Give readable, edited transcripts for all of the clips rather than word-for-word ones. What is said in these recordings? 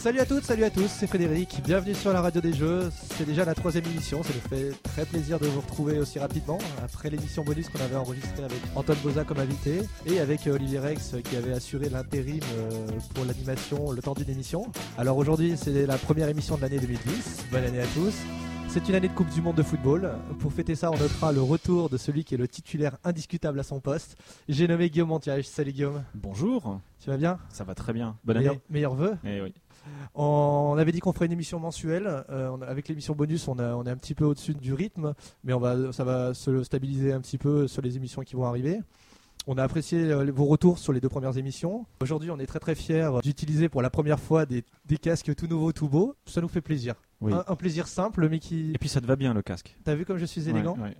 Salut à toutes, salut à tous, c'est Frédéric, bienvenue sur la radio des jeux. C'est déjà la 3e émission, ça nous fait très plaisir de vous retrouver aussi rapidement après l'émission bonus qu'on avait enregistrée avec Antoine Boza comme invité et avec Olivier Rex qui avait assuré l'intérim pour l'animation le temps d'une émission. Alors aujourd'hui c'est la première émission de l'année 2010, bonne année à tous. C'est une année de Coupe du Monde de football. Pour fêter ça, on notera le retour de celui qui est le titulaire indiscutable à son poste. J'ai nommé Guillaume Montiage. Salut Guillaume. Bonjour. Tu vas bien ? Ça va très bien. Bonne année. Meilleurs vœux. Eh oui. On avait dit qu'on ferait une émission mensuelle. Avec l'émission bonus, on est un petit peu au-dessus du rythme, mais ça va se stabiliser un petit peu sur les émissions qui vont arriver. On a apprécié vos retours sur les 2 premières émissions. Aujourd'hui, on est très fiers d'utiliser pour la première fois des casques tout nouveaux, tout beaux. Ça nous fait plaisir. Oui. Un plaisir simple, mais qui... Et puis ça te va bien le casque. T'as vu comme je suis élégant ? Ouais.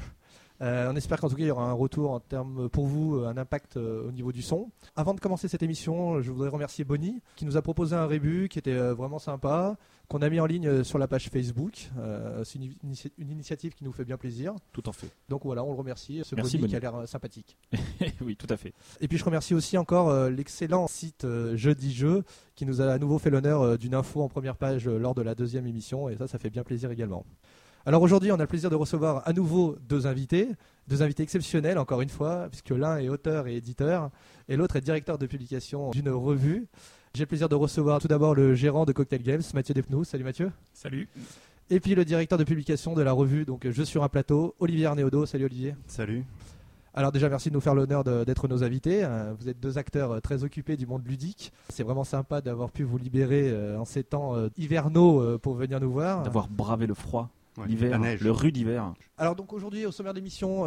On espère qu'en tout cas il y aura un retour en termes pour vous, un impact au niveau du son. Avant de commencer cette émission, je voudrais remercier Bonnie qui nous a proposé un rébut qui était vraiment sympa, qu'on a mis en ligne sur la page Facebook. C'est une initiative qui nous fait bien plaisir. Tout en fait. Donc voilà, on le remercie. Merci Bonnie qui a l'air sympathique. Oui, tout à fait. Et puis je remercie aussi encore l'excellent site Jeudi Jeux qui nous a à nouveau fait l'honneur d'une info en première page lors de la 2e émission et ça fait bien plaisir également. Alors aujourd'hui, on a le plaisir de recevoir à nouveau 2 invités exceptionnels encore une fois, puisque l'un est auteur et éditeur et l'autre est directeur de publication d'une revue. J'ai le plaisir de recevoir tout d'abord le gérant de Cocktail Games, Mathieu Despnous. Salut Mathieu. Salut. Et puis le directeur de publication de la revue donc Jeux sur un plateau, Olivier Arnéodo. Salut Olivier. Salut. Alors déjà merci de nous faire l'honneur d'être nos invités. Vous êtes 2 acteurs très occupés du monde ludique. C'est vraiment sympa d'avoir pu vous libérer en ces temps hivernaux pour venir nous voir. D'avoir bravé le froid. Ouais, l'hiver, le rude hiver. Alors donc aujourd'hui au sommaire de l'émission,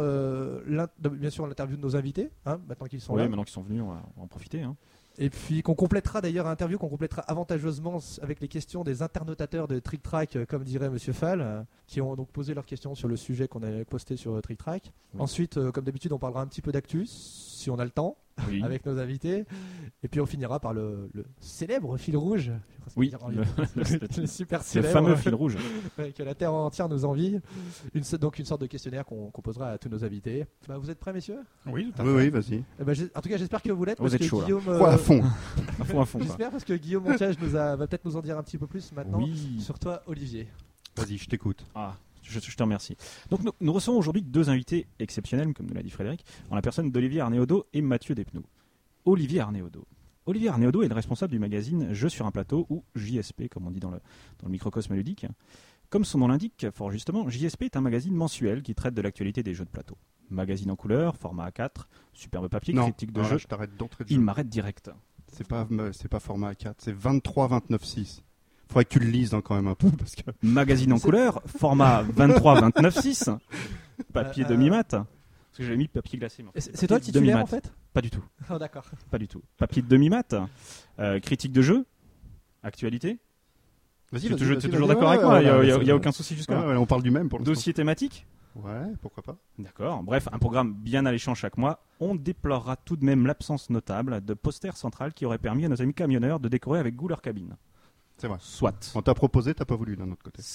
bien sûr l'interview de nos invités, maintenant qu'ils sont là. Oui, maintenant qu'ils sont venus, on va en profiter. Et puis qu'on complétera d'ailleurs interview, qu'on complétera avantageusement avec les questions des internotateurs de Trick Track, comme dirait Monsieur Fall, qui ont donc posé leurs questions sur le sujet qu'on avait posté sur Trick Track. Oui. Ensuite, comme d'habitude, on parlera un petit peu d'actu, si on a le temps. Oui. Avec nos invités, et puis on finira par le célèbre fil rouge. Oui, le super célèbre, le fameux fil rouge que la terre entière nous envie. Donc une sorte de questionnaire qu'on posera à tous nos invités. Vous êtes prêts, messieurs ? Oui, tout à fait. Oui, vas-y. En tout cas, j'espère que vous l'êtes. Vous êtes chaud. Guillaume, à fond. à fond. J'espère parce que Guillaume Montiage va peut-être nous en dire un petit peu plus maintenant sur toi, Olivier. Vas-y, je t'écoute. Je te remercie. Donc nous recevons aujourd'hui 2 invités exceptionnels, comme nous l'a dit Frédéric, en la personne d'Olivier Arnéodo et Mathieu Despnous. Olivier Arnéodo est le responsable du magazine Jeux sur un plateau, ou JSP, comme on dit dans le microcosme ludique. Comme son nom l'indique, fort justement, JSP est un magazine mensuel qui traite de l'actualité des jeux de plateau. Magazine en couleur, format A4, superbe papier, critique de jeu. Je t'arrête d'entrée de jeu. Il m'arrête direct. C'est pas format A4, c'est 23-29-6. Faudrait que tu le lises quand même un peu parce que... Magazine en couleur, format 23-29-6, papier demi-mat. Parce que j'avais mis papier glacé. C'est toi le titulaire en fait ? Pas du tout. Oh, d'accord. Pas du tout. Papier de demi-mat, critique de jeu, actualité. Vas-y, tu es toujours d'accord avec moi ? Il n'y a aucun souci jusque-là. On parle du même pour l'instant. Dossier thématique ? Ouais, pourquoi pas. D'accord. Bref, un programme bien alléchant chaque mois. On déplorera tout de même l'absence notable de posters centrales qui auraient permis à nos amis camionneurs de décorer avec goût leur cabine. C'est vrai. Soit. On t'a proposé, t'as pas voulu d'un autre côté.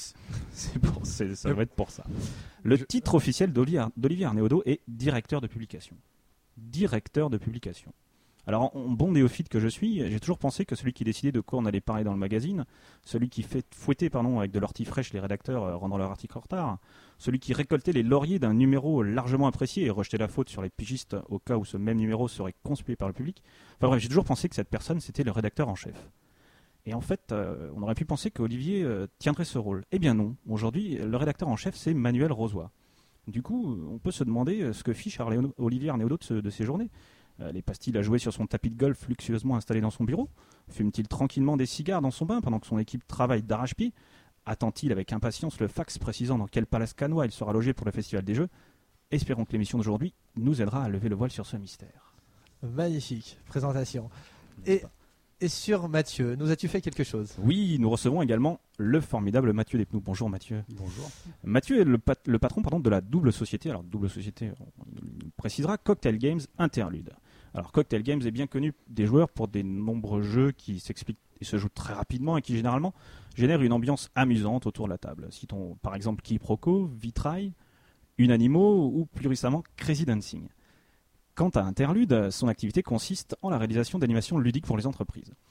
Ça va être pour ça. Le titre officiel d'Olivier Arnéodo est directeur de publication. Directeur de publication. Alors, en bon néophyte que je suis, j'ai toujours pensé que celui qui décidait de quoi on allait parler dans le magazine, celui qui fouettait avec de l'ortie fraîche les rédacteurs rendant leur article en retard, celui qui récoltait les lauriers d'un numéro largement apprécié et rejetait la faute sur les pigistes au cas où ce même numéro serait conspué par le public. Enfin bref, j'ai toujours pensé que cette personne, c'était le rédacteur en chef. Et en fait, on aurait pu penser qu'Olivier tiendrait ce rôle. Eh bien non. Aujourd'hui, le rédacteur en chef, c'est Manuel Rozoy. Du coup, on peut se demander ce que fiche Olivier Arnéodo de ses journées. Les pastilles à jouer sur son tapis de golf luxueusement installé dans son bureau ? Fume-t-il tranquillement des cigares dans son bain pendant que son équipe travaille d'arrache-pied ? Attend-il avec impatience le fax précisant dans quel palace canois il sera logé pour le Festival des Jeux ? Espérons que l'émission d'aujourd'hui nous aidera à lever le voile sur ce mystère. Magnifique présentation. Et sur Mathieu, nous as-tu fait quelque chose ? Oui, nous recevons également le formidable Mathieu Despnous. Bonjour Mathieu. Bonjour. Mathieu est le patron de la double société. Alors double société, on précisera, Cocktail Games Interlude. Alors Cocktail Games est bien connu des joueurs pour des nombreux jeux qui s'expliquent et se jouent très rapidement et qui généralement génèrent une ambiance amusante autour de la table. Citons par exemple Quiproquo, Vitrail, Unanimo ou plus récemment Crazy Dancing. Quant à Interlude, son activité consiste en la réalisation d'animations ludiques pour les entreprises.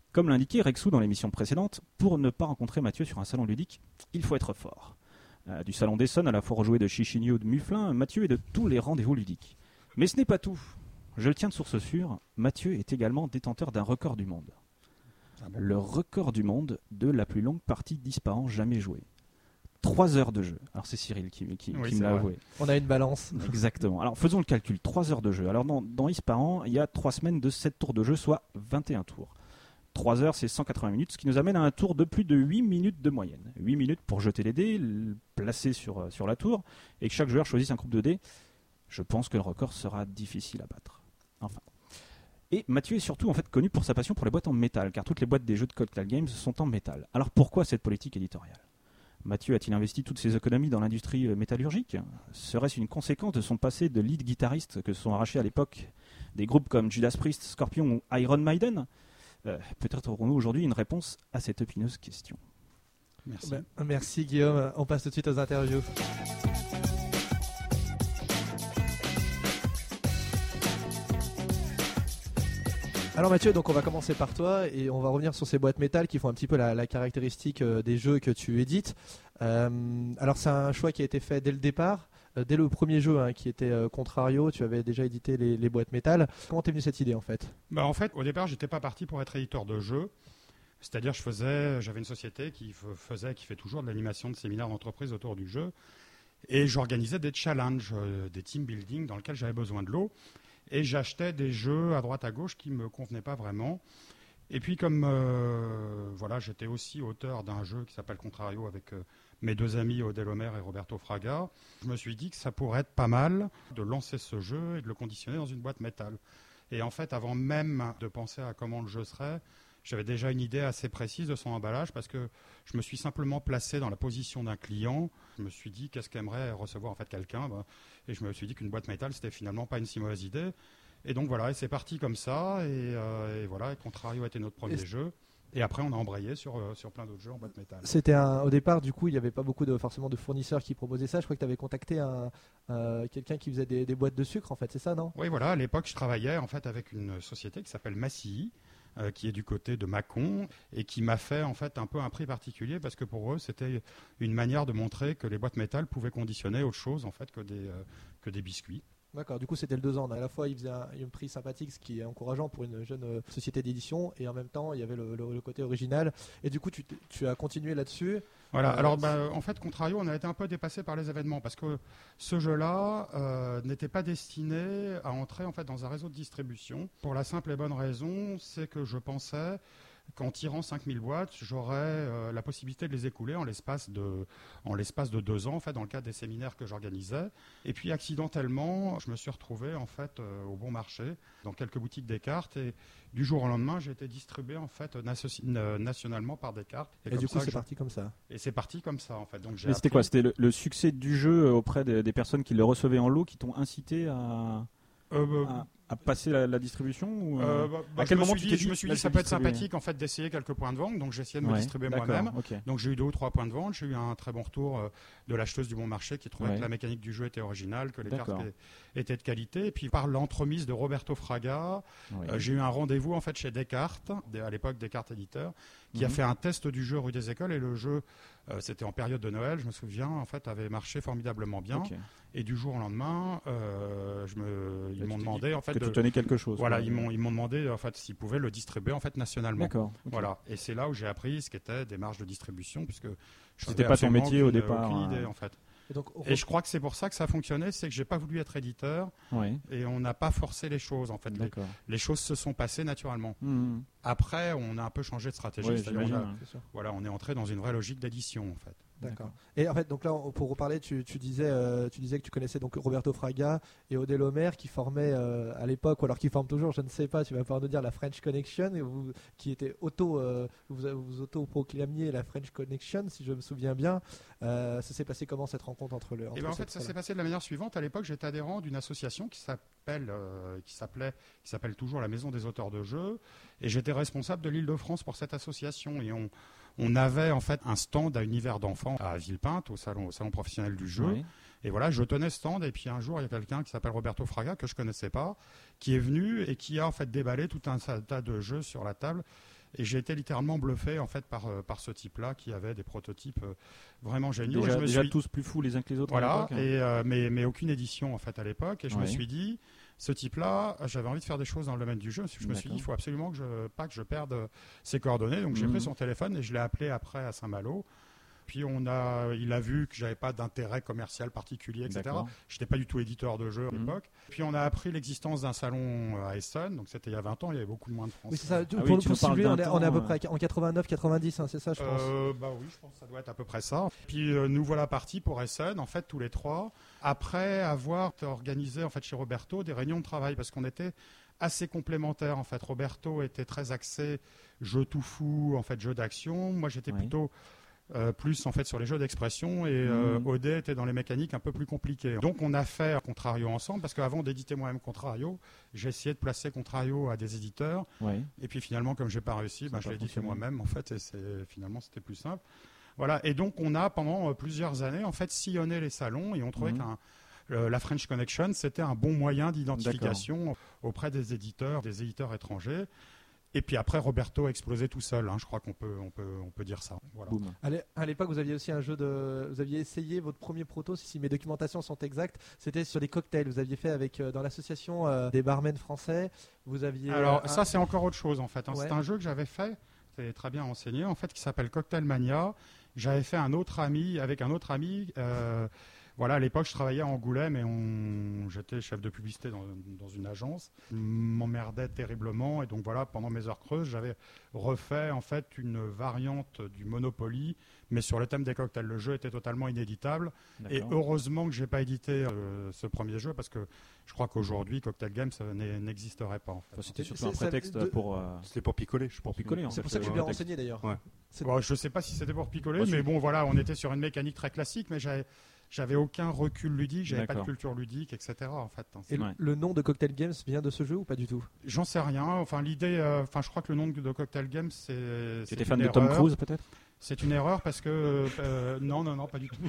Comme l'indiquait Rexou dans l'émission précédente, pour ne pas rencontrer Mathieu sur un salon ludique, il faut être fort. Du salon d'Essonne à la foire aux jouets de Chichigny ou de Mufflin, Mathieu est de tous les rendez-vous ludiques. Mais ce n'est pas tout. Je le tiens de source sûre, Mathieu est également détenteur d'un record du monde. Le record du monde de la plus longue partie d'Ispahan jamais jouée. 3 heures de jeu. Alors c'est Cyril qui me l'a avoué. On a une balance. Exactement. Alors faisons le calcul. 3 heures de jeu. Alors dans Ispahan, il y a 3 semaines de 7 tours de jeu, soit 21 tours. 3 heures, c'est 180 minutes, ce qui nous amène à un tour de plus de 8 minutes de moyenne. 8 minutes pour jeter les dés, placer sur la tour, et que chaque joueur choisisse un groupe de dés. Je pense que le record sera difficile à battre. Enfin. Et Mathieu est surtout en fait connu pour sa passion pour les boîtes en métal, car toutes les boîtes des jeux de Cocktail Games sont en métal. Alors pourquoi cette politique éditoriale ? Mathieu a-t-il investi toutes ses économies dans l'industrie métallurgique ? Serait-ce une conséquence de son passé de lead guitariste que se sont arrachés à l'époque des groupes comme Judas Priest, Scorpion ou Iron Maiden ? Peut-être aurons-nous aujourd'hui une réponse à cette épineuse question. Merci. Merci Guillaume, on passe tout de suite aux interviews. Alors Mathieu, donc on va commencer par toi et on va revenir sur ces boîtes métal qui font un petit peu la caractéristique des jeux que tu édites. Alors c'est un choix qui a été fait dès le départ, dès le premier jeu qui était Contrario, tu avais déjà édité les boîtes métal. Comment t'es venue cette idée en fait ? En fait, au départ, j'étais pas parti pour être éditeur de jeux. C'est-à-dire, j'avais une société qui fait toujours de l'animation de séminaires d'entreprise autour du jeu. Et j'organisais des challenges, des team building dans lesquels j'avais besoin de l'eau. Et j'achetais des jeux à droite à gauche qui ne me convenaient pas vraiment. Et puis comme j'étais aussi auteur d'un jeu qui s'appelle Contrario avec mes 2 amis Odel Homer et Roberto Fraga, je me suis dit que ça pourrait être pas mal de lancer ce jeu et de le conditionner dans une boîte métal. Et en fait, avant même de penser à comment le jeu serait, j'avais déjà une idée assez précise de son emballage parce que je me suis simplement placé dans la position d'un client. Je me suis dit qu'est-ce qu'aimerait recevoir en fait quelqu'un et je me suis dit qu'une boîte métal c'était finalement pas une si mauvaise idée. Et donc voilà, et c'est parti comme ça et voilà, et Contrario était notre premier jeu. Et après, on a embrayé sur plein d'autres jeux en boîte métal. C'était au départ, du coup, il n'y avait pas beaucoup forcément de fournisseurs qui proposaient ça. Je crois que tu avais contacté quelqu'un qui faisait des boîtes de sucre, en fait, c'est ça, non ? Oui, voilà. À l'époque, je travaillais en fait avec une société qui s'appelle Massy, qui est du côté de Mâcon et qui m'a fait en fait un peu un prix particulier parce que pour eux, c'était une manière de montrer que les boîtes métal pouvaient conditionner autre chose en fait que des biscuits. D'accord, du coup c'était le 2 ans. À la fois il faisait un prix sympathique, ce qui est encourageant pour une jeune société d'édition, et en même temps il y avait le côté original. Et du coup tu as continué là-dessus. Voilà, alors en fait Contrario, on a été un peu dépassé par les événements parce que ce jeu-là n'était pas destiné à entrer en fait dans un réseau de distribution. Pour la simple et bonne raison, c'est que je pensais qu'en tirant 5000 boîtes, j'aurais la possibilité de les écouler en l'espace de 2 ans, en fait, dans le cadre des séminaires que j'organisais. Et puis, accidentellement, je me suis retrouvé, en fait, au bon marché, dans quelques boutiques Descartes. Et du jour au lendemain, j'ai été distribué, en fait, nationalement par Descartes. Et du coup, c'est parti comme ça. Et c'est parti comme ça, en fait. Donc, Mais c'était quoi ? C'était le succès du jeu auprès des personnes qui le recevaient en lot qui t'ont incité à passer la distribution ou à quel moment je me suis dit ça peut être sympathique en fait d'essayer quelques points de vente, donc j'ai essayé de me distribuer moi-même. Okay. Donc j'ai eu 2 ou 3 points de vente, j'ai eu un très bon retour de l'acheteuse du bon marché qui trouvait que la mécanique du jeu était originale, que les cartes étaient de qualité, et puis par l'entremise de Roberto Fraga, j'ai eu un rendez-vous en fait chez Descartes, à l'époque Descartes éditeur, qui a fait un test du jeu rue des Écoles, et le jeu c'était en période de Noël, je me souviens, en fait avait marché formidablement bien. Et du jour au lendemain, ils m'ont demandé en fait que tu tenais quelque chose. Voilà, ils m'ont demandé en fait s'ils pouvaient le distribuer en fait nationalement. D'accord. Okay. Voilà, et c'est là où j'ai appris ce qu'étaient des marges de distribution, puisque c'était pas ton métier au départ. Aucune idée en fait. Et je crois que c'est pour ça que ça a fonctionné, c'est que j'ai pas voulu être éditeur et on n'a pas forcé les choses en fait. Les choses se sont passées naturellement. Après, on a un peu changé de stratégie. On est entré dans une vraie logique d'édition en fait. D'accord. Et en fait, donc là, pour reparler, tu disais que tu connaissais donc Roberto Fraga et Odel Homer qui formaient à l'époque, ou alors qui forment toujours, je ne sais pas, tu vas pouvoir nous dire la French Connection, qui était vous auto-proclamiez la French Connection, si je me souviens bien. Ça s'est passé comment cette rencontre entre eux ? En fait, ça s'est passé de la manière suivante. À l'époque, j'étais adhérent d'une association qui s'appelle toujours la Maison des auteurs de jeux, et j'étais responsable de l'Île-de-France pour cette association. Et on avait en fait un stand à Univers d'enfants à Villepinte, au salon professionnel du jeu. Et voilà, je tenais ce stand, et puis un jour, il y a quelqu'un qui s'appelle Roberto Fraga, que je connaissais pas, qui est venu et qui a en fait déballé tout un tas de jeux sur la table. Et j'ai été littéralement bluffé en fait par ce type-là qui avait des prototypes vraiment géniaux. Déjà tous plus fous les uns que les autres. Voilà, à l'époque, mais aucune édition en fait à l'époque. Et je me suis dit, ce type-là, j'avais envie de faire des choses dans le domaine du jeu. Je me suis dit, il faut absolument que je perde ses coordonnées. Donc j'ai pris son téléphone et je l'ai appelé après à Saint-Malo. Puis il a vu que j'avais pas d'intérêt commercial particulier, etc. Je n'étais pas du tout éditeur de jeux à l'époque. Puis on a appris l'existence d'un salon à Essen, donc c'était il y a 20 ans, il y avait beaucoup moins de Français. Oui, c'est ça. Pour cibler, on est à peu près en 89-90, c'est ça, je pense. Oui, je pense que ça doit être à peu près ça. Puis nous voilà partis pour Essen, en fait, tous les trois, après avoir organisé en fait chez Roberto des réunions de travail, parce qu'on était assez complémentaires en fait. Roberto était très axé jeu tout fou, en fait jeu d'action. Moi, j'étais plutôt plus en fait sur les jeux d'expression et Audet était dans les mécaniques un peu plus compliquées. Donc on a fait Contrario ensemble parce qu'avant d'éditer moi-même Contrario, j'ai essayé de placer Contrario à des éditeurs et puis finalement comme j'ai pas réussi, je l'ai édité moi-même en fait et finalement c'était plus simple. Voilà, et donc on a pendant plusieurs années en fait sillonné les salons et on trouvait la French Connection c'était un bon moyen d'identification auprès des éditeurs étrangers. Et puis après, Roberto a explosé tout seul. Je crois qu'on peut dire ça. Voilà. À l'époque, vous aviez aussi vous aviez essayé votre premier proto, si mes documentations sont exactes, c'était sur des cocktails. Vous aviez fait dans l'association des barmen français. Vous aviez. Alors ça, c'est encore autre chose en fait. C'est un jeu que j'avais fait. C'est très bien enseigné en fait, qui s'appelle Cocktail Mania. J'avais fait avec un autre ami. Voilà, à l'époque, je travaillais à Angoulême et j'étais chef de publicité dans une agence. Je m'emmerdais terriblement et donc voilà, pendant mes heures creuses, j'avais refait en fait une variante du Monopoly, mais sur le thème des cocktails. Le jeu était totalement inéditable et heureusement que j'ai pas édité ce premier jeu parce que je crois qu'aujourd'hui, Cocktail Games n'existerait pas. En fait. C'était surtout un prétexte pour. C'était pour picoler, je pense. Pour picoler. C'est pour ça que je l'ai renseigné d'ailleurs. Ouais. Je sais pas si c'était pour picoler, mais bon voilà, on était sur une mécanique très classique, mais j'avais aucun recul ludique, j'avais pas de culture ludique, etc. En fait. Et le nom de Cocktail Games vient de ce jeu ou pas du tout? J'en sais rien. Enfin, l'idée, je crois que le nom de Cocktail Games, c'est. Tu étais fan de Tom Cruise, peut-être? C'est une erreur parce que non, pas du tout.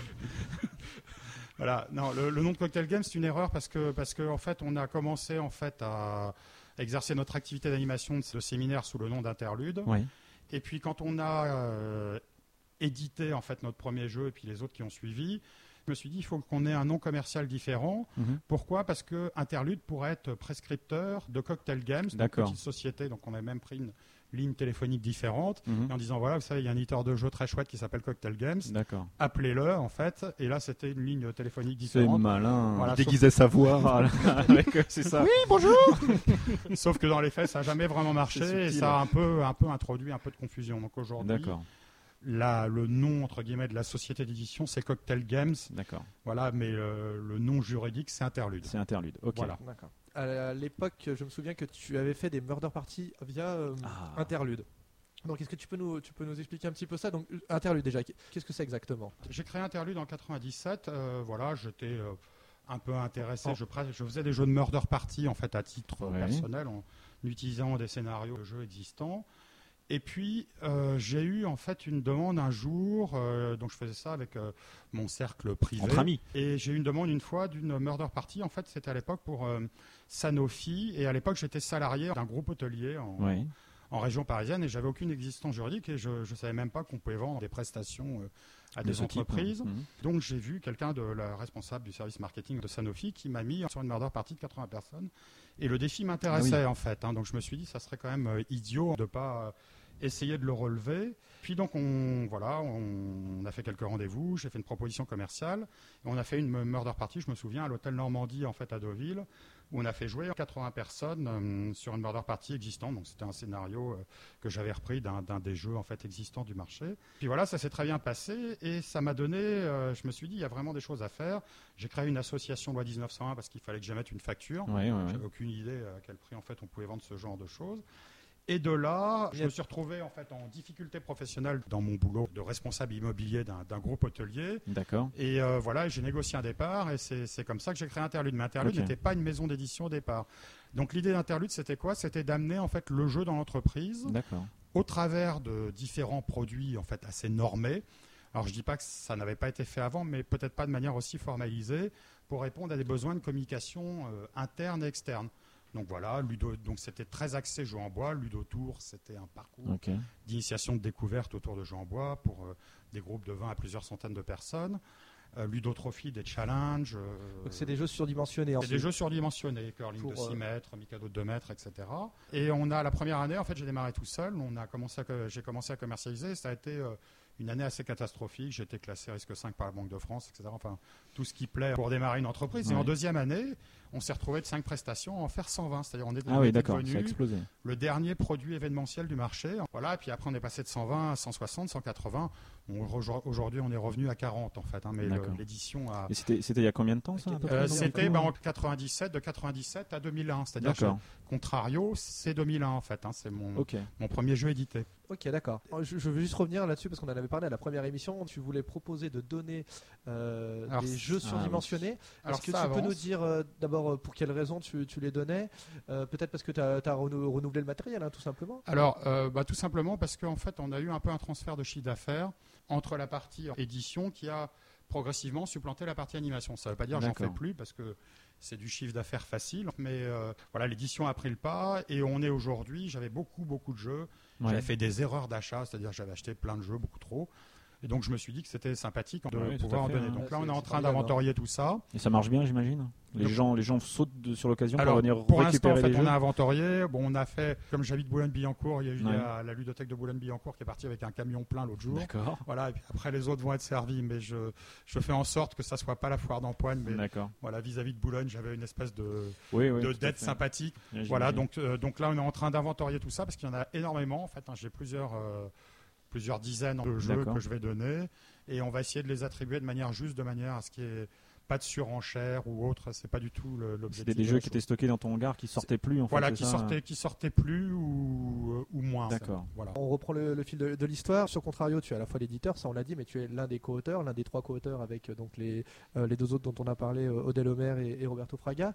Voilà, non, le nom de Cocktail Games, c'est une erreur parce que en fait, on a commencé en fait à exercer notre activité d'animation de séminaire sous le nom d'Interlude. Oui. Et puis quand on a édité en fait notre premier jeu et puis les autres qui ont suivi. Je me suis dit, il faut qu'on ait un nom commercial différent. Pourquoi? Parce que Interlude pourrait être prescripteur de Cocktail Games, une petite société. Donc, on a même pris une ligne téléphonique différente en disant, voilà, vous savez, il y a un éditeur de jeux très chouette qui s'appelle Cocktail Games. Appelez-le, en fait. Et là, c'était une ligne téléphonique différente. C'est malin. Voilà, déguisait sa voix. C'est ça. Oui, bonjour. Sauf que dans les faits, ça n'a jamais vraiment marché et ça a un peu introduit un peu de confusion. Donc, aujourd'hui... le nom entre guillemets de la société d'édition c'est Cocktail Games. D'accord. Voilà, mais le nom juridique c'est Interlude. C'est Interlude. Ok. Voilà. D'accord. À l'époque, je me souviens que tu avais fait des murder parties via Interlude. Donc, est-ce que tu peux nous expliquer un petit peu ça? Donc, Interlude déjà, qu'est-ce que c'est exactement? J'ai créé Interlude en 97. Voilà, j'étais un peu intéressé. Je faisais des jeux de murder party en fait à titre personnel en utilisant des scénarios de jeux existants. Et puis, j'ai eu en fait une demande un jour, donc je faisais ça avec mon cercle privé. Entre amis. Et j'ai eu une demande une fois d'une murder party. En fait, c'était à l'époque pour Sanofi. Et à l'époque, j'étais salarié d'un groupe hôtelier en région parisienne et j'avais aucune existence juridique et je ne savais même pas qu'on pouvait vendre des prestations à des entreprises. Donc, j'ai vu quelqu'un de la responsable du service marketing de Sanofi qui m'a mis sur une murder party de 80 personnes. Et le défi m'intéressait en fait. Donc, je me suis dit, ça serait quand même idiot de ne pas... essayer de le relever. Puis donc on a fait quelques rendez-vous, j'ai fait une proposition commerciale et on a fait une murder party, je me souviens, à l'hôtel Normandie en fait à Deauville, où on a fait jouer 80 personnes sur une murder party existante. Donc c'était un scénario que j'avais repris d'un des jeux en fait existants du marché. Puis voilà, ça s'est très bien passé et ça m'a donné, je me suis dit il y a vraiment des choses à faire. J'ai créé une association loi 1901 parce qu'il fallait que j'émette une facture. J'avais aucune idée à quel prix en fait on pouvait vendre ce genre de choses. Et de là, je me suis retrouvé en fait en difficulté professionnelle dans mon boulot de responsable immobilier d'un groupe hôtelier. D'accord. Et voilà, j'ai négocié un départ et c'est comme ça que j'ai créé Interlude. Mais Interlude n'était pas une maison d'édition au départ. Donc l'idée d'Interlude, c'était quoi? C'était d'amener en fait le jeu dans l'entreprise au travers de différents produits en fait assez normés. Alors je dis pas que ça n'avait pas été fait avant, mais peut-être pas de manière aussi formalisée pour répondre à des besoins de communication interne et externe. Donc voilà, Ludo, donc c'était très axé jeu en bois. Ludo Tour, c'était un parcours d'initiation de découverte autour de jeux en bois pour des groupes de 20 à plusieurs centaines de personnes. Ludotrophy, des challenges. Donc c'est des jeux surdimensionnés. C'est des jeux surdimensionnés, curling de 6 mètres, Mikado de 2 mètres, etc. Et on a la première année, en fait, j'ai démarré tout seul. J'ai commencé à commercialiser. Ça a été une année assez catastrophique. J'ai été classé risque 5 par la Banque de France, etc. Enfin, tout ce qui plaît pour démarrer une entreprise. Et en deuxième année, on s'est retrouvé de 5 prestations à en faire 120. C'est-à-dire on est devenu le dernier produit événementiel du marché. Voilà, et puis après on est passé de 120 à 160, 180. Aujourd'hui on est revenu à 40 en fait. Mais l'édition a... Et c'était il y a combien de temps ça C'était en 97, de 97 à 2001. C'est-à-dire que Contrario, c'est 2001 en fait. C'est mon premier jeu édité. Ok, d'accord. Je veux juste revenir là-dessus parce qu'on en avait parlé à la première émission. Tu voulais proposer de donner des jeux surdimensionnés. Est-ce que tu peux nous dire d'abord pour quelles raisons tu les donnais Peut-être parce que tu as renouvelé le matériel, tout simplement. Alors, tout simplement parce qu'en fait, on a eu un peu un transfert de chiffre d'affaires entre la partie édition qui a progressivement supplanté la partie animation. Ça ne veut pas dire que j'en fais plus parce que c'est du chiffre d'affaires facile, mais voilà, l'édition a pris le pas et on est aujourd'hui, j'avais beaucoup de jeux, j'avais fait des erreurs d'achat, c'est-à-dire j'avais acheté plein de jeux, beaucoup trop. Et donc je me suis dit que c'était sympathique de pouvoir en donner. Donc là on est en train d'inventorier tout ça. Et ça marche bien, j'imagine. Les gens sautent sur l'occasion pour venir pour récupérer l'instant, les jeux. On a inventorié. Bon, on a fait, comme j'habite Boulogne-Billancourt, il y a eu la ludothèque de Boulogne-Billancourt qui est partie avec un camion plein l'autre jour. D'accord. Voilà. Et puis après les autres vont être servis, mais je fais en sorte que ça soit pas la foire d'empoigne, mais voilà, vis-à-vis de Boulogne, j'avais une espèce de dette sympathique. Voilà. Donc là on est en train d'inventorier tout ça parce qu'il y en a énormément. En fait, j'ai plusieurs dizaines de jeux que je vais donner et on va essayer de les attribuer de manière juste, de manière à ce qu'il n'y ait pas de surenchère ou autre. C'est pas du tout l'objectif. C'était des jeux qui étaient stockés dans ton hangar qui sortaient plus en fait. Voilà, qui sortaient plus ou moins. D'accord. Voilà. On reprend le fil de l'histoire. Sur Contrario, tu es à la fois l'éditeur, ça on l'a dit, mais tu es l'un des co-auteurs, l'un des 3 co-auteurs avec donc les 2 autres dont on a parlé, Odé Lomer et Roberto Fraga.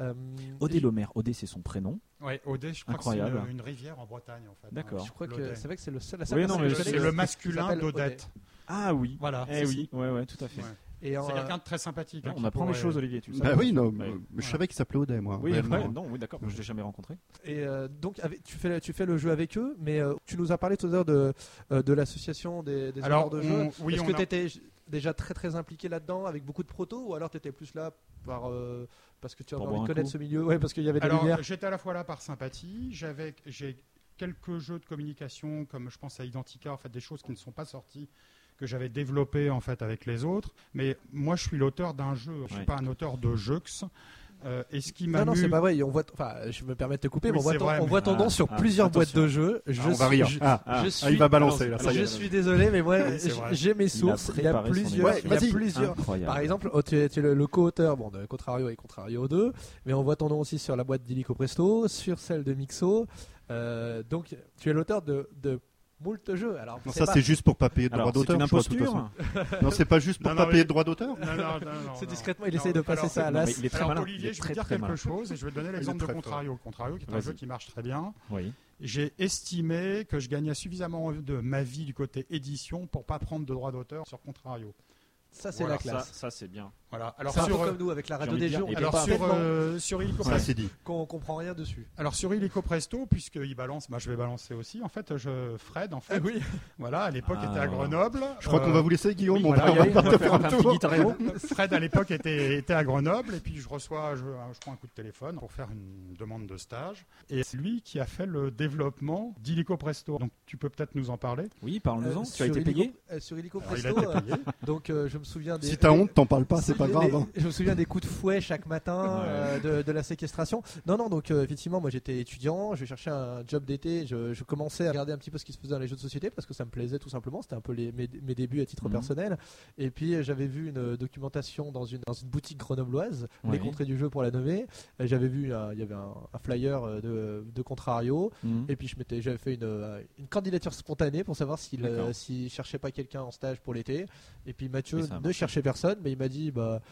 Odé Lomer, Odé c'est son prénom. Oui, Odé, je crois que c'est une rivière en Bretagne en fait. D'accord. Je crois que c'est vrai que c'est le seul. C'est le masculin d'Odette. Ah oui. Voilà. Oui, ouais, tout à fait. Ouais. Et c'est quelqu'un de très sympathique. On apprend des choses, Olivier. Tu sais. Bah oui, non. Je savais qu'il s'appelait Odé, moi. Oui, d'accord. Je l'ai jamais rencontré. Et donc, tu fais le jeu avec eux, mais tu nous as parlé tout à l'heure de l'association des auteurs de jeux. Oui, est-ce que tu étais déjà très très impliqué là-dedans, avec beaucoup de protos, ou alors tu étais plus là parce que tu as envie de connaître ce milieu, parce qu'il y avait de la lumière. J'étais à la fois là par sympathie. J'ai quelques jeux de communication, comme je pense à Identica, en fait, des choses qui ne sont pas sorties, que j'avais développé en fait avec les autres, mais moi je suis l'auteur d'un jeu, je suis pas un auteur de jeux. Et ce qui m'a non, c'est pas vrai. Je me permets de te couper, mais on voit ton nom sur plusieurs boîtes de jeux. On va rire. Il va balancer. Je suis désolé, mais moi j'ai mes sources. Il y a plusieurs. Par exemple, tu es le co-auteur de Contrario et Contrario 2, mais on voit ton nom aussi sur la boîte d'Illico Presto, sur celle de Mixo. Donc tu es l'auteur de moult jeux. Alors, non, ça c'est juste pour pas payer de droits d'auteur. C'est une imposture. Non, c'est pas juste pour pas payer de droits d'auteur. Non. C'est discrètement, il essaye de passer ça à l'as. Alors Olivier, je vais dire quelque chose et je vais te donner l'exemple de Contrario. Contrario, qui est un jeu qui marche très bien. Oui. J'ai estimé que je gagnais suffisamment de ma vie du côté édition pour pas prendre de droits d'auteur sur Contrario. Ça c'est la classe. Ça c'est bien. Voilà. Alors c'est un peu comme nous avec la radio des jeux. Alors sur Illico Presto, qu'on comprend rien dessus. Alors sur Illico Presto, puisqu'il balance, je vais balancer aussi. En fait, Fred, oui. Voilà, à l'époque était à Grenoble. Je crois qu'on va vous laisser, Guillaume. On va faire un tour. Fred à l'époque était à Grenoble et puis je reçois, je prends un coup de téléphone pour faire une demande de stage. Et c'est lui qui a fait le développement d'Illico Presto. Donc tu peux peut-être nous en parler. Oui, parle-nous-en. Tu as été payé sur Illico Presto. Donc je me souviens des. Si t'as honte, t'en parles pas. C'est pas grave. Je me souviens des coups de fouet chaque matin de la séquestration. Non, donc effectivement, moi j'étais étudiant, je cherchais un job d'été, je commençais à regarder un petit peu ce qui se faisait dans les jeux de société parce que ça me plaisait tout simplement, c'était un peu mes débuts à titre personnel. Et puis j'avais vu une documentation dans une boutique grenobloise, les contrées du jeu pour la nommer. J'avais vu, il y avait un flyer de Contrario, et puis j'avais fait une candidature spontanée pour savoir s'il cherchait pas quelqu'un en stage pour l'été. Et puis Mathieu ne cherchait personne, mais il m'a dit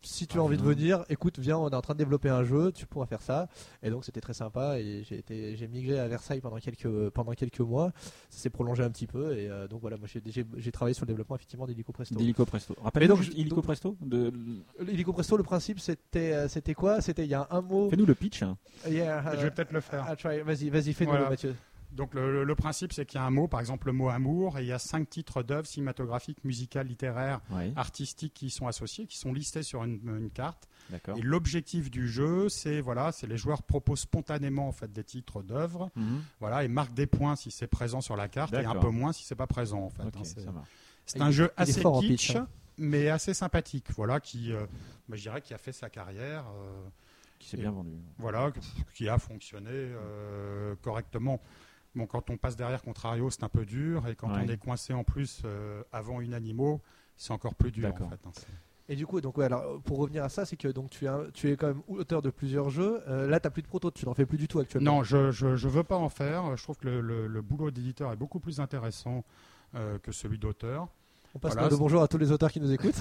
si tu as envie de venir, écoute, viens, on est en train de développer un jeu, tu pourras faire ça. Et donc c'était très sympa et j'ai migré à Versailles pendant quelques mois. Ça s'est prolongé un petit peu et donc voilà, moi j'ai travaillé sur le développement effectivement d'Illico Presto. D'Illico Presto. Rappelle-nous juste Illico Presto. Illico Presto, le principe c'était quoi? C'était il y a un mot. Fais-nous le pitch. Je vais peut-être le faire. Vas-y, fais-nous le Mathieu. Donc le principe, c'est qu'il y a un mot, par exemple le mot amour, et il y a 5 titres d'œuvres cinématographiques, musicales, littéraires, artistiques qui y sont associés, qui sont listés sur une carte. D'accord. Et l'objectif du jeu, c'est les joueurs proposent spontanément en fait des titres d'œuvres, et marquent des points si c'est présent sur la carte et un peu moins si c'est pas présent en fait. C'est un jeu assez kitsch, mais assez sympathique, qui je dirais qui a fait sa carrière. Qui s'est bien vendu. Voilà, qui a fonctionné correctement. Bon, quand on passe derrière Contrario, c'est un peu dur, et quand on est coincé en plus avant Unanimo, c'est encore plus dur en fait. Et du coup, alors, pour revenir à ça, c'est que donc tu es quand même auteur de plusieurs jeux. Là, tu n'as plus de proto, tu n'en fais plus du tout actuellement. Non, je veux pas en faire. Je trouve que le boulot d'éditeur est beaucoup plus intéressant que celui d'auteur. On passe le bonjour à tous les auteurs qui nous écoutent.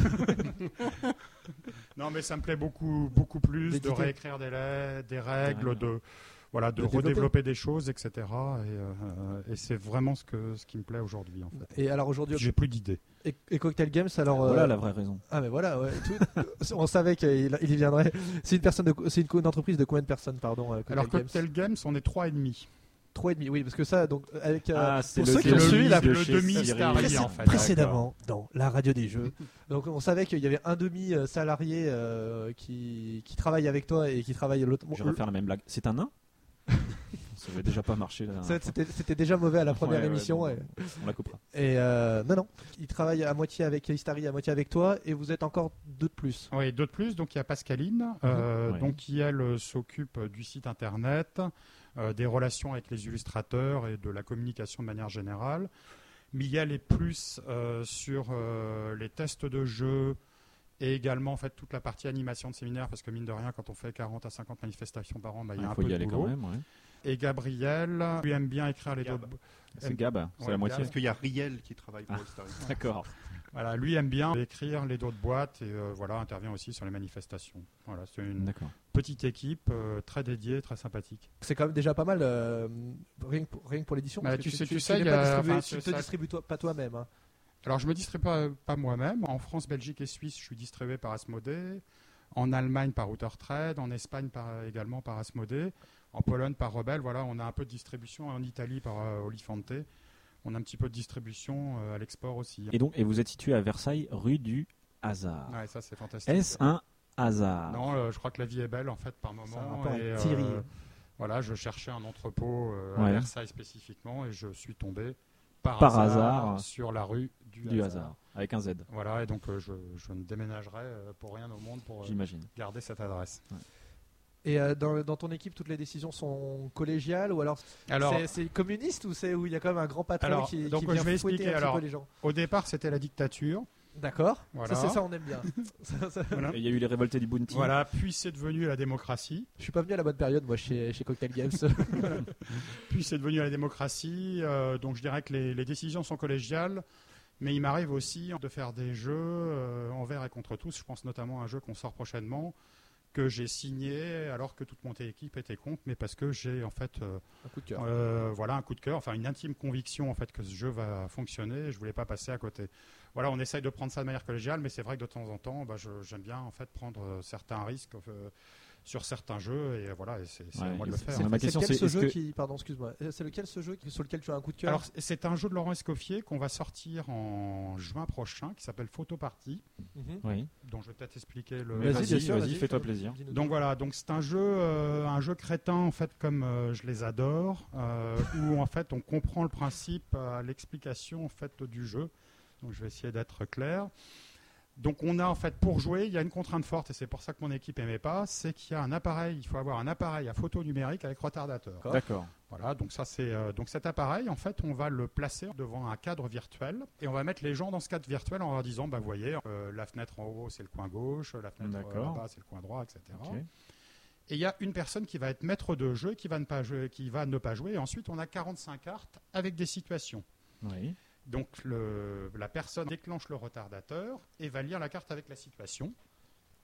Non, mais ça me plaît beaucoup plus de réécrire des règles, de redévelopper des choses, etc. Et c'est vraiment ce qui me plaît aujourd'hui. En fait. Et alors aujourd'hui, j'ai plus d'idées. Et Cocktail Games, alors voilà la vraie raison. Ah mais voilà, on savait qu'il y viendrait. C'est une entreprise de combien de personnes, pardon Cocktail Alors Games. Cocktail Games, on est 3,5. 3,5, oui, parce que ça, donc avec c'est pour le ceux qui ont suivi le demi-salarié en fait. Précédemment dans la radio des jeux. Donc on savait qu'il y avait un demi-salarié qui travaille avec toi et qui travaille l'autre. Je vais refaire la même blague. C'est un nain. Ça avait déjà pas marché. C'était déjà mauvais à la première émission. On la coupera. Et non, il travaille à moitié avec Istari, à moitié avec toi, et vous êtes encore deux de plus. Oui, deux de plus. Donc il y a Pascaline, donc qui elle s'occupe du site internet, des relations avec les illustrateurs et de la communication de manière générale. Miguel est plus sur les tests de jeux. Et également, en fait, toute la partie animation de séminaire, parce que mine de rien, quand on fait 40 à 50 manifestations par an, il y a un peu de boulot. Quand même, Et Gabriel, lui aime bien écrire les autres. C'est Gab, c'est la moitié. Parce qu'il y a Riel qui travaille pour Istari. D'accord. Voilà, lui aime bien écrire les dos de boîte et intervient aussi sur les manifestations. Voilà, c'est une petite équipe très dédiée, très sympathique. C'est quand même déjà pas mal, rien que pour l'édition. Tu te distribues pas toi-même. Hein. Alors, je ne me distribue pas moi-même. En France, Belgique et Suisse, je suis distribué par Asmodée. En Allemagne, par Outertrade. En Espagne, également par Asmodée. En Pologne, par Rebelle. Voilà, on a un peu de distribution. En Italie, par Olifante. On a un petit peu de distribution à l'export aussi. Et vous êtes situé à Versailles, rue du Hasard. Ouais, ça, c'est fantastique. Est-ce un hasard? Non, je crois que la vie est belle, en fait, par moment. Thierry. Voilà, je cherchais un entrepôt à Versailles spécifiquement et je suis tombé par hasard sur la rue du hasard. Avec un Z. Voilà, et donc je ne déménagerai pour rien au monde pour garder cette adresse. Ouais. Et dans ton équipe, toutes les décisions sont collégiales ou alors c'est communiste ou c'est où il y a quand même un grand patron qui vient fouetter un petit peu les gens? Au départ, c'était la dictature. D'accord, voilà. Ça on aime bien. Voilà. Il y a eu les révoltés du Bounty. Voilà, puis c'est devenu la démocratie. Je suis pas venu à la bonne période, moi, chez Cocktail Games. Puis c'est devenu la démocratie. Donc je dirais que les décisions sont collégiales, mais il m'arrive aussi de faire des jeux envers et contre tous. Je pense notamment à un jeu qu'on sort prochainement, que j'ai signé alors que toute mon équipe était contre, mais parce que j'ai en fait un coup de cœur. Un coup de cœur, enfin une intime conviction en fait que ce jeu va fonctionner. Et je voulais pas passer à côté. Voilà, on essaye de prendre ça de manière collégiale, mais c'est vrai que de temps en temps, j'aime bien en fait prendre certains risques sur certains jeux et voilà, et c'est à moi de le faire. C'est lequel ce jeu sur lequel tu as un coup de cœur? Alors c'est un jeu de Laurent Escoffier qu'on va sortir en juin prochain, qui s'appelle Photo Party, dont je vais peut-être expliquer le. Vas-y, fais-toi plaisir. Donc voilà, donc c'est un jeu crétin en fait, comme je les adore, où en fait on comprend le principe, l'explication en fait du jeu. Donc je vais essayer d'être clair. Donc on a en fait pour jouer, il y a une contrainte forte et c'est pour ça que mon équipe n'aimait pas, c'est qu'il y a un appareil, il faut avoir un appareil à photo numérique avec retardateur. D'accord. Voilà, donc ça c'est donc cet appareil en fait on va le placer devant un cadre virtuel et on va mettre les gens dans ce cadre virtuel en leur disant vous voyez la fenêtre en haut c'est le coin gauche, la fenêtre là-bas c'est le coin droit, etc. Okay. Et il y a une personne qui va être maître de jeu qui va ne pas jouer et ensuite on a 45 cartes avec des situations. Oui. Donc la personne déclenche le retardateur et va lire la carte avec la situation.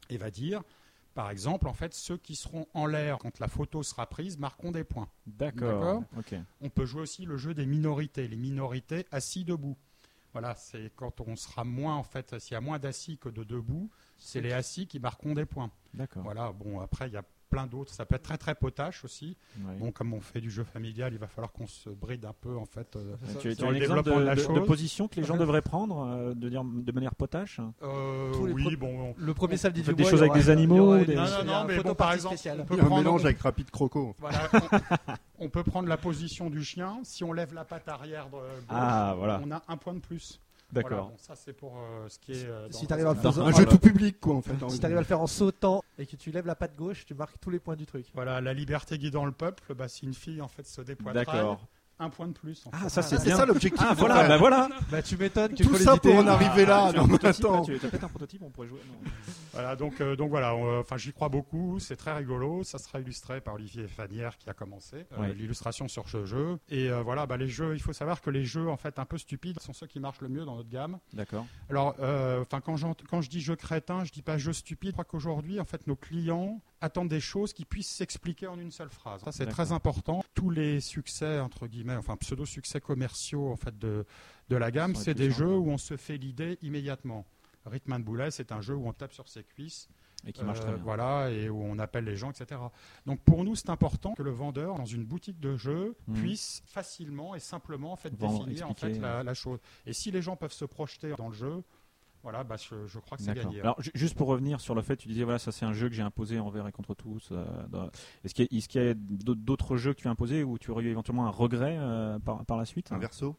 et va dire, par exemple, en fait, ceux qui seront en l'air quand la photo sera prise marqueront des points. D'accord. Ok. On peut jouer aussi le jeu des minorités, les minorités assis debout. Voilà, c'est quand on sera moins, en fait, s'il y a moins d'assis que de debout, c'est les assis qui marqueront des points. D'accord. Voilà, bon, après, il y a plein d'autres. Ça peut être très, très potache aussi. Oui. Bon, comme on fait du jeu familial, il va falloir qu'on se bride un peu, en fait. Tu dans as un le exemple développement de la de chose. position que les gens devraient prendre de manière potache. Tous les Oui, bon. Le premier samedi faites du des mois, choses il y avec aura- des animaux, il y aura des- une- Non, il y a non, un mais photo bon, par party exemple, spéciale. on peut Il y a un prendre- mélange avec Rapide Croco. Voilà, on peut prendre la position du chien. Si on lève la patte arrière de gauche, Ah, voilà. on a un point de plus. D'accord. Voilà, bon, ça, c'est pour ce qui est. Si t'arrives à le faire Un jeu tout public, quoi, en fait. Si t'arrives à le faire en sautant et que tu lèves la patte gauche, tu marques tous les points du truc. Voilà, la liberté guidant le peuple, bah, si une fille en fait se dépoitraille, D'accord. un point de plus. En Ah, fait. ça c'est C'est bien. ça l'objectif. Ah en voilà, fait. bah voilà. Bah tu m'étonnes que Tout ça pour en arriver là. Tu as un Non, mais prototype, attends. tu as peut-être un prototype, on pourrait jouer. Non. Voilà, donc voilà, enfin j'y crois beaucoup, c'est très rigolo, ça sera illustré par Olivier Fanière qui a commencé Ouais. l'illustration sur ce jeu. Et voilà, bah, les jeux, il faut savoir que les jeux en fait un peu stupides sont ceux qui marchent le mieux dans notre gamme. D'accord. Alors, enfin quand je dis jeu crétin, je dis pas jeu stupide. Je crois qu'aujourd'hui, en fait, nos clients attendent des choses qui puissent s'expliquer en une seule phrase. Ça, c'est D'accord. très important. Tous les succès entre guillemets, enfin pseudo-succès commerciaux en fait de la gamme, Sont c'est les plus des jeux simples. où on se fait l'idée immédiatement. Rhythm and Bullet, c'est un jeu où on tape sur ses cuisses. Et qui marche très bien. Voilà, et où on appelle les gens, etc. Donc pour nous, c'est important que le vendeur, dans une boutique de jeux, puisse facilement et simplement en fait, Vendre, définir en fait, expliquer. la chose. Et si les gens peuvent se projeter dans le jeu, voilà, bah, je crois que c'est D'accord. gagné. Alors juste pour revenir sur le fait, tu disais voilà, ça c'est un jeu que j'ai imposé envers et contre tous. Est-ce qu'il y a d'autres jeux que tu as imposés où tu aurais eu éventuellement un regret par la suite? Un verso.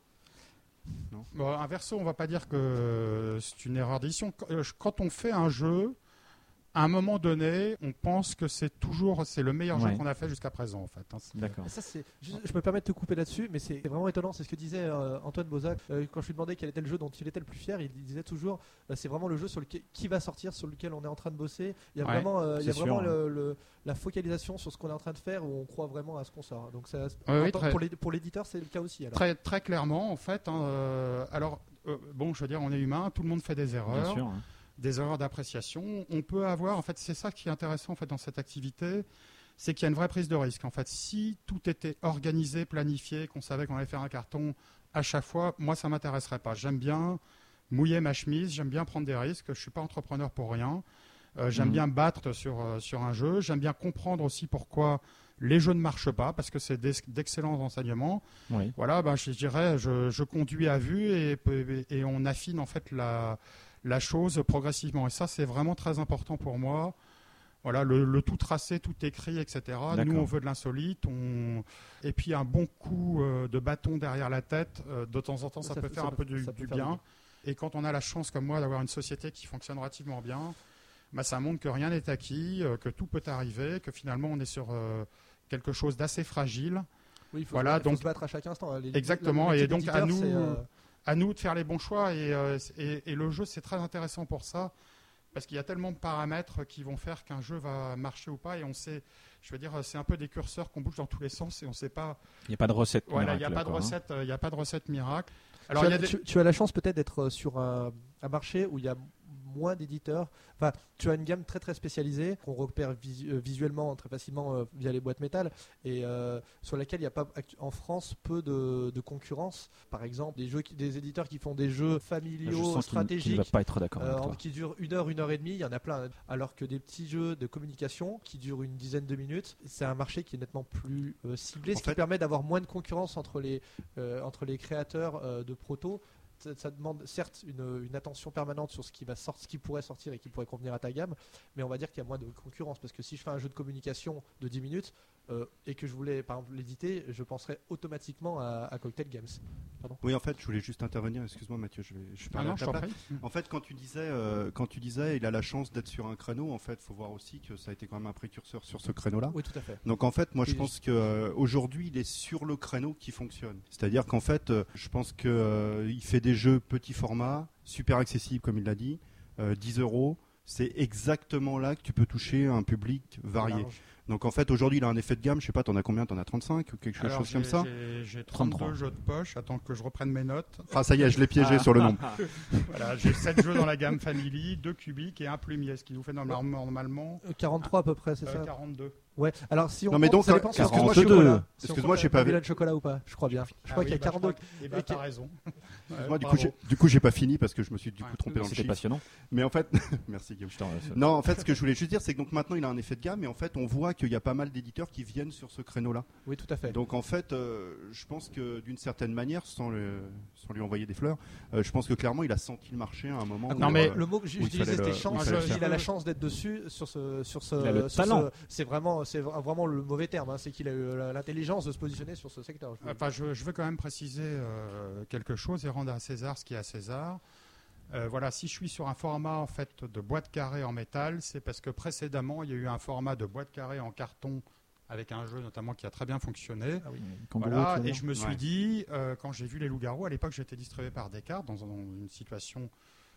Bon, un verso, on va pas dire que c'est une erreur d'édition. Quand on fait un jeu, à un moment donné, on pense que c'est le meilleur Ouais. jeu qu'on a fait jusqu'à présent, en fait. Hein. D'accord. Ça, je me permets de te couper là-dessus, mais c'est vraiment étonnant. C'est ce que disait Antoine Bozac quand je lui demandais quel était le jeu dont il était le plus fier. Il disait toujours c'est vraiment le jeu sur lequel qui va sortir, sur lequel on est en train de bosser. Il y a Ouais, vraiment, c'est sûr, la focalisation sur ce qu'on est en train de faire où on croit vraiment à ce qu'on sort. Donc ça, Oui, pour l'éditeur, c'est le cas aussi. Alors. Très, très clairement, en fait. Hein, alors, bon, je veux dire, on est humain, tout le monde fait des erreurs. Bien sûr. Hein. Des erreurs d'appréciation. On peut avoir, en fait, c'est ça qui est intéressant en fait dans cette activité, c'est qu'il y a une vraie prise de risque. En fait, si tout était organisé, planifié, qu'on savait qu'on allait faire un carton à chaque fois, moi ça m'intéresserait pas. J'aime bien mouiller ma chemise, j'aime bien prendre des risques. Je suis pas entrepreneur pour rien. J'aime bien battre sur un jeu. J'aime bien comprendre aussi pourquoi les jeux ne marchent pas, parce que c'est d'excellents enseignements. Oui. Voilà, ben, je dirais, je conduis à vue et on affine en fait la chose progressivement. Et ça, c'est vraiment très important pour moi. Voilà, le tout tracé, tout écrit, etc. D'accord. Nous, on veut de l'insolite. Et puis, un bon coup de bâton derrière la tête, de temps en temps, ça peut faire un peu du bien. Et quand on a la chance, comme moi, d'avoir une société qui fonctionne relativement bien, bah, ça montre que rien n'est acquis, que tout peut arriver, que finalement, on est sur quelque chose d'assez fragile. Oui, il faut, Voilà, faut donc- se battre à chaque instant. Exactement, et donc à nous, c'est, à nous de faire les bons choix. Et le jeu, c'est très intéressant pour ça, parce qu'il y a tellement de paramètres qui vont faire qu'un jeu va marcher ou pas. Et on sait, je veux dire, c'est un peu des curseurs qu'on bouge dans tous les sens et on ne sait pas. Il n'y a pas de recette. Voilà, il n'y a miracle, pas de quoi, hein. recette, il n'y a pas de recette miracle. Alors, il y a des... tu as la chance peut-être d'être sur un marché où il y a moins d'éditeurs. Enfin, tu as une gamme très très spécialisée qu'on repère visuellement très facilement via les boîtes métal et sur laquelle il n'y a pas en France peu de concurrence. Par exemple, des éditeurs qui font des jeux Je familiaux, sens qu'il ne stratégiques. va pas être d'accord avec toi. Qui durent 1 heure et demie, il y en a plein. Alors que des petits jeux de communication qui durent une dizaine de minutes, c'est un marché qui est nettement plus ciblé, ce qui permet d'avoir moins de concurrence entre les créateurs de proto. Ça demande certes une attention permanente sur ce qui pourrait sortir et qui pourrait convenir à ta gamme, mais on va dire qu'il y a moins de concurrence, parce que si je fais un jeu de communication de 10 minutes et que je voulais par exemple l'éditer, je penserais automatiquement à Cocktail Games. Pardon. Oui, en fait, je voulais juste intervenir. Excuse-moi, Mathieu, je parle non, à je ta t'en place. prie. En fait, quand tu disais, il a la chance d'être sur un créneau. En fait, faut voir aussi que ça a été quand même un précurseur sur ce créneau-là. Oui, tout à fait. Donc en fait, moi je Et pense qu'aujourd'hui il est sur le créneau qui fonctionne. C'est-à-dire qu'en fait, je pense qu'il fait des jeux petits formats, super accessibles comme il l'a dit, 10 €. C'est exactement là que tu peux toucher un public varié. Large. Donc en fait, aujourd'hui, il a un effet de gamme. Je sais pas, t'en as combien? T'en as 35 ou quelque chose comme ça? J'ai 33 32 jeux de poche. Attends que je reprenne mes notes. Ah, ça y est, je l'ai piégé sur le nombre. Voilà, j'ai 7 jeux dans la gamme Family, 2 cubiques et un plumier, ce qui nous fait normalement 43 à peu près, c'est ça 42. Ouais. Alors si on Non, mais donc, ça dépend si on excuse-moi, compte je- le chocolat. Si on excuse-moi, compte j'ai pas le vu. de chocolat ou pas. Je crois bien. Je crois qu'il y a 42. Et bah, t'as raison. Moi, du Bravo. coup, j'ai pas fini parce que je me suis du coup Ouais. trompé dans le C'était chiffre. passionnant. Mais en fait, merci Guillaume. Je t'en laisse. Non, en fait, ce que je voulais juste dire, c'est que donc maintenant, il a un effet de gamme, et en fait, on voit qu'il y a pas mal d'éditeurs qui viennent sur ce créneau-là. Oui, tout à fait. Donc en fait, je pense que d'une certaine manière, sans lui envoyer des fleurs, je pense que clairement, il a senti le marché à un moment. Ah, où, non, mais le mot que où il j'utilisais fallait c'était le- chance. où il fallait le Il faire. a la chance d'être dessus sur ce. Il a le talent. C'est vraiment le mauvais terme. Hein. C'est qu'il a eu l'intelligence de se positionner sur ce secteur. Enfin, je veux quand même préciser quelque chose et rendre à César ce qui est à César. Voilà, si je suis sur un format en fait de boîte carrée en métal, c'est parce que précédemment il y a eu un format de boîte carrée en carton avec un jeu notamment qui a très bien fonctionné. Ah oui. Kangourou, Voilà, tu veux et dire je me suis Ouais. dit, quand j'ai vu les loups-garous, à l'époque j'étais distribué par Descartes dans une situation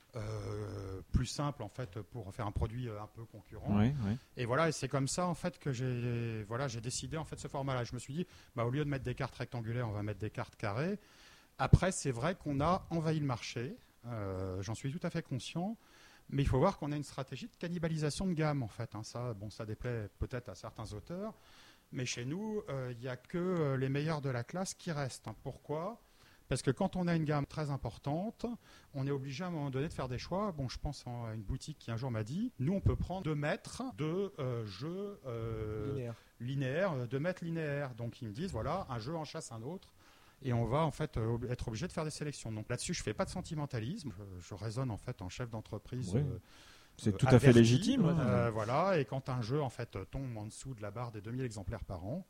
plus simple en fait pour faire un produit un peu concurrent. Ouais, ouais. Et voilà, et c'est comme ça en fait que j'ai décidé en fait ce format-là. Je me suis dit, au lieu de mettre des cartes rectangulaires, on va mettre des cartes carrées. Après, c'est vrai qu'on a envahi le marché. J'en suis tout à fait conscient. Mais il faut voir qu'on a une stratégie de cannibalisation de gamme en fait. Hein. Ça déplaît peut-être à certains auteurs. Mais chez nous, il n'y a que les meilleurs de la classe qui restent. Hein. Pourquoi ? Parce que quand on a une gamme très importante, on est obligé à un moment donné de faire des choix. Bon, je pense à une boutique qui un jour m'a dit, nous on peut prendre 2 mètres de jeux linéaires, 2 mètres linéaires. Donc ils me disent, voilà, un jeu en chasse un autre. Et on va en fait être obligé de faire des sélections. Donc là-dessus, je ne fais pas de sentimentalisme. Je raisonne en fait en chef d'entreprise. Oui. C'est tout à fait averti, légitime. voilà. Et quand un jeu en fait tombe en dessous de la barre des 2000 exemplaires par an,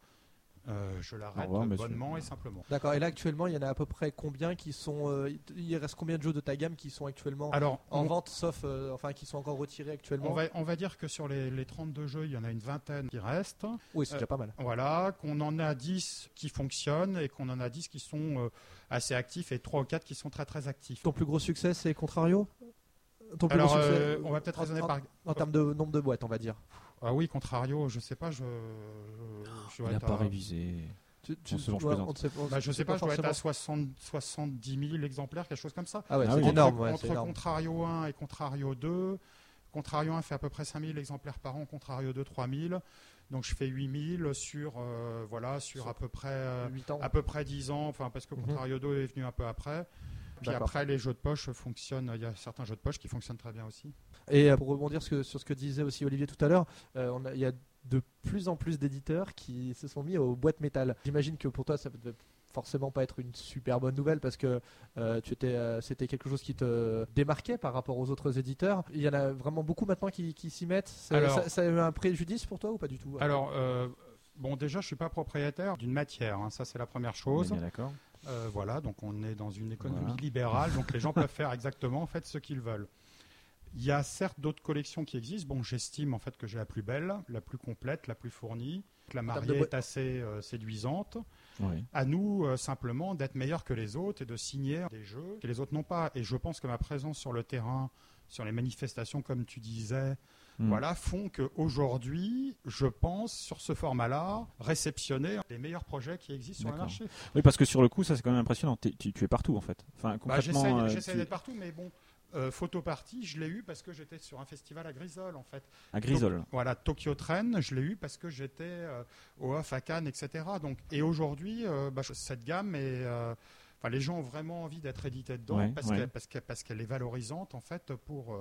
je l'arrête Au revoir, monsieur. bonnement et simplement. D'accord. Et là actuellement, il y en a à peu près combien qui sont il reste combien de jeux de ta gamme qui sont actuellement Alors, en vente, sauf qui sont encore retirés actuellement? on va dire que sur les 32 jeux, il y en a une vingtaine qui restent. Oui, c'est déjà pas mal. Voilà, qu'on en a 10 qui fonctionnent et qu'on en a 10 qui sont assez actifs et 3 ou 4 qui sont très très actifs. Ton plus gros succès, c'est Contrario? Ton plus Alors, gros succès on va peut-être raisonner par... en termes de nombre de boîtes, on va dire. Ah oui, Contrario, je sais pas, je Il dois n'a être pas à... révisé. Tu- On se- je ouais, plaisante. on ne sait pas. je sais pas, je dois être forcément. à 70 000 exemplaires, quelque chose comme ça. Ah ouais, Ah c'est oui. énorme. Ouais, Entre c'est énorme. Contrario 1 et Contrario 2, Contrario 1 fait à peu près 5 000 exemplaires par an, Contrario 2 3 000. Donc je fais 8 000 sur à peu près 8 ans. 10 ans, enfin parce que Mhm. Contrario 2 est venu un peu après. Puis D'accord. après les jeux de poche fonctionnent, il y a certains jeux de poche qui fonctionnent très bien aussi. Et pour rebondir sur ce que disait aussi Olivier tout à l'heure, il y a de plus en plus d'éditeurs qui se sont mis aux boîtes métal. J'imagine que pour toi, ça ne devait forcément pas être une super bonne nouvelle parce que c'était quelque chose qui te démarquait par rapport aux autres éditeurs. Il y en a vraiment beaucoup maintenant qui s'y mettent. Alors- Ça a eu un préjudice pour toi ou pas du tout? Alors, bon, déjà, je suis pas propriétaire d'une matière, hein, ça c'est la première On chose. est bien d'accord. Voilà, donc on est dans une économie Voilà. libérale, donc les gens peuvent faire exactement en fait ce qu'ils veulent. Il y a certes d'autres collections qui existent. Bon, j'estime en fait que j'ai la plus belle, la plus complète, la plus fournie. La termes de mariée boîte. est assez séduisante. Oui. À nous simplement d'être meilleurs que les autres et de signer des jeux que les autres n'ont pas. Et je pense que ma présence sur le terrain, sur les manifestations, comme tu disais, voilà, font qu'aujourd'hui, je pense, sur ce format-là, réceptionner les meilleurs projets qui existent sur le D'accord. marché. Oui, parce que sur le coup, ça c'est quand même impressionnant. Tu es partout en fait. Enfin, concrètement, J'essaie d'être partout, mais bon, Photoparty, je l'ai eu parce que j'étais sur un festival à Grisol, en fait. à Grisol. Voilà, Tokyo Trend, je l'ai eu parce que j'étais au Off à Cannes, etc. Donc, et aujourd'hui, cette gamme est... les gens ont vraiment envie d'être édités dedans Ouais, parce ouais. parce qu'elle est valorisante en fait pour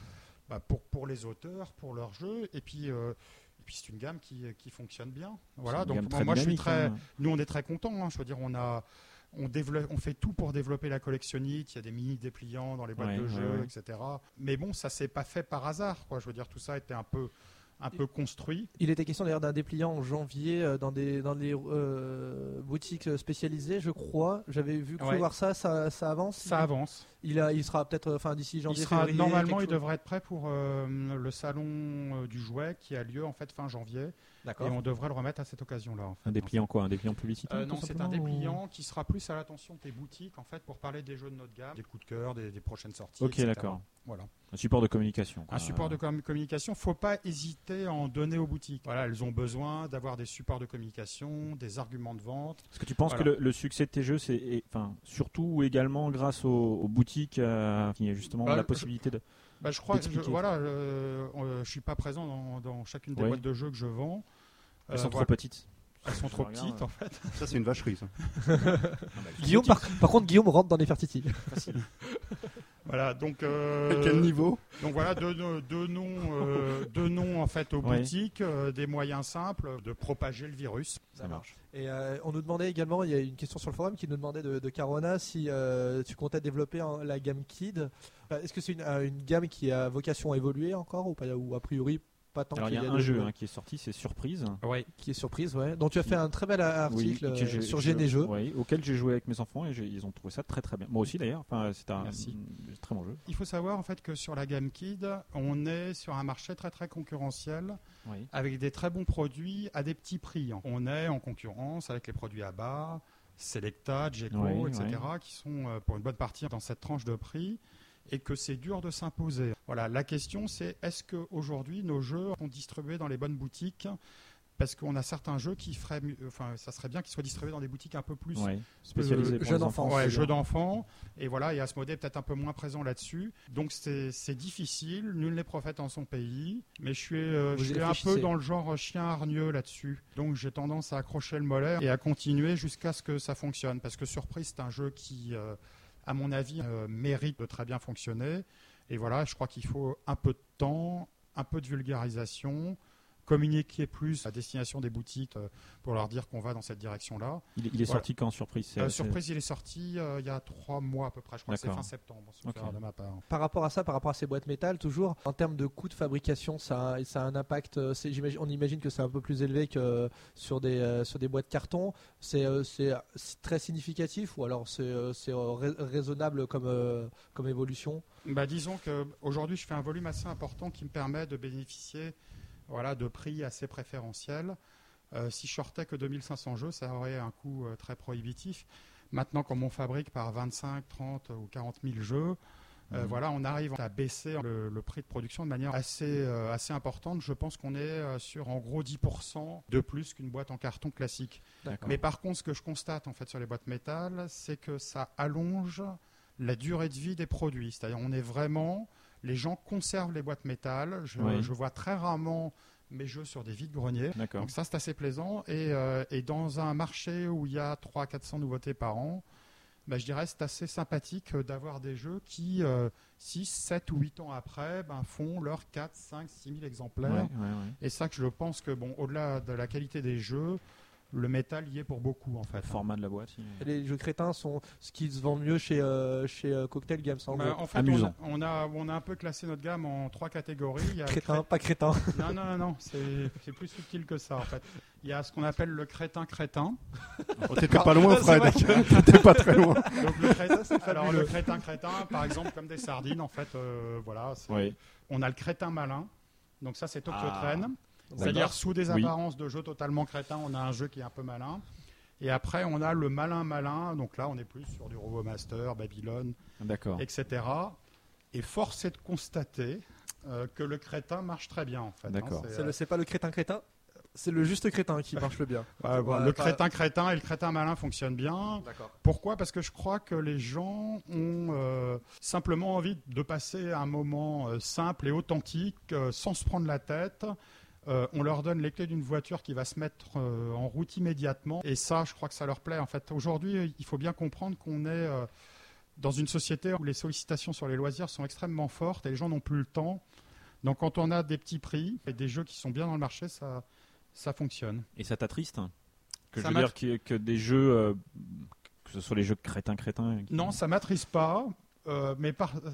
les auteurs, pour leurs jeux, et puis c'est une gamme qui fonctionne bien. Voilà, C'est une donc gamme très moi je suis dynamique, très, hein. nous on est très contents. Hein, je veux dire, on fait tout pour développer la collectionnite. Il y a des mini dépliants dans les boîtes Ouais, de ouais, jeux, ouais. etc. Mais bon, ça s'est pas fait par hasard, quoi. Je veux dire, tout ça était un peu construit. Il était question d'ailleurs d'un dépliant en janvier dans des boutiques spécialisées, je crois. J'avais vu Ouais. voir ça avance. Ça avance. Il sera peut-être d'ici janvier, février. Normalement, il devrait être prêt pour le salon du jouet qui a lieu en fait fin janvier. D'accord. Et on devrait le remettre à cette occasion-là. En fait, Un dépliant quoi? Un dépliant publicitaire? Non, c'est un dépliant qui sera plus à l'attention des boutiques en fait pour parler des jeux de notre gamme, des coups de cœur, des prochaines sorties. Ok, etc. d'accord. Voilà. Un support de communication. Un support de communication. Faut pas hésiter à en donner aux boutiques. Voilà, elles ont besoin d'avoir des supports de communication, des arguments de vente. Est-ce que tu penses que le succès de tes jeux, c'est surtout également grâce aux boutiques qui a justement la possibilité de. Je crois que je suis pas présent dans chacune des boîtes de jeux que je vends. Elles sont trop petites. Elles sont trop petites en fait. Ça c'est une vacherie ça. Guillaume, par contre, Guillaume rentre dans les Nefertiti. Facile. Voilà, donc. À quel niveau? Donc voilà, deux noms en fait aux boutiques, des moyens simples de propager le virus. Ça marche. Et on nous demandait également, il y a une question sur le forum qui nous demandait de Carona si tu comptais développer la gamme Kid. Est-ce que c'est une gamme qui a vocation à évoluer encore ou pas, ou a priori pas tant? Alors il y a un jeu qui est sorti, c'est Surprise. Oui. Qui est Surprise, ouais. Donc tu as fait un très bel article sur GN Jeux. Oui, auquel j'ai joué avec mes enfants et ils ont trouvé ça très très bien. Moi aussi d'ailleurs. Enfin, c'est un très bon jeu. Il faut savoir en fait que sur la gamme Kid, on est sur un marché très très concurrentiel, avec des très bons produits à des petits prix. On est en concurrence avec les produits à bas, Selecta, Geco, etc., qui sont pour une bonne partie dans cette tranche de prix. Et que c'est dur de s'imposer. Voilà, la question c'est est-ce qu'aujourd'hui nos jeux sont distribués dans les bonnes boutiques? Parce qu'on a certains jeux qui feraient, ça serait bien qu'ils soient distribués dans des boutiques un peu plus spécialisées pour jeux les enfants. Jeux d'enfants. Et voilà, et Asmodée est peut-être un peu moins présent là-dessus. Donc c'est difficile. Nul n'est prophète en son pays. Mais je suis un peu dans le genre chien hargneux là-dessus. Donc j'ai tendance à accrocher le mollet et à continuer jusqu'à ce que ça fonctionne. Parce que Surprise, c'est un jeu qui à mon avis, mérite de très bien fonctionner. Et voilà, je crois qu'il faut un peu de temps, un peu de vulgarisation, communiquer plus à destination des boutiques pour leur dire qu'on va dans cette direction-là. Il est sorti quand, Surprise? Surprise, il est sorti il y a 3 mois à peu près. Je crois que c'est fin septembre, de ma part. Par rapport à ces boîtes métal, toujours, en termes de coût de fabrication, ça a un impact. On imagine que c'est un peu plus élevé que sur des boîtes carton. C'est très significatif ou alors c'est raisonnable comme évolution? Disons qu'aujourd'hui, je fais un volume assez important qui me permet de bénéficier de prix assez préférentiels. Si je sortais que 2500 jeux, ça aurait un coût très prohibitif. Maintenant, comme on fabrique par 25, 30 ou 40 000 jeux, on arrive à baisser le prix de production de manière assez importante. Je pense qu'on est sur en gros 10% de plus qu'une boîte en carton classique. D'accord. Mais par contre, ce que je constate en fait sur les boîtes métal, c'est que ça allonge la durée de vie des produits. C'est-à-dire, les gens conservent les boîtes métal. Je vois très rarement mes jeux sur des vides-greniers. Donc ça, c'est assez plaisant. Et dans un marché où il y a 300-400 nouveautés par an, je dirais c'est assez sympathique d'avoir des jeux qui, 6, 7 ou 8 ans après, font leurs 4, 5, 6 000 exemplaires. Et ça, que je pense que, au-delà de la qualité des jeux, le métal y est pour beaucoup en fait. Le format de la boîte. Les jeux crétins sont ce qui se vend mieux chez Cocktail Games. En fait, on a un peu classé notre gamme en 3 catégories. Il y a crétin, pas crétin. Non, c'est plus subtil que ça en fait. Il y a ce qu'on appelle le crétin. T'étais pas loin, Fred. T'étais pas très loin. Donc le crétin, par exemple, comme des sardines en fait. On a le crétin malin. Donc ça, c'est Tokyo Train. C'est-à-dire sous des apparences de jeu totalement crétin, on a un jeu qui est un peu malin. Et après, on a le malin. Donc là, on est plus sur du RoboMaster, Babylone, etc. Et force est de constater que le crétin marche très bien en fait. C'est pas le crétin, c'est le juste crétin qui marche le bien. Le crétin et le crétin malin fonctionnent bien. Pourquoi ? Parce que je crois que les gens ont simplement envie de passer un moment simple et authentique, sans se prendre la tête. On leur donne les clés d'une voiture qui va se mettre en route immédiatement. Et ça, je crois que ça leur plaît. En fait, aujourd'hui, il faut bien comprendre qu'on est dans une société où les sollicitations sur les loisirs sont extrêmement fortes et les gens n'ont plus le temps. Donc, quand on a des petits prix et des jeux qui sont bien dans le marché, ça fonctionne. Et ça t'attriste que des jeux, que ce soit les jeux crétins. Non, ça m'attriste pas. Mais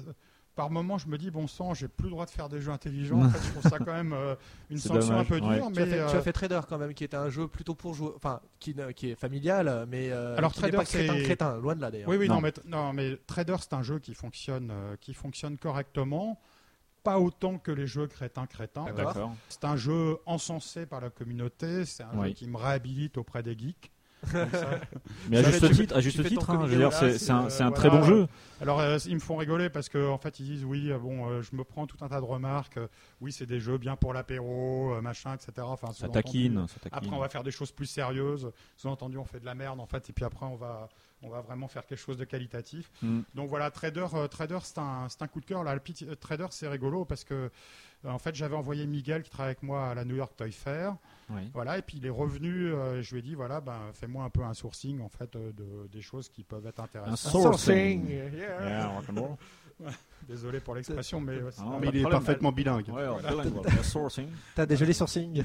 par moment, je me dis, bon sang, j'ai plus le droit de faire des jeux intelligents. En fait, je trouve ça quand même une sanction dommage, un peu dure. Tu Mais as fait Trader quand même, qui était un jeu plutôt pour jouer, enfin, qui est familial, mais Alors, qui n'est Trader, pas crétin, loin de là d'ailleurs. oui, Non. mais Trader, c'est un jeu qui fonctionne correctement. Pas autant que les jeux crétins. D'accord. C'est un jeu encensé par la communauté. C'est un Oui. jeu qui me réhabilite auprès des geeks. Donc ça- Mais à Ça, juste tu titre, fais ton hein, je veux comité, dire, voilà, c'est un voilà. très bon jeu. Alors, ils me font rigoler parce qu'en fait, ils disent oui, je me prends tout un tas de remarques. Oui, c'est des jeux bien pour l'apéro, machin, etc. Enfin, Ça sous-entendu. taquine. Après, on va faire des choses plus sérieuses. Sous-entendu, on fait de la merde, en fait. Et puis après, on va vraiment faire quelque chose de qualitatif. Donc voilà, Trader, c'est un coup de cœur. Là, Trader, c'est rigolo parce que, en fait, j'avais envoyé Miguel qui travaille avec moi à la New York Toy Fair. Oui. Voilà, et puis il est revenu. Je lui ai dit, voilà, fais-moi un peu un sourcing, en fait, des choses qui peuvent être Un intéressantes. sourcing. yeah. Yeah, rock'n'roll. Désolé pour l'expression, mais ouais, c'est Ah, pas Mais pas de il est problème. parfaitement bilingue. Ouais, bilingual. Un sourcing. T'as des jolis sourcings.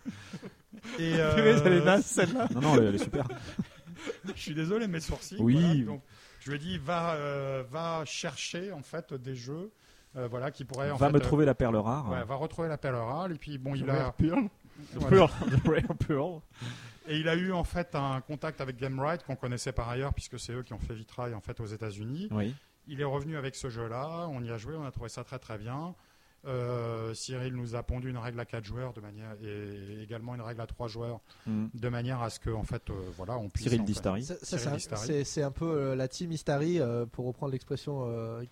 Et, Elle est naze celle-là. Non, elle est super. je suis désolé, mes sourcils. Oui. Voilà, donc, je lui ai dit, va chercher en fait des jeux, voilà, qui pourraient en Va fait, me trouver la perle rare. ouais, va retrouver la perle rare. Et puis bon, il Rare a Pearl. voilà. The Rare Pearl. Et il a eu en fait un contact avec Gamewright qu'on connaissait par ailleurs puisque c'est eux qui ont fait Vitrail en fait aux États-Unis. Oui. Il est revenu avec ce jeu-là, on y a joué, on a trouvé ça très très bien. Cyril nous a pondu une règle à 4 joueurs et également une règle à 3 joueurs de manière à ce que en fait voilà on puisse Cyril en fait- Distari. Cyril Distari. C'est un peu la team Istari, pour reprendre l'expression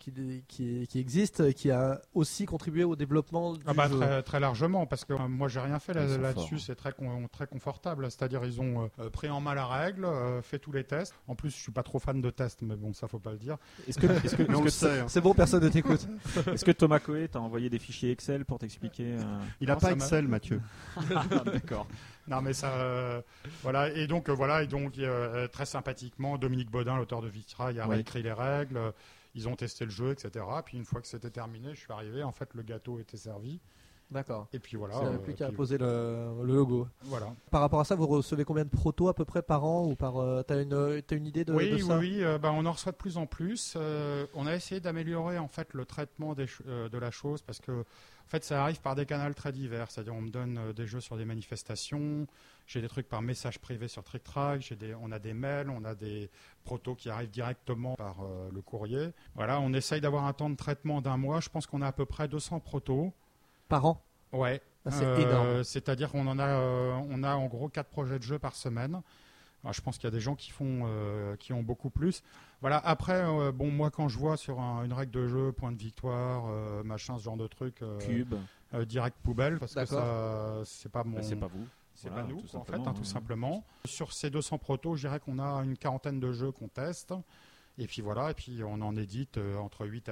qui existe, qui a aussi contribué au développement du jeu. Très, très largement, parce que moi j'ai rien fait Ils sont là-dessus, forts. c'est très confortable. C'est-à-dire ils ont pris en main la règle, fait tous les tests. En plus, je suis pas trop fan de tests, mais bon, ça faut pas le dire. Mais on le sait. hein. C'est bon, personne ne t'écoute. Est-ce que Thomas Coé t'a envoyé des fichiers Excel pour t'expliquer Il n'a Non, pas ça m'a- Excel, Mathieu. D'accord. Non, mais ça, voilà. Et donc très sympathiquement, Dominique Baudin, l'auteur de Vitrail, a Oui. réécrit les règles. Ils ont testé le jeu, etc. Puis une fois que c'était terminé, je suis arrivé. En fait, le gâteau était servi. D'accord. Et puis voilà. Il n'y avait plus qu'à puis poser le logo. voilà. Par rapport à ça, vous recevez combien de protos à peu près par an ou par t'as une idée de Oui, ça? oui, on en reçoit de plus en plus. On a essayé d'améliorer en fait le traitement de la chose parce que en fait ça arrive par des canaux très divers. C'est-à-dire on me donne des jeux sur des manifestations, j'ai des trucs par message privé sur TrickTrack, on a des mails, on a des protos qui arrivent directement par le courrier. Voilà, on essaye d'avoir un temps de traitement d'1 mois. Je pense qu'on a à peu près 200 protos. Par an? Ouais. Ah, c'est énorme. C'est-à-dire qu'on on a en gros 4 projets de jeu par semaine. Alors, je pense qu'il y a des gens qui ont beaucoup plus. Voilà. Après, moi quand je vois sur une règle de jeu, point de victoire, machin, ce genre de truc, Cube. direct poubelle, parce que D'accord. ça, c'est pas mon. Bah, c'est pas vous. C'est Voilà, pas nous, tout en fait, simplement, tout simplement. Sur ces 200 protos, je dirais qu'on a une quarantaine de jeux qu'on teste. Et puis voilà, et puis on en édite entre 8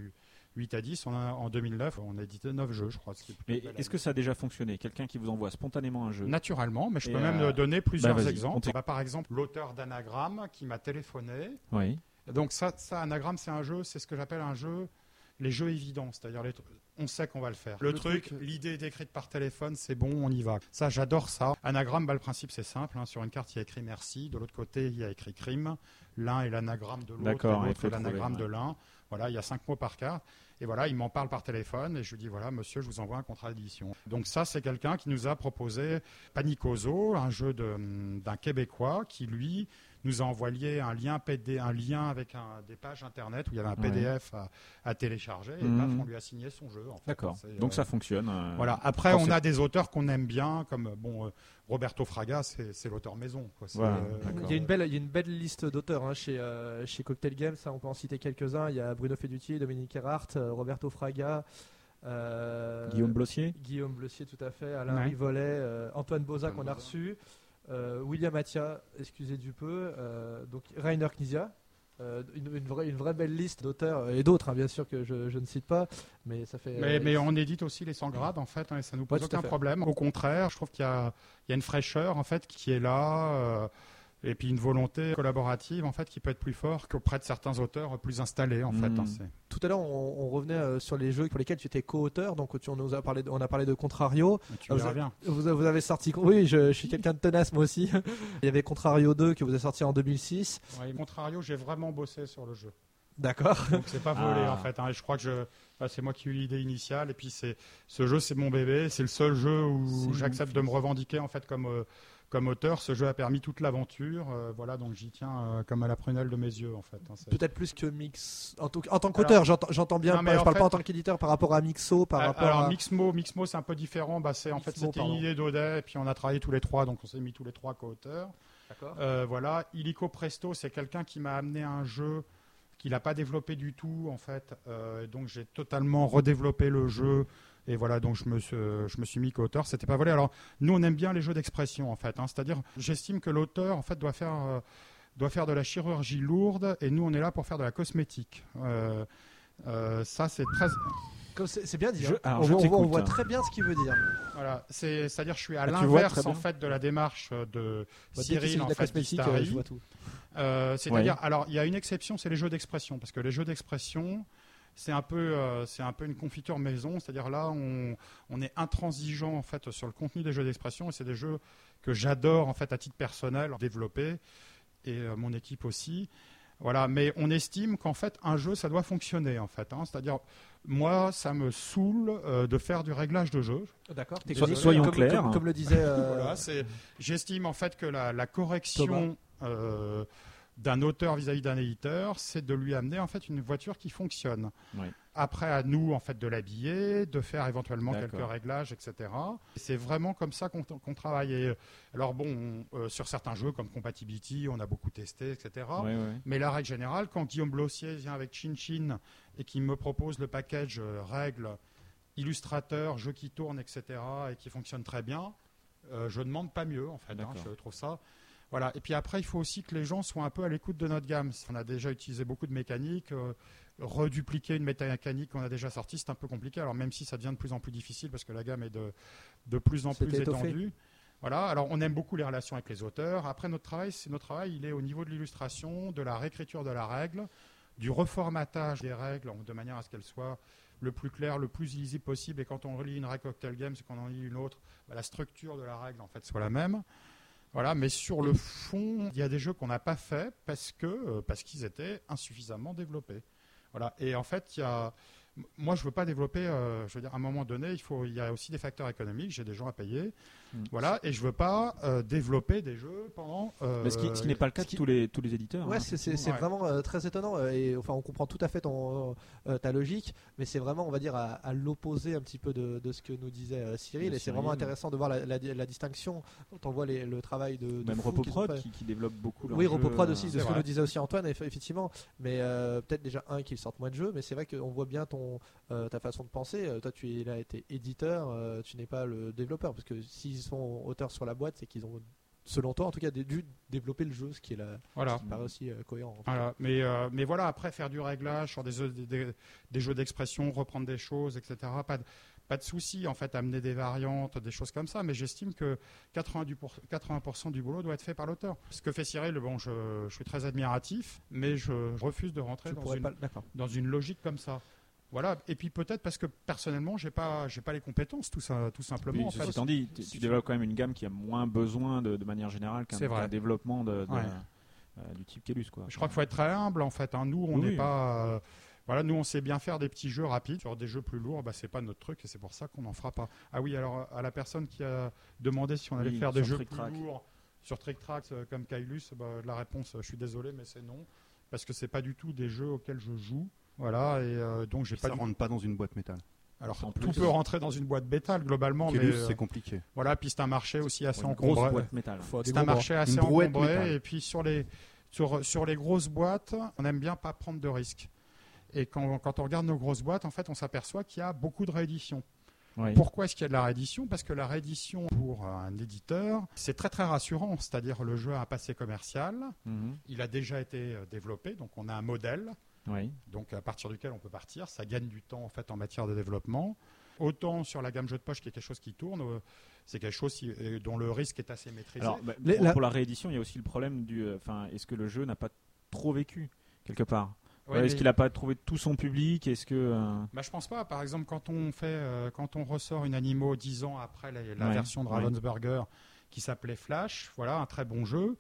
à 10. En 2009, on a édité 9 jeux, je crois. Ce qui est plutôt Mais belle est-ce que ça a déjà fonctionné? Quelqu'un qui vous envoie spontanément un jeu? Naturellement, mais je Et peux même donner plusieurs vas-y, exemples. Par exemple, l'auteur d'Anagramme qui m'a téléphoné. Oui. Donc ça, Anagramme, c'est un jeu, c'est ce que j'appelle un jeu, les jeux évidents, c'est-à-dire on sait qu'on va le faire. Le truc, l'idée est écrite par téléphone, c'est bon, on y va. Ça, j'adore ça. Anagramme, le principe, c'est simple. Sur une carte, il y a écrit merci. De l'autre côté, il y a écrit crime. L'un est l'anagramme de l'autre, D'accord, et il l'autre faut est l'anagramme trouver, de l'un. Voilà, il y a 5 mots par carte. Et voilà, il m'en parle par téléphone et je lui dis voilà, monsieur, je vous envoie un contrat d'édition. Donc ça, c'est quelqu'un qui nous a proposé Panicoso, un jeu d'un Québécois qui, lui, nous a envoyé un lien avec des pages internet où il y avait un PDF à télécharger et paf, on lui a signé son jeu. En fait. D'accord. C'est, Donc ça fonctionne. Voilà. Après, Quand on a des auteurs qu'on aime bien, comme Roberto Fraga, c'est l'auteur maison. Quoi. Voilà, Il y a une belle liste d'auteurs chez Cocktail Games, ça, on peut en citer quelques-uns. Il y a Bruno Feduti, Dominique Erhardt, Roberto Fraga, Guillaume Blossier. Guillaume Blossier, tout à fait, Alain Ouais. Rivollet, Antoine Boza qu'on a Boza. reçu, William Attia, excusez du peu, donc Rainer Knizia. Une vraie belle liste d'auteurs et d'autres, bien sûr, que je ne cite pas, mais ça fait. Mais on édite aussi les 100 grades en fait, et ça nous pose Ouais, tout à aucun fait. problème. Au contraire, je trouve qu'il y a une fraîcheur en fait qui est là, et puis une volonté collaborative en fait qui peut être plus fort qu'auprès de certains auteurs plus installés en fait. C'est- Tout à l'heure, on revenait sur les jeux pour lesquels tu étais co-auteur, donc on a parlé de Contrario. Tu verras bien. Vous avez sorti. Oui, je suis quelqu'un de tenace moi aussi. Il y avait Contrario 2 que vous avez sorti en 2006. Ouais, Contrario, j'ai vraiment bossé sur le jeu. D'accord. Donc c'est pas volé en fait. Et je crois que c'est moi qui ai eu l'idée initiale. Et puis ce jeu, c'est mon bébé. C'est le seul jeu où j'accepte de me revendiquer en fait comme auteur. Ce jeu a permis toute l'aventure. Voilà, donc j'y tiens comme à la prunelle de mes yeux en fait. Peut-être plus que Mix. En tant qu'auteur, j'entends bien. Je parle pas en tant qu'éditeur par rapport à Mixo, Mixmo, c'est un peu différent. C'était une idée d'Audet, et puis on a travaillé tous les trois, donc on s'est mis tous les trois co-auteurs. D'accord. Voilà, Illico Presto, c'est quelqu'un qui m'a amené un jeu qu'il n'a pas développé du tout en fait. Donc j'ai totalement redéveloppé le jeu. Et voilà, donc je me suis mis co-auteur. C'était pas volé. Alors nous, on aime bien les jeux d'expression en fait. C'est-à-dire, j'estime que l'auteur en fait doit faire de la chirurgie lourde, et nous, on est là pour faire de la cosmétique. Ça, c'est très. C'est bien dit. On voit très bien ce qu'il veut dire. Voilà, c'est-à-dire je suis à l'inverse en fait de la démarche de Cyril en fait d'Istari. Je vois tout. C'est-à-dire, alors il y a une exception, c'est les jeux d'expression, parce que les jeux d'expression, c'est un peu une confiture maison. C'est-à-dire là, on est intransigeant en fait sur le contenu des jeux d'expression, et c'est des jeux que j'adore en fait à titre personnel développer, et mon équipe aussi. Voilà, mais on estime qu'en fait un jeu ça doit fonctionner en fait. C'est-à-dire moi ça me saoule de faire du réglage de jeu. D'accord. Soyons clairs. Comme le disait. Voilà, j'estime en fait que la correction d'un auteur vis-à-vis d'un éditeur, c'est de lui amener en fait une voiture qui fonctionne. Oui. Après, à nous en fait de l'habiller, de faire éventuellement quelques réglages, etc. Et c'est vraiment comme ça qu'on travaille. Et, alors bon, sur certains jeux comme Compatibility, on a beaucoup testé, etc. Oui. Mais la règle générale, quand Guillaume Blossier vient avec Chin Chin et qu'il me propose le package règles, illustrateur, jeu qui tourne, etc. et qui fonctionne très bien, je ne demande pas mieux en fait. Je trouve ça. Voilà. Et puis après, il faut aussi que les gens soient un peu à l'écoute de notre gamme. On a déjà utilisé beaucoup de mécaniques. Redupliquer une mécanique qu'on a déjà sortie, c'est un peu compliqué. Alors même si ça devient de plus en plus difficile parce que la gamme est de plus en plus étendue. Voilà. Alors on aime beaucoup les relations avec les auteurs. Après notre travail, il est au niveau de l'illustration, de la réécriture de la règle, du reformatage des règles de manière à ce qu'elles soient le plus claires, le plus lisible possible. Et quand on relit une règle Cocktail Games et qu'on en lit une autre, la structure de la règle en fait soit la même. Voilà, mais sur le fond, il y a des jeux qu'on n'a pas fait parce qu'ils étaient insuffisamment développés. Voilà. Et en fait, moi, je veux pas développer. Je veux dire, à un moment donné, il y a aussi des facteurs économiques. J'ai des gens à payer. Voilà. Et je veux pas développer des jeux pendant. Mais ce qui n'est pas le cas de tous les éditeurs. Ouais, c'est vraiment très étonnant. Et enfin, on comprend tout à fait ta logique, mais c'est vraiment, on va dire, à l'opposé un petit peu de ce que nous disait Cyril. Et c'est vraiment intéressant de voir la distinction quand on voit le travail de même Repoprod qui développe beaucoup. Oui, Repoprod aussi, de ce que nous disait aussi Antoine, effectivement. Mais peut-être déjà qu'ils sortent moins de jeux, mais c'est vrai qu'on voit bien ta façon de penser. Toi, tu as été éditeur, tu n'es pas le développeur, parce que s'ils sont auteurs sur la boîte, c'est qu'ils ont, selon toi en tout cas, dû développer le jeu, ce qui paraît aussi cohérent. Voilà. Mais voilà, après faire du réglage sur des jeux d'expression, reprendre des choses, etc. Pas de souci en fait, amener des variantes, des choses comme ça, mais j'estime que 80% du boulot doit être fait par l'auteur. Ce que fait Cyril, je suis très admiratif, mais je refuse de rentrer dans une logique comme ça. Voilà. Et puis peut-être parce que personnellement, j'ai pas les compétences, tout simplement. En fait. Ceci étant dit, tu développes quand même une gamme qui a moins besoin de manière générale qu'un développement du type Kellus, quoi. Je crois qu'il faut être très humble en fait. Nous, on n'est pas. Voilà, nous on sait bien faire des petits jeux rapides. Sur des jeux plus lourds, c'est pas notre truc et c'est pour ça qu'on n'en fera pas. Ah oui, alors à la personne qui a demandé si on allait faire des jeux plus lourds sur Trick Track comme Kellus, la réponse, je suis désolé, mais c'est non, parce que c'est pas du tout des jeux auxquels je joue. Voilà, et donc j'ai pas. Ça rentre pas dans une boîte métal. Alors tout peut rentrer dans une boîte métal globalement, Kellus, mais c'est compliqué. Voilà, puis c'est un marché aussi assez encombré. Grosse boîte métal. C'est un marché assez encombré, et puis sur les grosses boîtes, on aime bien pas prendre de risques. Et quand on regarde nos grosses boîtes, en fait, on s'aperçoit qu'il y a beaucoup de rééditions. Oui. Pourquoi est-ce qu'il y a de la réédition ? Parce que la réédition, pour un éditeur, c'est très très rassurant. C'est-à-dire le jeu a un passé commercial, il a déjà été développé, donc on a un modèle, donc à partir duquel on peut partir. Ça gagne du temps en fait en matière de développement. Autant sur la gamme jeu de poche, qui est quelque chose qui tourne, c'est quelque chose dont le risque est assez maîtrisé. Alors, pour la réédition, il y a aussi le problème est-ce que le jeu n'a pas trop vécu quelque part ? Est-ce qu'il n'a pas trouvé tout son public ? Est-ce que je pense pas. Par exemple, quand on ressort une Animo 10 ans après la version de Ravensburger qui s'appelait Flash, voilà un très bon jeu.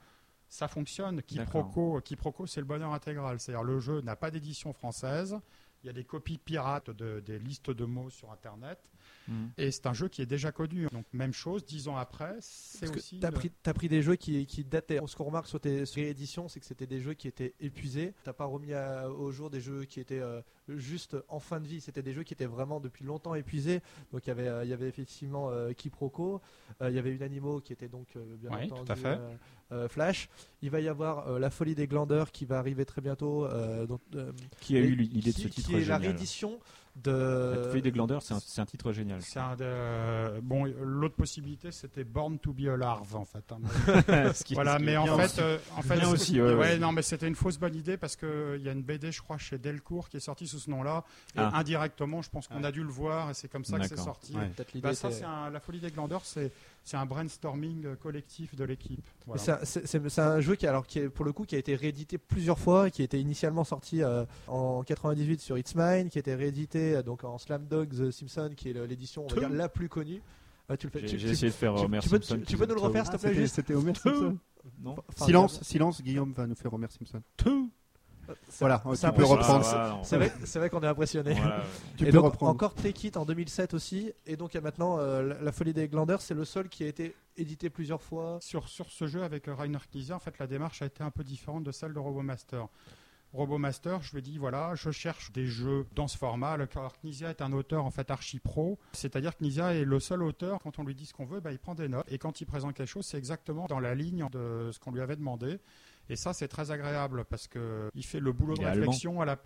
ça fonctionne. Quiproquo, c'est le bonheur intégral. C'est-à-dire le jeu n'a pas d'édition française. Il y a des copies pirates des listes de mots sur Internet. Et c'est un jeu qui est déjà connu. Donc même chose, 10 ans après, c'est Parce que aussi... t'as pris des jeux qui dataient. Ce qu'on remarque sur tes rééditions, c'est que c'était des jeux qui étaient épuisés. T'as pas remis au jour des jeux qui étaient juste en fin de vie. C'était des jeux qui étaient vraiment depuis longtemps épuisés. Donc il y avait effectivement Quiproquo. Il y avait Unanimo qui était donc bien entendu tout à fait. Flash. Il va y avoir La Folie des Glandeurs qui va arriver très bientôt. Qui a eu l'idée de ce titre qui est génial. la réédition La de... Folie des Glandeurs, c'est un titre génial. Bon, l'autre possibilité, c'était Born to be a Larve, en fait. Voilà, mais en fait, bien aussi, non, mais c'était une fausse bonne idée parce que il y a une BD, je crois, chez Delcourt qui est sortie sous ce nom-là. Et indirectement, je pense qu'on a dû le voir et c'est comme ça que c'est sorti. Ouais. La Folie des Glandeurs, c'est un brainstorming collectif de l'équipe. Voilà. C'est un jeu qui est pour le coup qui a été réédité plusieurs fois, qui était initialement sorti en 98 sur It's Mine, qui a été réédité donc en Slam Dog The Simpsons, qui est l'édition on va dire la plus connue. J'ai essayé de faire Homer Simpson. Tu peux nous le refaire s'il te plaît juste. C'était Homer Simpson. Non. Silence, Guillaume va nous faire Homer Simpson. Voilà, tu un peux peu reprendre. C'est vrai qu'on est impressionné. Voilà, Tu et peux donc, reprendre. encore Take It en 2007 aussi, et donc il y a maintenant La Folie des Glandeurs, c'est le seul qui a été édité plusieurs fois. Sur ce jeu avec Rainer Knizia, en fait, la démarche a été un peu différente de celle de Robomaster. Robomaster, je lui ai dit, voilà, je cherche des jeux dans ce format. Alors Knizia est un auteur en fait archi-pro, c'est-à-dire que Knizia est le seul auteur, quand on lui dit ce qu'on veut, il prend des notes. Et quand il présente quelque chose, c'est exactement dans la ligne de ce qu'on lui avait demandé. Et ça, c'est très agréable parce qu'il fait le boulot de réflexion à la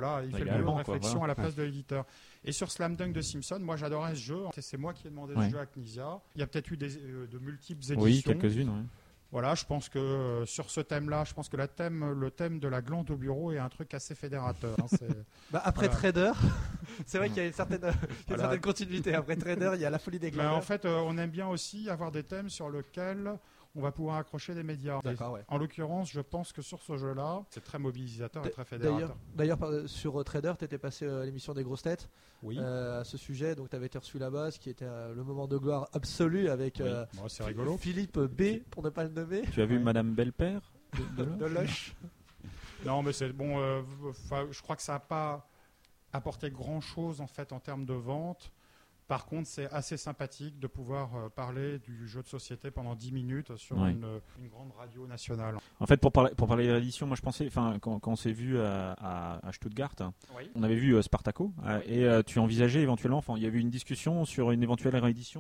place de l'éditeur. Et sur Slam Dunk de Simpson, moi j'adorais ce jeu. C'est moi qui ai demandé ce jeu à Knizia. Il y a peut-être eu de multiples éditions. Oui, quelques-unes. Ouais. Voilà, je pense que sur ce thème-là, je pense que le thème de la glande au bureau est un truc assez fédérateur. Après Trader, c'est vrai qu'il y a une certaine continuité. Après Trader, il y a La Folie des Glandeurs. Mais en fait, on aime bien aussi avoir des thèmes sur lesquels on va pouvoir accrocher des médias. En l'occurrence, je pense que sur ce jeu-là, c'est très mobilisateur et très fédérateur. D'ailleurs, sur Trader, tu étais passé à l'émission des grosses têtes à ce sujet, donc tu avais été reçu là-bas, ce qui était le moment de gloire absolu avec c'est rigolo. Philippe B, pour ne pas le nommer. Tu as vu Madame Belpère de Loche. Non, mais c'est bon. Je crois que ça n'a pas apporté grand-chose en fait en termes de vente. Par contre, c'est assez sympathique de pouvoir parler du jeu de société pendant 10 minutes sur une grande radio nationale. En fait, pour parler de l'édition, moi je pensais, quand on s'est vu à Stuttgart, on avait vu Spartaco, et tu envisageais éventuellement, il y avait une discussion sur une éventuelle réédition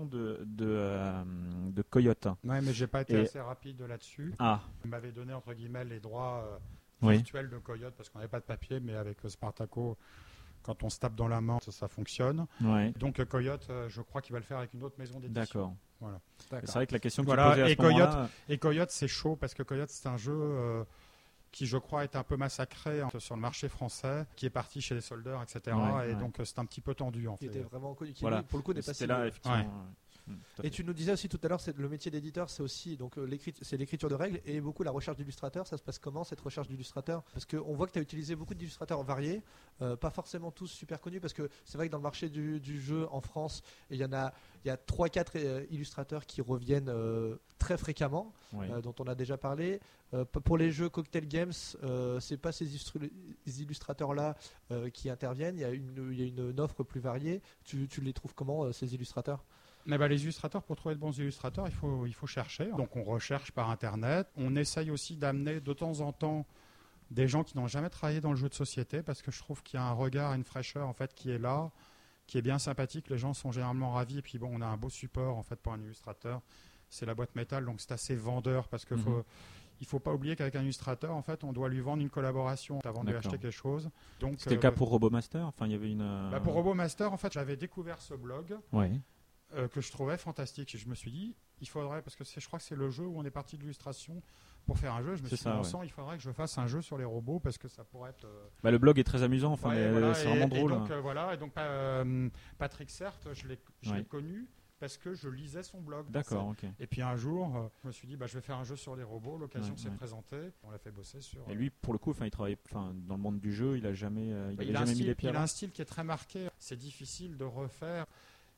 de Coyote. Ouais, mais j'ai pas été assez rapide là-dessus. Ah. Il m'avait donné entre guillemets les droits virtuels de Coyote parce qu'on n'avait pas de papier, mais avec Spartaco. Quand on se tape dans la main, ça fonctionne. Ouais. Donc Coyote, je crois qu'il va le faire avec une autre maison d'édition. D'accord. Voilà. C'est vrai que la question que tu posais à ce moment-là... Et Coyote, c'est chaud parce que Coyote, c'est un jeu qui, je crois, est un peu massacré sur le marché français, qui est parti chez les soldeurs, etc. Donc c'est un petit peu tendu. Qui était vraiment connu, qui pour le coup n'est pas si là, effectivement. Et tu nous disais aussi tout à l'heure, le métier d'éditeur, c'est aussi donc c'est l'écriture de règles et beaucoup la recherche d'illustrateurs. Ça se passe comment cette recherche d'illustrateurs? Parce qu'on voit que tu as utilisé beaucoup d'illustrateurs variés, pas forcément tous super connus, parce que c'est vrai que dans le marché du jeu en France, il y a 3-4 illustrateurs qui reviennent très fréquemment, dont on a déjà parlé. Pour les jeux Cocktail Games, c'est pas ces illustrateurs-là qui interviennent. Il y a une offre plus variée. Tu les trouves comment ces illustrateurs? Les illustrateurs, pour trouver de bons illustrateurs, il faut chercher. Donc on recherche par Internet. On essaye aussi d'amener de temps en temps des gens qui n'ont jamais travaillé dans le jeu de société, parce que je trouve qu'il y a un regard, une fraîcheur en fait qui est là, qui est bien sympathique. Les gens sont généralement ravis. Et puis on a un beau support en fait pour un illustrateur. C'est la boîte métal, donc c'est assez vendeur parce que il faut pas oublier qu'avec un illustrateur, en fait, on doit lui vendre une collaboration avant de lui acheter quelque chose. Donc c'était le cas pour Robomaster. Il y avait pour Robomaster, en fait, j'avais découvert ce blog. Que je trouvais fantastique. Et je me suis dit, il faudrait, parce que je crois que c'est le jeu où on est parti de l'illustration pour faire un jeu. Je me suis dit, il faudrait que je fasse un jeu sur les robots parce que ça pourrait être. Le blog est très amusant, c'est vraiment drôle. Et donc Patrick Certes, je l'ai connu parce que je lisais son blog. D'accord, ok. Et puis un jour, je me suis dit, je vais faire un jeu sur les robots. L'occasion s'est présentée. On l'a fait bosser sur. Et lui, pour le coup, il travaille, dans le monde du jeu, il a jamais, mis les pieds. Il a un style qui est très marqué. C'est difficile de refaire.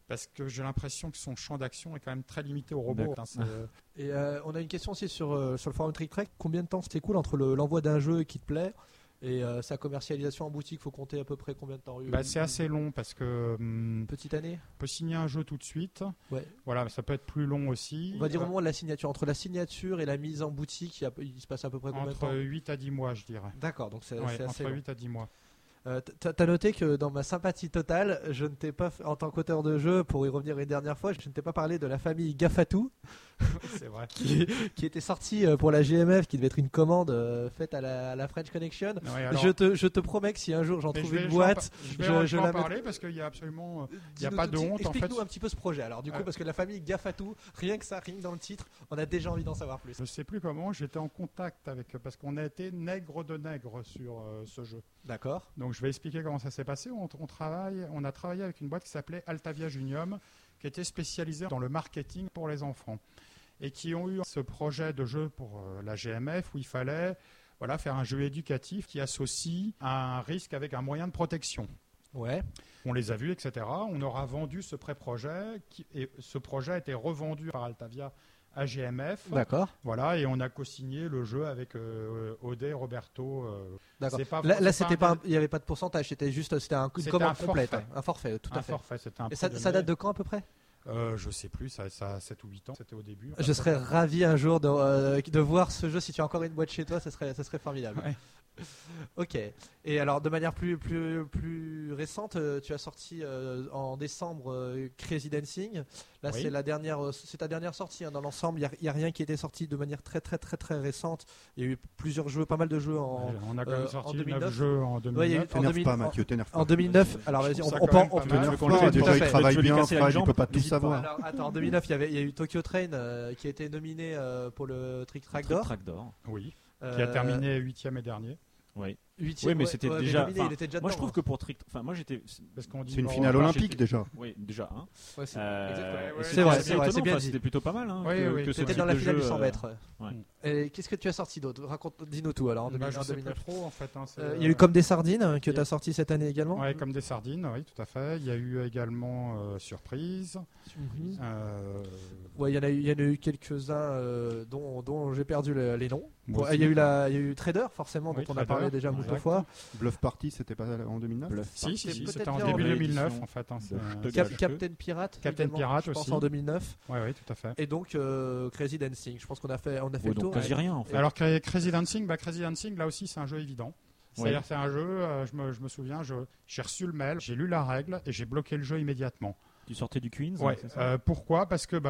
parce que j'ai l'impression que son champ d'action est quand même très limité au robot. Et on a une question aussi sur le forum Trick Track. Combien de temps se t'écoule entre l'envoi d'un jeu qui te plaît et sa commercialisation en boutique? Faut compter à peu près combien de temps? C'est assez long parce que petite année. on peut signer un jeu tout de suite. Ouais. Voilà, mais ça peut être plus long aussi. On va dire au moment de la signature. Entre la signature et la mise en boutique, il se passe à peu près combien de temps? Entre 8 à 10 mois, je dirais. D'accord, donc c'est assez entre long. 8 à 10 mois. T'as noté que dans ma sympathie totale, je ne t'ai pas, en tant qu'auteur de jeu, pour y revenir une dernière fois, je ne t'ai pas parlé de la famille Gafatou, C'est vrai. qui était sortie pour la GMF, qui devait être une commande faite à la French Connection. Ouais, alors, Je te promets que si un jour j'en trouve une boîte, je vais en la parler parce qu'il y a absolument, il y a dis-nous pas tout de de suite, honte en fait. explique-nous un petit peu ce projet. Alors du coup, parce que la famille Gafatou, rien que dans le titre, on a déjà envie d'en savoir plus. Je sais plus comment. J'étais en contact parce qu'on a été nègre de nègre sur ce jeu. D'accord. Donc je vais expliquer comment ça s'est passé. On a travaillé avec une boîte qui s'appelait Altavia Junium, qui était spécialisée dans le marketing pour les enfants, et qui ont eu ce projet de jeu pour la GMF où il fallait faire un jeu éducatif qui associe un risque avec un moyen de protection. Ouais. On les a vus, etc. On aura vendu ce pré-projet, et ce projet a été revendu par Altavia à GMF. D'accord. Voilà, et on a co-signé le jeu avec Audet, Roberto. D'accord. C'est pas- Là, c'est c'était pas pas, il n'y avait pas de pourcentage, c'était juste, c'était une C'était commande un forfait. complète, un forfait, tout à un fait. forfait, c'était un Et ça prix date donné. de quand à peu près? Je sais plus, ça a 7 ou 8 ans, c'était au début. Je serais ravi un jour de voir ce jeu. Si tu as encore une boîte chez toi, ça serait formidable. Ouais. Ok. Et alors, de manière plus récente, tu as sorti en décembre Crazy Dancing. Là, Oui. c'est ta dernière sortie dans l'ensemble. Il y a rien qui était sorti de manière très récente. Il y a eu plusieurs jeux, pas mal de jeux On a quand même sorti 2009. 9 jeux en 2009. Ouais, il y a eu- T'énerve pas, Mathieu, t'énerve pas. en 2009. Alors, vas-y, Je on trouve ça peut quand même on pas peut- mal. T'énerve qu'on pas, le déjà fasse, il tout à travaille fait. bien, Tu veux lui casser la Fred, il jambe, peut pas tout n'hésite pas. savoir. Alors, attends, en 2009, il y a eu Tokyo Train qui a été nominé pour le Trick Track d'or. Track d'or. Oui, qui a terminé 8e et dernier. Oui. Huitième, Oui, mais ouais, c'était ouais, déjà. nominé, il était déjà Moi, je dedans, trouve que pour Trick, enfin, moi j'étais. Parce qu'on dit C'est une non, finale enfin, olympique déjà. Oui, déjà. Hein. Ouais, c'est Euh, exactement. et C'est vrai, c'était c'est vrai, c'est étonnant, bien enfin, dit. C'était plutôt pas mal. Hein, Oui, que, oui, que ce C'était type dans la de finale jeu, du 100 mètres. ouais. Et qu'est-ce que tu as sorti d'autre? Dis-nous tout alors en je sais 2009. plus trop en fait. Hein, Il y a eu Comme des sardines que il y tu a- as sorti cette année également. Ouais, comme des sardines, oui, tout à fait. Il y a eu également Surprise. Mhm. Euh, Ouais, il y en a eu quelques-uns dont j'ai perdu les noms. Moi Il y aussi. a eu Trader forcément Oui, dont on a parlé Trader, déjà beaucoup de exact. fois. Bluff Party, c'était pas en 2009? Bluff. Si, C'était c'était en peut-être début bien en 2009 édition en fait. Hein, de c'est- Gage. Captain Pirate. Captain également, Pirate je pense aussi. en 2009. ouais, tout à fait. Et donc Crazy Dancing. Je pense qu'on a fait Ouais, le donc tour. quasi rien en fait. Alors Crazy Dancing, là aussi c'est un jeu évident. C'est-à-dire c'est un jeu, je me souviens, j'ai reçu le mail, j'ai lu la règle et j'ai bloqué le jeu immédiatement. Tu sortais du Queens. Ouais. c'est ça Pourquoi ? Parce que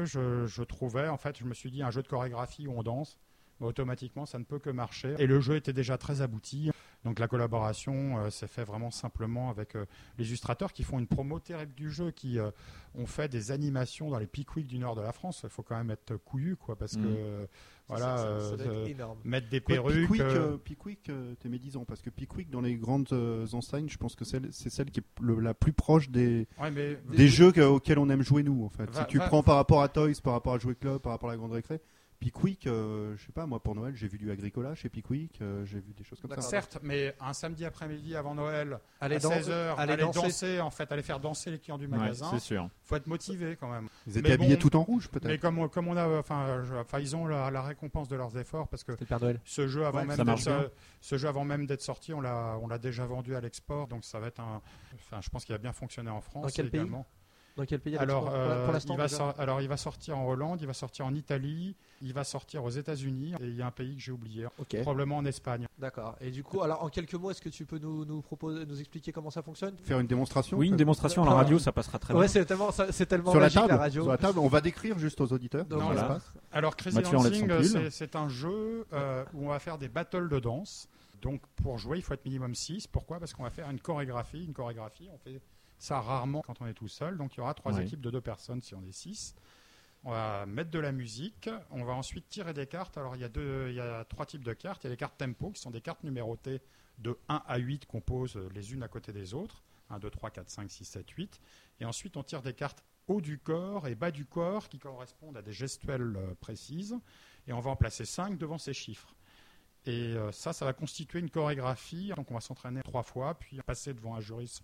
je trouvais, en fait, je me suis dit un jeu de chorégraphie où on danse, automatiquement ça ne peut que marcher. Et le jeu était déjà très abouti. Donc la collaboration s'est fait vraiment simplement avec les illustrateurs qui font une promo terrible du jeu, qui ont fait des animations dans les Pickwick du nord de la France. Il faut quand même être couillu, quoi, parce que voilà, Ça doit être énorme. mettre des Quoi, perruques. Pickwick, t'es médisant parce que Pickwick dans les grandes enseignes, je pense que c'est celle qui est la plus proche des Ouais, mais jeux auxquels on aime jouer nous en fait. Va- Si tu va- prends par rapport à Toys, par rapport à Jouet Club, par rapport à la Grande Récré, Pickwick, je sais pas, moi pour Noël j'ai vu du Agricola chez Pickwick, j'ai vu des choses comme ça. D'accord. certes, mais un samedi après-midi avant Noël, Allez à 16h, allez danser. en fait, aller faire danser les clients du Ouais, magasin. c'est sûr. Faut être motivé quand même. Ils étaient Mais habillés bon, tout en rouge Mais peut-être. comme on a, ils ont la récompense de leurs efforts parce que C'est le Père Noël. ce jeu avant Ouais, même ça marche d'être, bien. ce jeu avant même d'être sorti, on l'a déjà vendu à l'export, donc ça va être je pense qu'il a bien fonctionné en France. Dans quel pays également. Dans quel pays Alors, pour l'instant il va sortir en Hollande, il va sortir en Italie, il va sortir aux États-Unis et il y a un pays que j'ai oublié, Ok. probablement en Espagne. D'accord. Et du coup, alors en quelques mots, est-ce que tu peux nous proposer, nous expliquer comment ça fonctionne? Faire une démonstration. Oui, une peut-être démonstration à la radio, ça passera très Ouais, bien. c'est tellement sur la magique table. la radio. Sur la table, on va décrire juste aux auditeurs. Donc, comment voilà. ça se passe. Alors Crazy Mathieu enlève son Dancing, pull. c'est un jeu où on va faire des battles de danse. Donc pour jouer, il faut être minimum 6. Pourquoi ? Parce qu'on va faire une chorégraphie. Une chorégraphie, on fait ça rarement quand on est tout seul. Donc il y aura 3 Ouais. équipes de 2 personnes si on est 6. On va mettre de la musique. On va ensuite tirer des cartes. Alors il y a 3 types de cartes. Il y a les cartes tempo qui sont des cartes numérotées de 1 à 8 qu'on pose les unes à côté des autres. 1, 2, 3, 4, 5, 6, 7, 8. Et ensuite on tire des cartes haut du corps et bas du corps qui correspondent à des gestuelles précises. Et on va en placer 5 devant ces chiffres. Et ça va constituer une chorégraphie. Donc on va s'entraîner 3 fois, puis passer devant un jury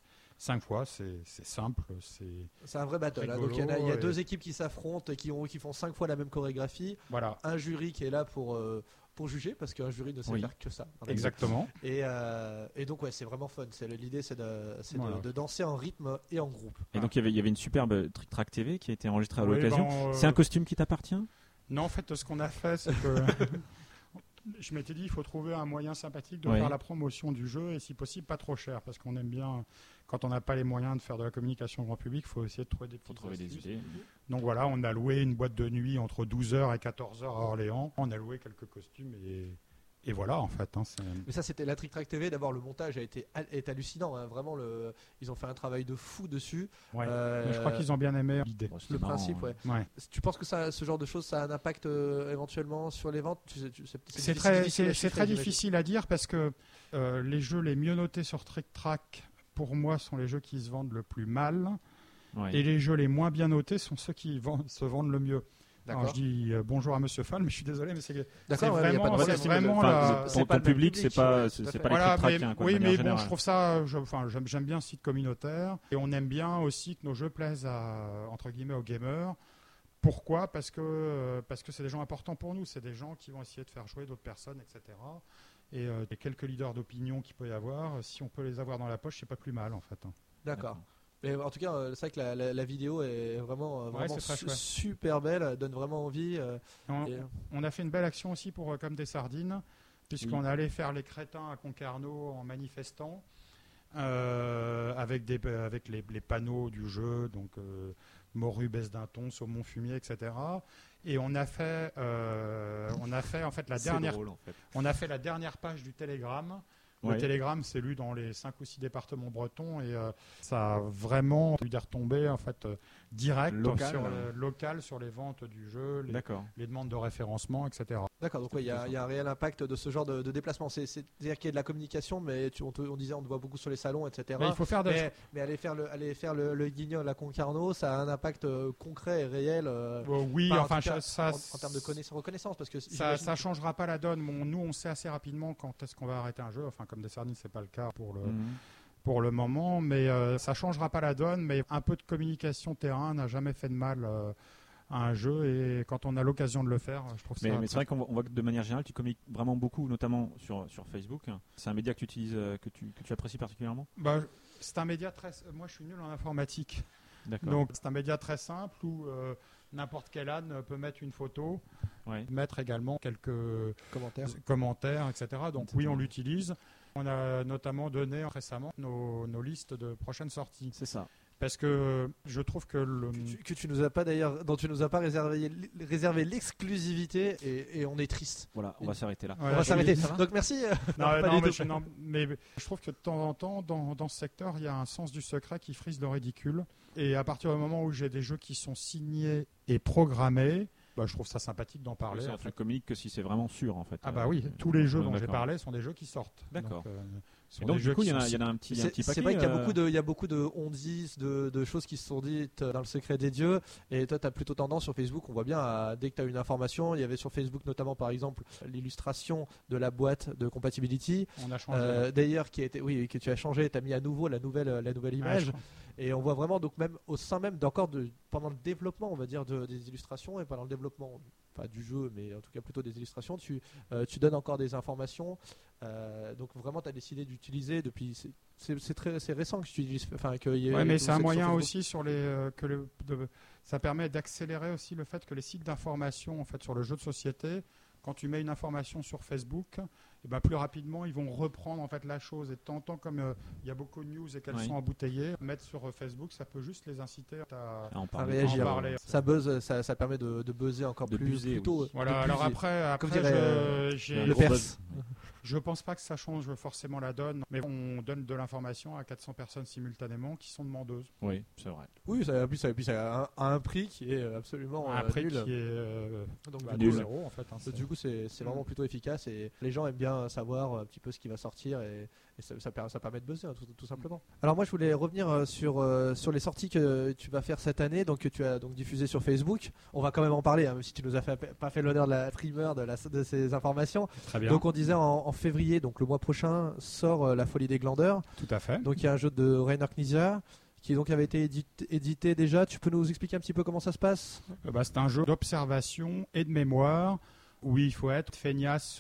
5 fois, c'est simple, C'est un vrai battle. rigolo, Donc il y a et- 2 équipes qui s'affrontent et qui font 5 fois la même chorégraphie. voilà, Un jury qui est là pour juger, parce qu'un jury ne sait Oui. faire que ça. dans la vie. exactement. Et donc ouais, c'est vraiment fun. L'idée, c'est Voilà. de danser en rythme et en groupe. Et donc il y avait une superbe Trick Track TV qui a été enregistrée à Oui, l'occasion. ben, C'est un costume qui t'appartient? Non, en fait, ce qu'on a fait, c'est que je m'étais dit, il faut trouver un moyen sympathique de Ouais. faire la promotion du jeu et si possible pas trop cher, parce qu'on aime bien, quand on n'a pas les moyens de faire de la communication grand public, il faut essayer de trouver des Faut petites trouver des astuces. idées. Donc voilà, on a loué une boîte de nuit entre 12h et 14h à Orléans. On a loué quelques costumes et voilà, en fait. Hein, Mais ça, c'était la Trick Track TV. D'abord, le montage est hallucinant. Hein. Vraiment, ils ont fait un travail de fou dessus. ouais. Euh, Mais je crois qu'ils ont bien aimé l'idée. Bon, c'était Le marrant, principe, hein. ouais. Ouais. Tu penses que ce genre de choses, ça a un impact éventuellement sur les ventes? C'est très difficile à dire parce que les jeux les mieux notés sur Trick Track, pour moi, sont les jeux qui se vendent le plus mal. Ouais. Et les jeux les moins bien notés sont ceux qui se vendent le mieux. Alors, D'accord. je dis bonjour à Monsieur Fall, mais je suis désolé, mais c'est D'accord, c'est ouais, mais y a pas de vraiment- problème. c'est vraiment Enfin, la- c'est ton pas le même public, public, c'est pas, ouais, c'est tout à c'est fait. pas les voilà, Trick mais, Track, quoi, oui, de manière mais bon, générale. je trouve ça, j'aime bien le site communautaire et on aime bien aussi que nos jeux plaisent entre guillemets aux gamers. Pourquoi ? Parce que c'est des gens importants pour nous, c'est des gens qui vont essayer de faire jouer d'autres personnes, etc. Et les quelques leaders d'opinion qu'il peut y avoir, si on peut les avoir dans la poche, c'est pas plus mal en fait. Hein. D'accord. Mais en tout cas, c'est vrai que la vidéo est vraiment, vraiment c'est très chouette. super belle, elle donne vraiment envie. On a fait une belle action aussi pour Comme des Sardines, puisqu'on Oui. allait faire les crétins à Concarneau en manifestant, avec les panneaux du jeu, donc morue, baisse d'un ton, saumon fumier, etc. Et on a fait en fait la C'est dernière, drôle, en fait. on a fait la dernière page du Télégramme. Ouais. Le Télégramme, c'est lu dans les 5 ou 6 départements bretons et ça a vraiment eu des retombées en fait directes Local. sur les ventes du jeu, D'accord. les demandes de référencement, etc. D'accord, donc il y a un réel impact de ce genre de déplacement. C'est-à-dire qu'il y a de la communication, mais on disait on te voit beaucoup sur les salons, etc. Mais il faut faire Mais aller faire le guignol à Concarneau, ça a un impact concret et réel. oui, en enfin tout cas, ça, en termes de reconnaissance, parce que ça changera pas la donne. Nous, on sait assez rapidement quand est-ce qu'on va arrêter un jeu. Enfin, Comme des Sardines, c'est pas le cas pour le moment, mais ça changera pas la donne. Mais un peu de communication terrain n'a jamais fait de mal à un jeu, et quand on a l'occasion de le faire, je trouve ça. Mais c'est vrai qu'on voit que de manière générale, tu communiques vraiment beaucoup, notamment sur Facebook. C'est un média que tu utilises, que tu apprécies particulièrement? C'est un média très. Moi, je suis nul en informatique. D'accord. Donc c'est un média très simple où n'importe quel âne peut mettre une photo, Ouais. mettre également quelques commentaires. etc. Donc oui, on l'utilise. On a notamment donné récemment nos listes de prochaines sorties. C'est ça. Parce que je trouve que Que tu nous as pas d'ailleurs, dont tu nous as pas réservé l'exclusivité, et on est triste. Voilà, on va s'arrêter là. Ouais, On va je- s'arrêter. ça va Donc merci. mais je trouve que de temps en temps, dans ce secteur, il y a un sens du secret qui frise le ridicule. Et à partir du moment où j'ai des jeux qui sont signés et programmés, je trouve ça sympathique d'en parler. Ça, en tu fait. communiques que si c'est vraiment sûr, en fait. Ah bah oui, tous les jeux dont j'ai d'accord. parlé sont des jeux qui sortent. D'accord. Sont Et donc, des du jeux coup, qui il y en sont a un petit C'est paquet. vrai qu'il y a beaucoup de on-dit, de choses qui se sont dites dans le secret des dieux. Et toi, tu as plutôt tendance sur Facebook. On voit bien, dès que tu as une information, il y avait sur Facebook notamment, par exemple, l'illustration de la boîte de Compatibility. On a changé. D'ailleurs, que tu as changé, tu as mis à nouveau la nouvelle image. Ouais, Et on voit vraiment, donc même au sein même pendant le développement, on va dire, des illustrations, et pendant le développement du jeu, mais en tout cas plutôt des illustrations, tu donnes encore des informations. Donc vraiment, tu as décidé d'utiliser depuis. C'est récent que tu utilises. mais c'est un moyen aussi ça permet d'accélérer aussi le fait que les sites d'information en fait sur le jeu de société, quand tu mets une information sur Facebook, plus rapidement ils vont reprendre en fait la chose. Et de temps en temps, comme il y a beaucoup de news et qu'elles sont embouteillées, mettre sur Facebook, ça peut juste les inciter à en à réagir. parler. Ça buzz, ça permet de buzzer encore De plus buzzer, tôt. oui. Voilà. De Alors buzzer. après Comme dirait j'ai- le gros Perse. je pense pas que ça change forcément la donne, mais on donne de l'information à 400 personnes simultanément qui sont demandeuses. Oui, c'est vrai. Oui, ça a un prix qui est absolument Un prix nul. qui est Donc, bah, du coup, nul. zéro en fait. Hein, du coup, c'est vraiment plutôt efficace, et les gens aiment bien. bien savoir un petit peu ce qui va sortir et ça permet de buzzer tout simplement. Alors moi je voulais revenir sur les sorties que tu vas faire cette année, donc que tu as donc diffusé sur Facebook. On va quand même en parler, hein, même si tu nous as pas fait l'honneur de la primeur de ces informations. Très bien. Donc on disait en février, donc le mois prochain, sort La Folie des Glandeurs. Tout à fait. Donc il y a un jeu de Rainer Knizia qui donc avait été édité déjà. Tu peux nous expliquer un petit peu comment ça se passe ? C'est un jeu d'observation et de mémoire où il faut être feignasse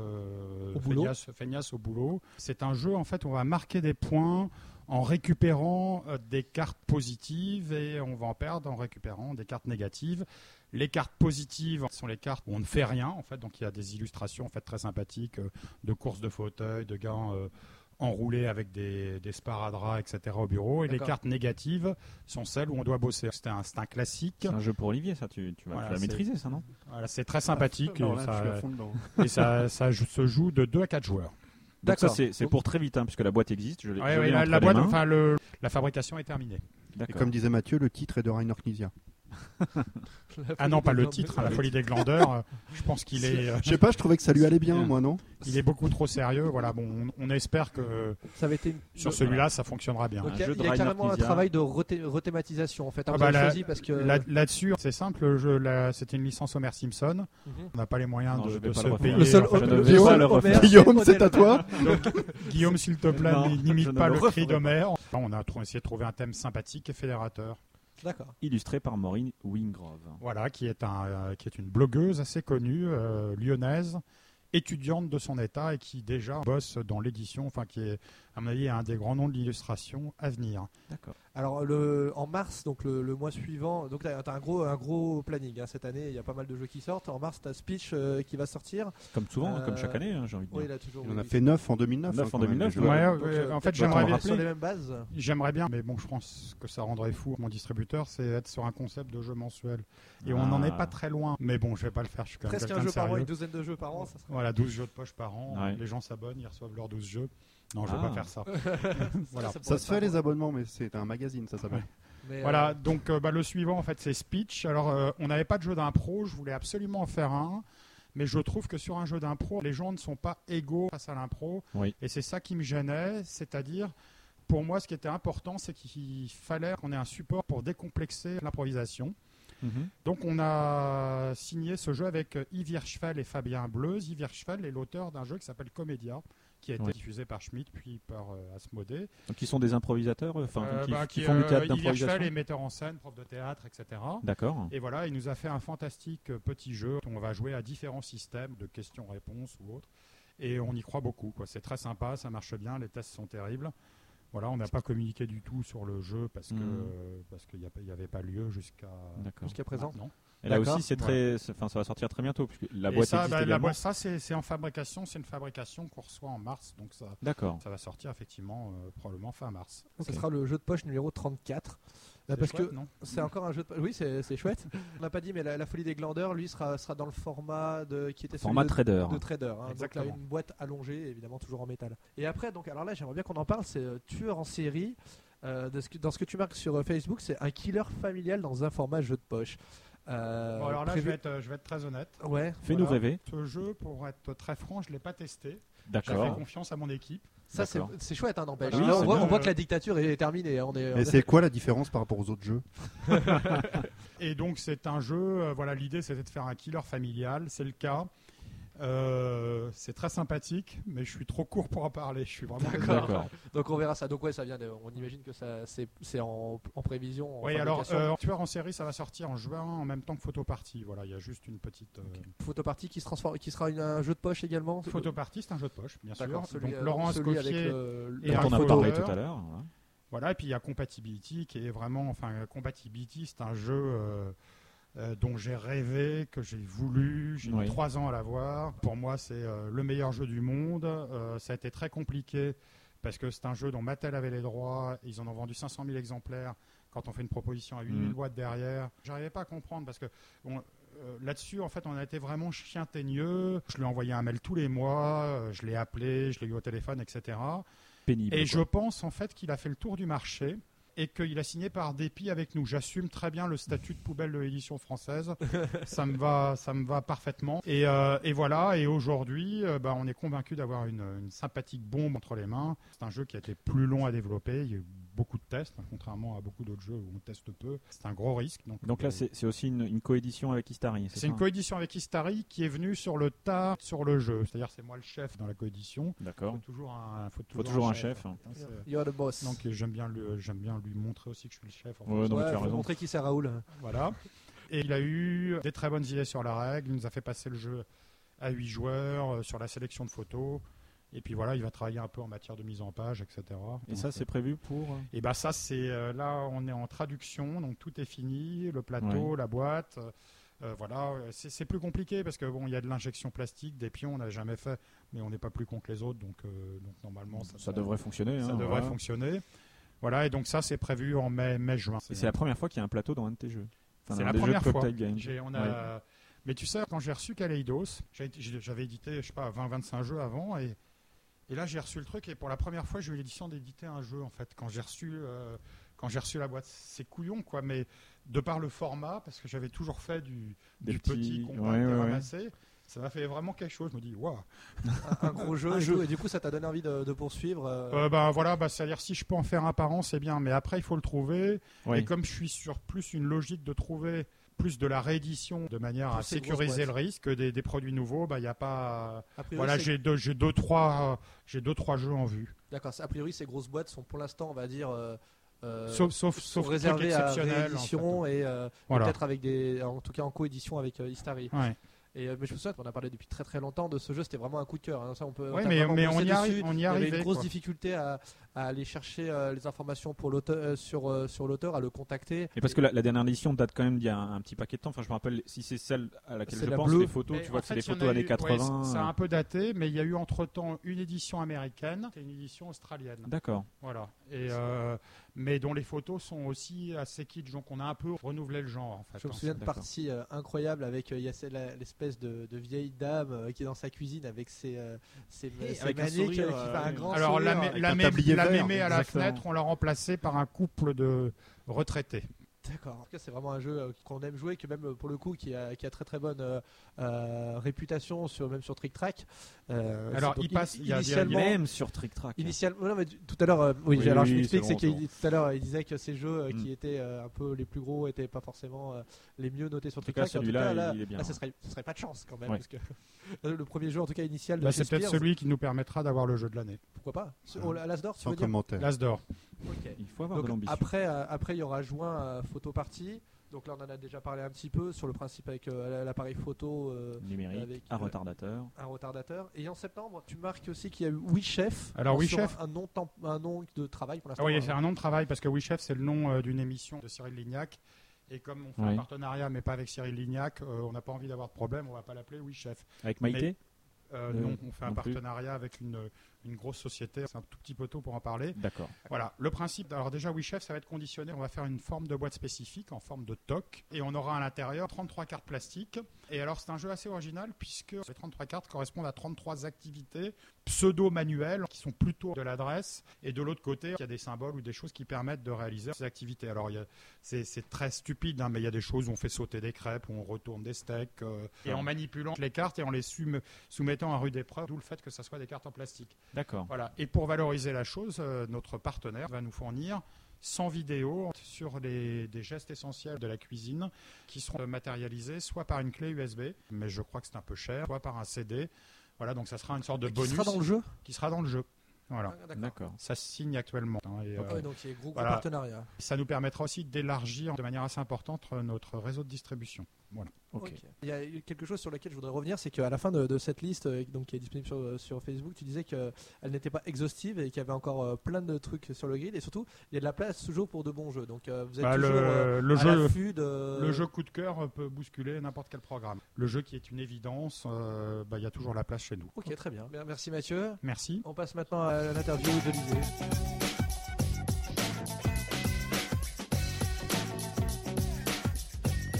au boulot. C'est un jeu en fait où on va marquer des points en récupérant des cartes positives et on va en perdre en récupérant des cartes négatives. Les cartes positives sont les cartes où on ne fait rien en fait, donc il y a des illustrations en fait très sympathiques de courses de fauteuil, de gars enroulés avec des sparadraps, etc. au bureau. Et les cartes négatives sont celles où on doit bosser. C'est un classique. C'est un jeu pour Olivier, ça. Tu vas maîtriser, ça, non ? Voilà, c'est très sympathique. Et ça se joue de 2 à 4 joueurs. Donc ça, c'est pour très vite, hein, puisque la boîte existe. La boîte, la fabrication est terminée. Et comme disait Mathieu, le titre est de Rainer Knizia. Ah non, pas le titre, La Folie des Glandeurs. Je pense qu'il est. Je sais pas, je trouvais que ça lui allait bien, moi, non ? Il est beaucoup trop sérieux. Voilà, bon, on espère que ça avait été sur celui-là, ça fonctionnera bien. Donc il y a carrément un travail de rethématisation en fait. Parce que là-dessus, c'est simple. Le jeu, c'était une licence Homer Simpson. On n'a pas les moyens de se payer. Le seul Guillaume, c'est à toi. Guillaume, s'il te plaît, n'imite pas le cri d'Homer. On a essayé de trouver un thème sympathique et fédérateur. D'accord. Illustré par Maureen Wingrove. Voilà, qui est une blogueuse assez connue, lyonnaise, étudiante de son état et qui déjà bosse dans l'édition, enfin qui est, à mon avis, un des grands noms de l'illustration à venir. D'accord. Alors en mars, donc le mois suivant, donc tu as un gros planning hein, cette année. Il y a pas mal de jeux qui sortent. En mars, tu as Speech qui va sortir. Comme souvent, comme chaque année, hein, j'ai envie de dire. Oui, il en a fait 9 en 2009. 9 en 2009. En fait, j'aimerais bien sur les mêmes bases. J'aimerais bien, mais bon, je pense que ça rendrait fou mon distributeur, c'est être sur un concept de jeu mensuel. Et on n'en est pas très loin. Mais bon, je vais pas le faire. Je suis quand même presque un jeu par an, une douzaine de jeux par an. Ça serait... Voilà, 12 jeux de poche par an. Ouais. Les gens s'abonnent, ils reçoivent leurs 12 jeux. Non, je ne vais pas faire ça. Voilà. Ça se fait les abonnements, mais c'est un magazine, ça s'appelle. Voilà, donc le suivant, en fait, c'est Speech. Alors, on n'avait pas de jeu d'impro, je voulais absolument en faire un. Mais je trouve que sur un jeu d'impro, les gens ne sont pas égaux face à l'impro. Oui. Et c'est ça qui me gênait, c'est-à-dire, pour moi, ce qui était important, c'est qu'il fallait qu'on ait un support pour décomplexer l'improvisation. Donc on a signé ce jeu avec Yves Hirschfeld et Fabien Bleuze. Yves Hirschfeld est l'auteur d'un jeu qui s'appelle Comédia, qui a été diffusé par Schmitt puis par Asmodée. Donc ils sont des improvisateurs, qui font du théâtre d'improvisation. Yves Hirschfeld est metteur en scène, prof de théâtre, etc. D'accord. Et voilà, il nous a fait un fantastique petit jeu où on va jouer à différents systèmes de questions-réponses ou autres. Et on y croit beaucoup, quoi. C'est très sympa, ça marche bien, les tests sont terribles. Voilà, on n'a pas communiqué du tout sur le jeu parce qu'il n'y avait pas lieu jusqu'à présent. Non. Et là aussi, ça va sortir très bientôt puisque la boîte existe également. La boîte, ça c'est en fabrication, c'est une fabrication qu'on reçoit en mars, donc ça va sortir effectivement probablement fin mars. Okay. Ce sera le jeu de poche numéro 34. Parce chouette, que c'est encore un jeu de poche. Oui, c'est chouette. On n'a pas dit, mais la Folie des Glandeurs, lui, sera dans le format qui était format trader. De trader. Hein. Donc là, une boîte allongée, évidemment toujours en métal. Et après, donc, alors là, j'aimerais bien qu'on en parle. C'est Tueur en série. Dans ce que tu marques sur Facebook, c'est un killer familial dans un format jeu de poche. Alors là, je vais être très honnête. Ouais. Fais-nous rêver. Ce jeu, pour être très franc, je l'ai pas testé. D'accord. J'avais confiance à mon équipe. Ça, c'est chouette, hein, n'empêche. Oui, on voit que la dictature est terminée. Mais c'est quoi la différence par rapport aux autres jeux ? Et donc, c'est un jeu. L'idée, c'était de faire un killer familial. C'est le cas. C'est très sympathique, mais je suis trop court pour en parler. Je suis vraiment d'accord. Donc on verra ça. Donc ça vient. On imagine que c'est en prévision. Oui, alors Tueur en série, ça va sortir en juin en même temps que Photoparty. Voilà, il y a juste une petite. Photoparty qui sera un jeu de poche également. Photoparty, c'est un jeu de poche, bien sûr. Donc Laurent Ascoffier et on a parlé tout à l'heure. Voilà, et puis il y a Compatibility qui est vraiment, Compatibility, c'est un jeu. Dont j'ai rêvé, que j'ai voulu, j'ai mis 3 ans à l'avoir. Pour moi, c'est le meilleur jeu du monde. Ça a été très compliqué parce que c'est un jeu dont Mattel avait les droits. Ils en ont vendu 500 000 exemplaires quand on fait une proposition à 8000 boîtes derrière. J'arrivais pas à comprendre parce que là-dessus, en fait, on a été vraiment chien teigneux. Je lui ai envoyé un mail tous les mois, je l'ai appelé, je l'ai eu au téléphone, etc. Pénible. Et je pense en fait qu'il a fait le tour du marché. et qu'il a signé par dépit avec nous. J'assume très bien le statut de poubelle de l'édition française. ça me va parfaitement. Et voilà. Et aujourd'hui, on est convaincu d'avoir une sympathique bombe entre les mains. C'est un jeu qui a été plus long à développer. Il y a eu beaucoup de tests, contrairement à beaucoup d'autres jeux où on teste peu. C'est un gros risque. Donc là, c'est aussi une coédition avec Istari. C'est une coédition avec Istari qui est venue sur le tas sur le jeu. C'est-à-dire c'est moi le chef dans la coédition. D'accord. Faut toujours un chef. You're the boss. Donc j'aime bien lui montrer aussi que je suis le chef. Ouais, non, mais tu as faut raison. montrer qui c'est Raoul. Voilà. Et il a eu des très bonnes idées sur la règle. Il nous a fait passer le jeu à 8 joueurs sur la sélection de photos. Et puis voilà, il va travailler un peu en matière de mise en page, etc. Et donc, ça, c'est prévu pour Et ça, c'est là, on est en traduction, donc tout est fini, le plateau, la boîte. Voilà, c'est plus compliqué parce que il y a de l'injection plastique, des pions, on n'a jamais fait, mais on n'est pas plus con que les autres, donc normalement ça devrait fonctionner. Ça devrait fonctionner. Voilà, et donc ça, c'est prévu en mai-juin. Et c'est la première fois qu'il y a un plateau dans un de tes jeux. Enfin, c'est la première fois. Mais tu sais, quand j'ai reçu Kaleidos, j'avais édité, je sais pas, 20-25 jeux avant, et là, j'ai reçu le truc, et pour la première fois, j'ai eu l'édition d'éditer un jeu, en fait, quand j'ai reçu la boîte. C'est couillon, quoi, mais de par le format, parce que j'avais toujours fait du petit compact ramassé, ça m'a fait vraiment quelque chose. Je me dis, waouh, un gros jeu. Et du coup, ça t'a donné envie de poursuivre. C'est-à-dire si je peux en faire un par an, c'est bien, mais après, il faut le trouver. Oui. Et comme je suis sur plus une logique de trouver plus de la réédition de manière à sécuriser le risque des produits nouveaux, il n'y a pas. Voilà, j'ai deux, trois jeux en vue. D'accord. A priori, ces grosses boîtes sont pour l'instant, on va dire. Sauf réservées à réédition en fait. et peut-être avec en tout cas en coédition avec Istari. Ouais. Mais je me souviens, on a parlé depuis très très longtemps de ce jeu, c'était vraiment un coup de cœur. Hein. Ça, mais on y arrive. Il y avait une grosse difficulté à aller chercher les informations pour l'auteur, sur l'auteur, à le contacter. Et parce que la dernière édition date quand même d'il y a un petit paquet de temps. Enfin, je me rappelle, si c'est celle à laquelle je pense, les photos, tu vois que c'est des photos années 80. Ouais, c'est un peu daté, mais il y a eu entre-temps une édition américaine et une édition australienne. D'accord. Voilà. Mais dont les photos sont aussi assez kitsch, donc on a un peu renouvelé le genre, en fait. Je me souviens de parties incroyables avec l'espèce de vieille dame qui est dans sa cuisine avec ses maniques qui fait un grand Alors sourire. la mémé à la fenêtre, on l'a remplacée par un couple de retraités. D'accord. En tout cas, c'est vraiment un jeu qu'on aime jouer, que même pour le coup, qui a très très bonne réputation même sur Trick Track. Alors, il y a même sur Trick Track. Non, mais tout à l'heure, alors je m'explique, c'est qu'il tout à l'heure, il disait que ces jeux qui étaient un peu les plus gros n'étaient pas forcément les mieux notés sur Trick Track. Celui-là, il est bien. Là, ça serait pas de chance quand même, parce que le premier jeu, en tout cas initial. C'est peut-être celui qui nous permettra d'avoir le jeu de l'année. Pourquoi pas L'Asdor, tu veux Sans dire commentaire. L'Asdor. Okay. Il faut avoir donc, de l'ambition. Après, il y aura juin photo party. Donc là, on en a déjà parlé un petit peu sur le principe avec l'appareil photo numérique, avec un retardateur. Et en septembre, tu marques aussi qu'il y a eu WeChef. Alors WeChef, un nom de travail pour l'instant. Oui, c'est un nom de travail parce que WeChef, c'est le nom d'une émission de Cyril Lignac. Et comme on fait un partenariat, mais pas avec Cyril Lignac, on n'a pas envie d'avoir de problème, on va pas l'appeler WeChef. Avec Maïté non, on fait un partenariat avec une grosse société. C'est un tout petit peu tôt pour en parler. D'accord. Voilà. Le principe, alors déjà, WeChef, ça va être conditionné. On va faire une forme de boîte spécifique en forme de toc. Et on aura à l'intérieur 33 cartes plastiques. Et alors, c'est un jeu assez original puisque ces 33 cartes correspondent à 33 activités pseudo-manuelles qui sont plutôt de l'adresse. Et de l'autre côté, il y a des symboles ou des choses qui permettent de réaliser ces activités. Alors, c'est très stupide, mais il y a des choses où on fait sauter des crêpes, où on retourne des steaks. Et en manipulant les cartes et en les soumettant à rude épreuve, d'où le fait que ça soit des cartes en plastique. D'accord. Voilà. Et pour valoriser la chose, notre partenaire va nous fournir 100 vidéos sur des gestes essentiels de la cuisine qui seront matérialisés soit par une clé USB, mais je crois que c'est un peu cher, soit par un CD. Voilà, donc ça sera une sorte de bonus. Qui sera dans le jeu ? Qui sera dans le jeu. Voilà. D'accord. Ça se signe actuellement. Donc il y a gros partenariat. Ça nous permettra aussi d'élargir de manière assez importante notre réseau de distribution. Voilà. Okay. Il y a quelque chose sur lequel je voudrais revenir, c'est qu'à la fin de cette liste donc, qui est disponible sur Facebook, tu disais qu'elle n'était pas exhaustive et qu'il y avait encore plein de trucs sur le grid, et surtout il y a de la place toujours pour de bons jeux. Donc vous êtes toujours à l'affût de... Le jeu coup de cœur peut bousculer n'importe quel programme. Le jeu qui est une évidence, il y a toujours la place chez nous. Ok, très bien. Merci Mathieu. Merci. On passe maintenant à l'interview d'Olivier.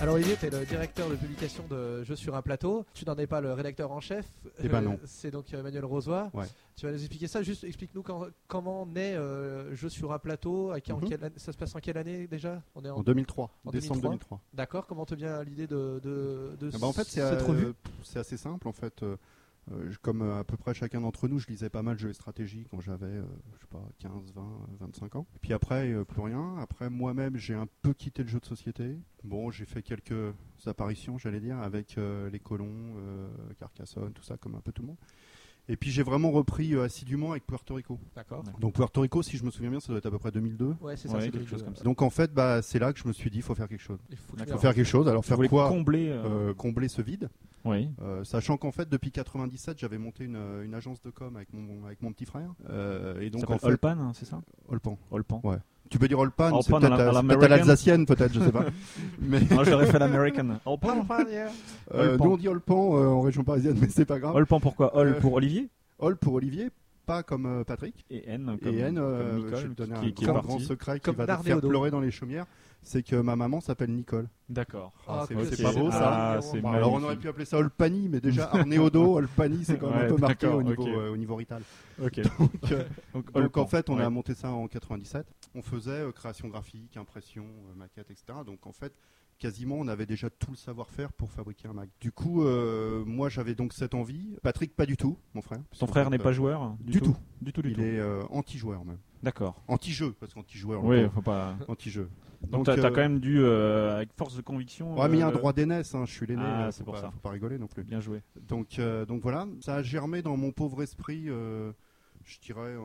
Alors Olivier, tu es le directeur de publication de Jeux sur un plateau. Tu n'en es pas le rédacteur en chef. Eh ben non. C'est donc Emmanuel Rosoy. Ouais. Tu vas nous expliquer ça. Juste explique-nous comment naît Jeux sur un plateau. Ça se passe en quelle année déjà? On est En 2003, en décembre 2003. D'accord. Comment te vient l'idée de En fait, cette revue? c'est assez simple en fait. Comme à peu près chacun d'entre nous, je lisais pas mal de jeux et stratégie quand j'avais, je sais pas, 15, 20, 25 ans. Et puis après, plus rien. Après, moi-même, j'ai un peu quitté le jeu de société. Bon, j'ai fait quelques apparitions, j'allais dire, avec les colons, Carcassonne, tout ça, comme un peu tout le monde. Et puis j'ai vraiment repris assidûment avec Puerto Rico. D'accord. Donc Puerto Rico, si je me souviens bien, ça doit être à peu près 2002. Ouais, c'est ça. Ouais, c'est quelque chose comme ça. Donc en fait, c'est là que je me suis dit, il faut faire quelque chose. Il faut D'accord. Faire quelque chose. Alors Vous faire voulez quoi? combler Combler ce vide. Oui. Sachant qu'en fait, depuis 97, j'avais monté une agence de com avec mon petit frère. Et donc Ça en fait, Olpan, hein, c'est ça? Olpan. Olpan. Ouais. Tu peux dire Olpan, Olpan c'est à peut-être l'américaine. à l'alsacienne, peut-être, je sais pas. Mais Non, j'aurais fait l'American. Olpan. nous on dit Olpan en région parisienne, mais c'est pas grave. Olpan pourquoi? Ol pour Olivier? Ol pour Olivier, pas comme Patrick. Et N comme, Et N, comme je vais Nicole, te donner qui est un grand parti. secret qui Comme va te faire Narnéodo. pleurer dans les chaumières, c'est que ma maman s'appelle Nicole. D'accord. Ah, c'est que pas beau ça. Ah, c'est Alors on aurait pu appeler ça Olpani, mais déjà Arnéodo, Olpani, c'est quand même Ouais, un peu marqué d'accord, au niveau rital. Ok. Donc Olpan, en fait, on ouais. a monté ça en 97. On faisait création graphique, impression, maquette, etc. Donc en fait, quasiment, on avait déjà tout le savoir-faire pour fabriquer un mag. Du coup, moi, j'avais donc cette envie. Patrick, pas du tout, mon frère. Ton frère n'est pas joueur du tout. Du tout. Il est anti-joueur même. D'accord. Anti-jeu, parce qu'anti-joueur. Oui, faut pas. Anti-jeu. Donc t'as quand même dû, avec force de conviction. Ouais, mais il y a un droit d'aînesse, hein, je suis l'aîné, Ah, faut c'est pour pas, ça. faut pas rigoler non plus. Bien joué. Donc voilà, ça a germé dans mon pauvre esprit, je dirais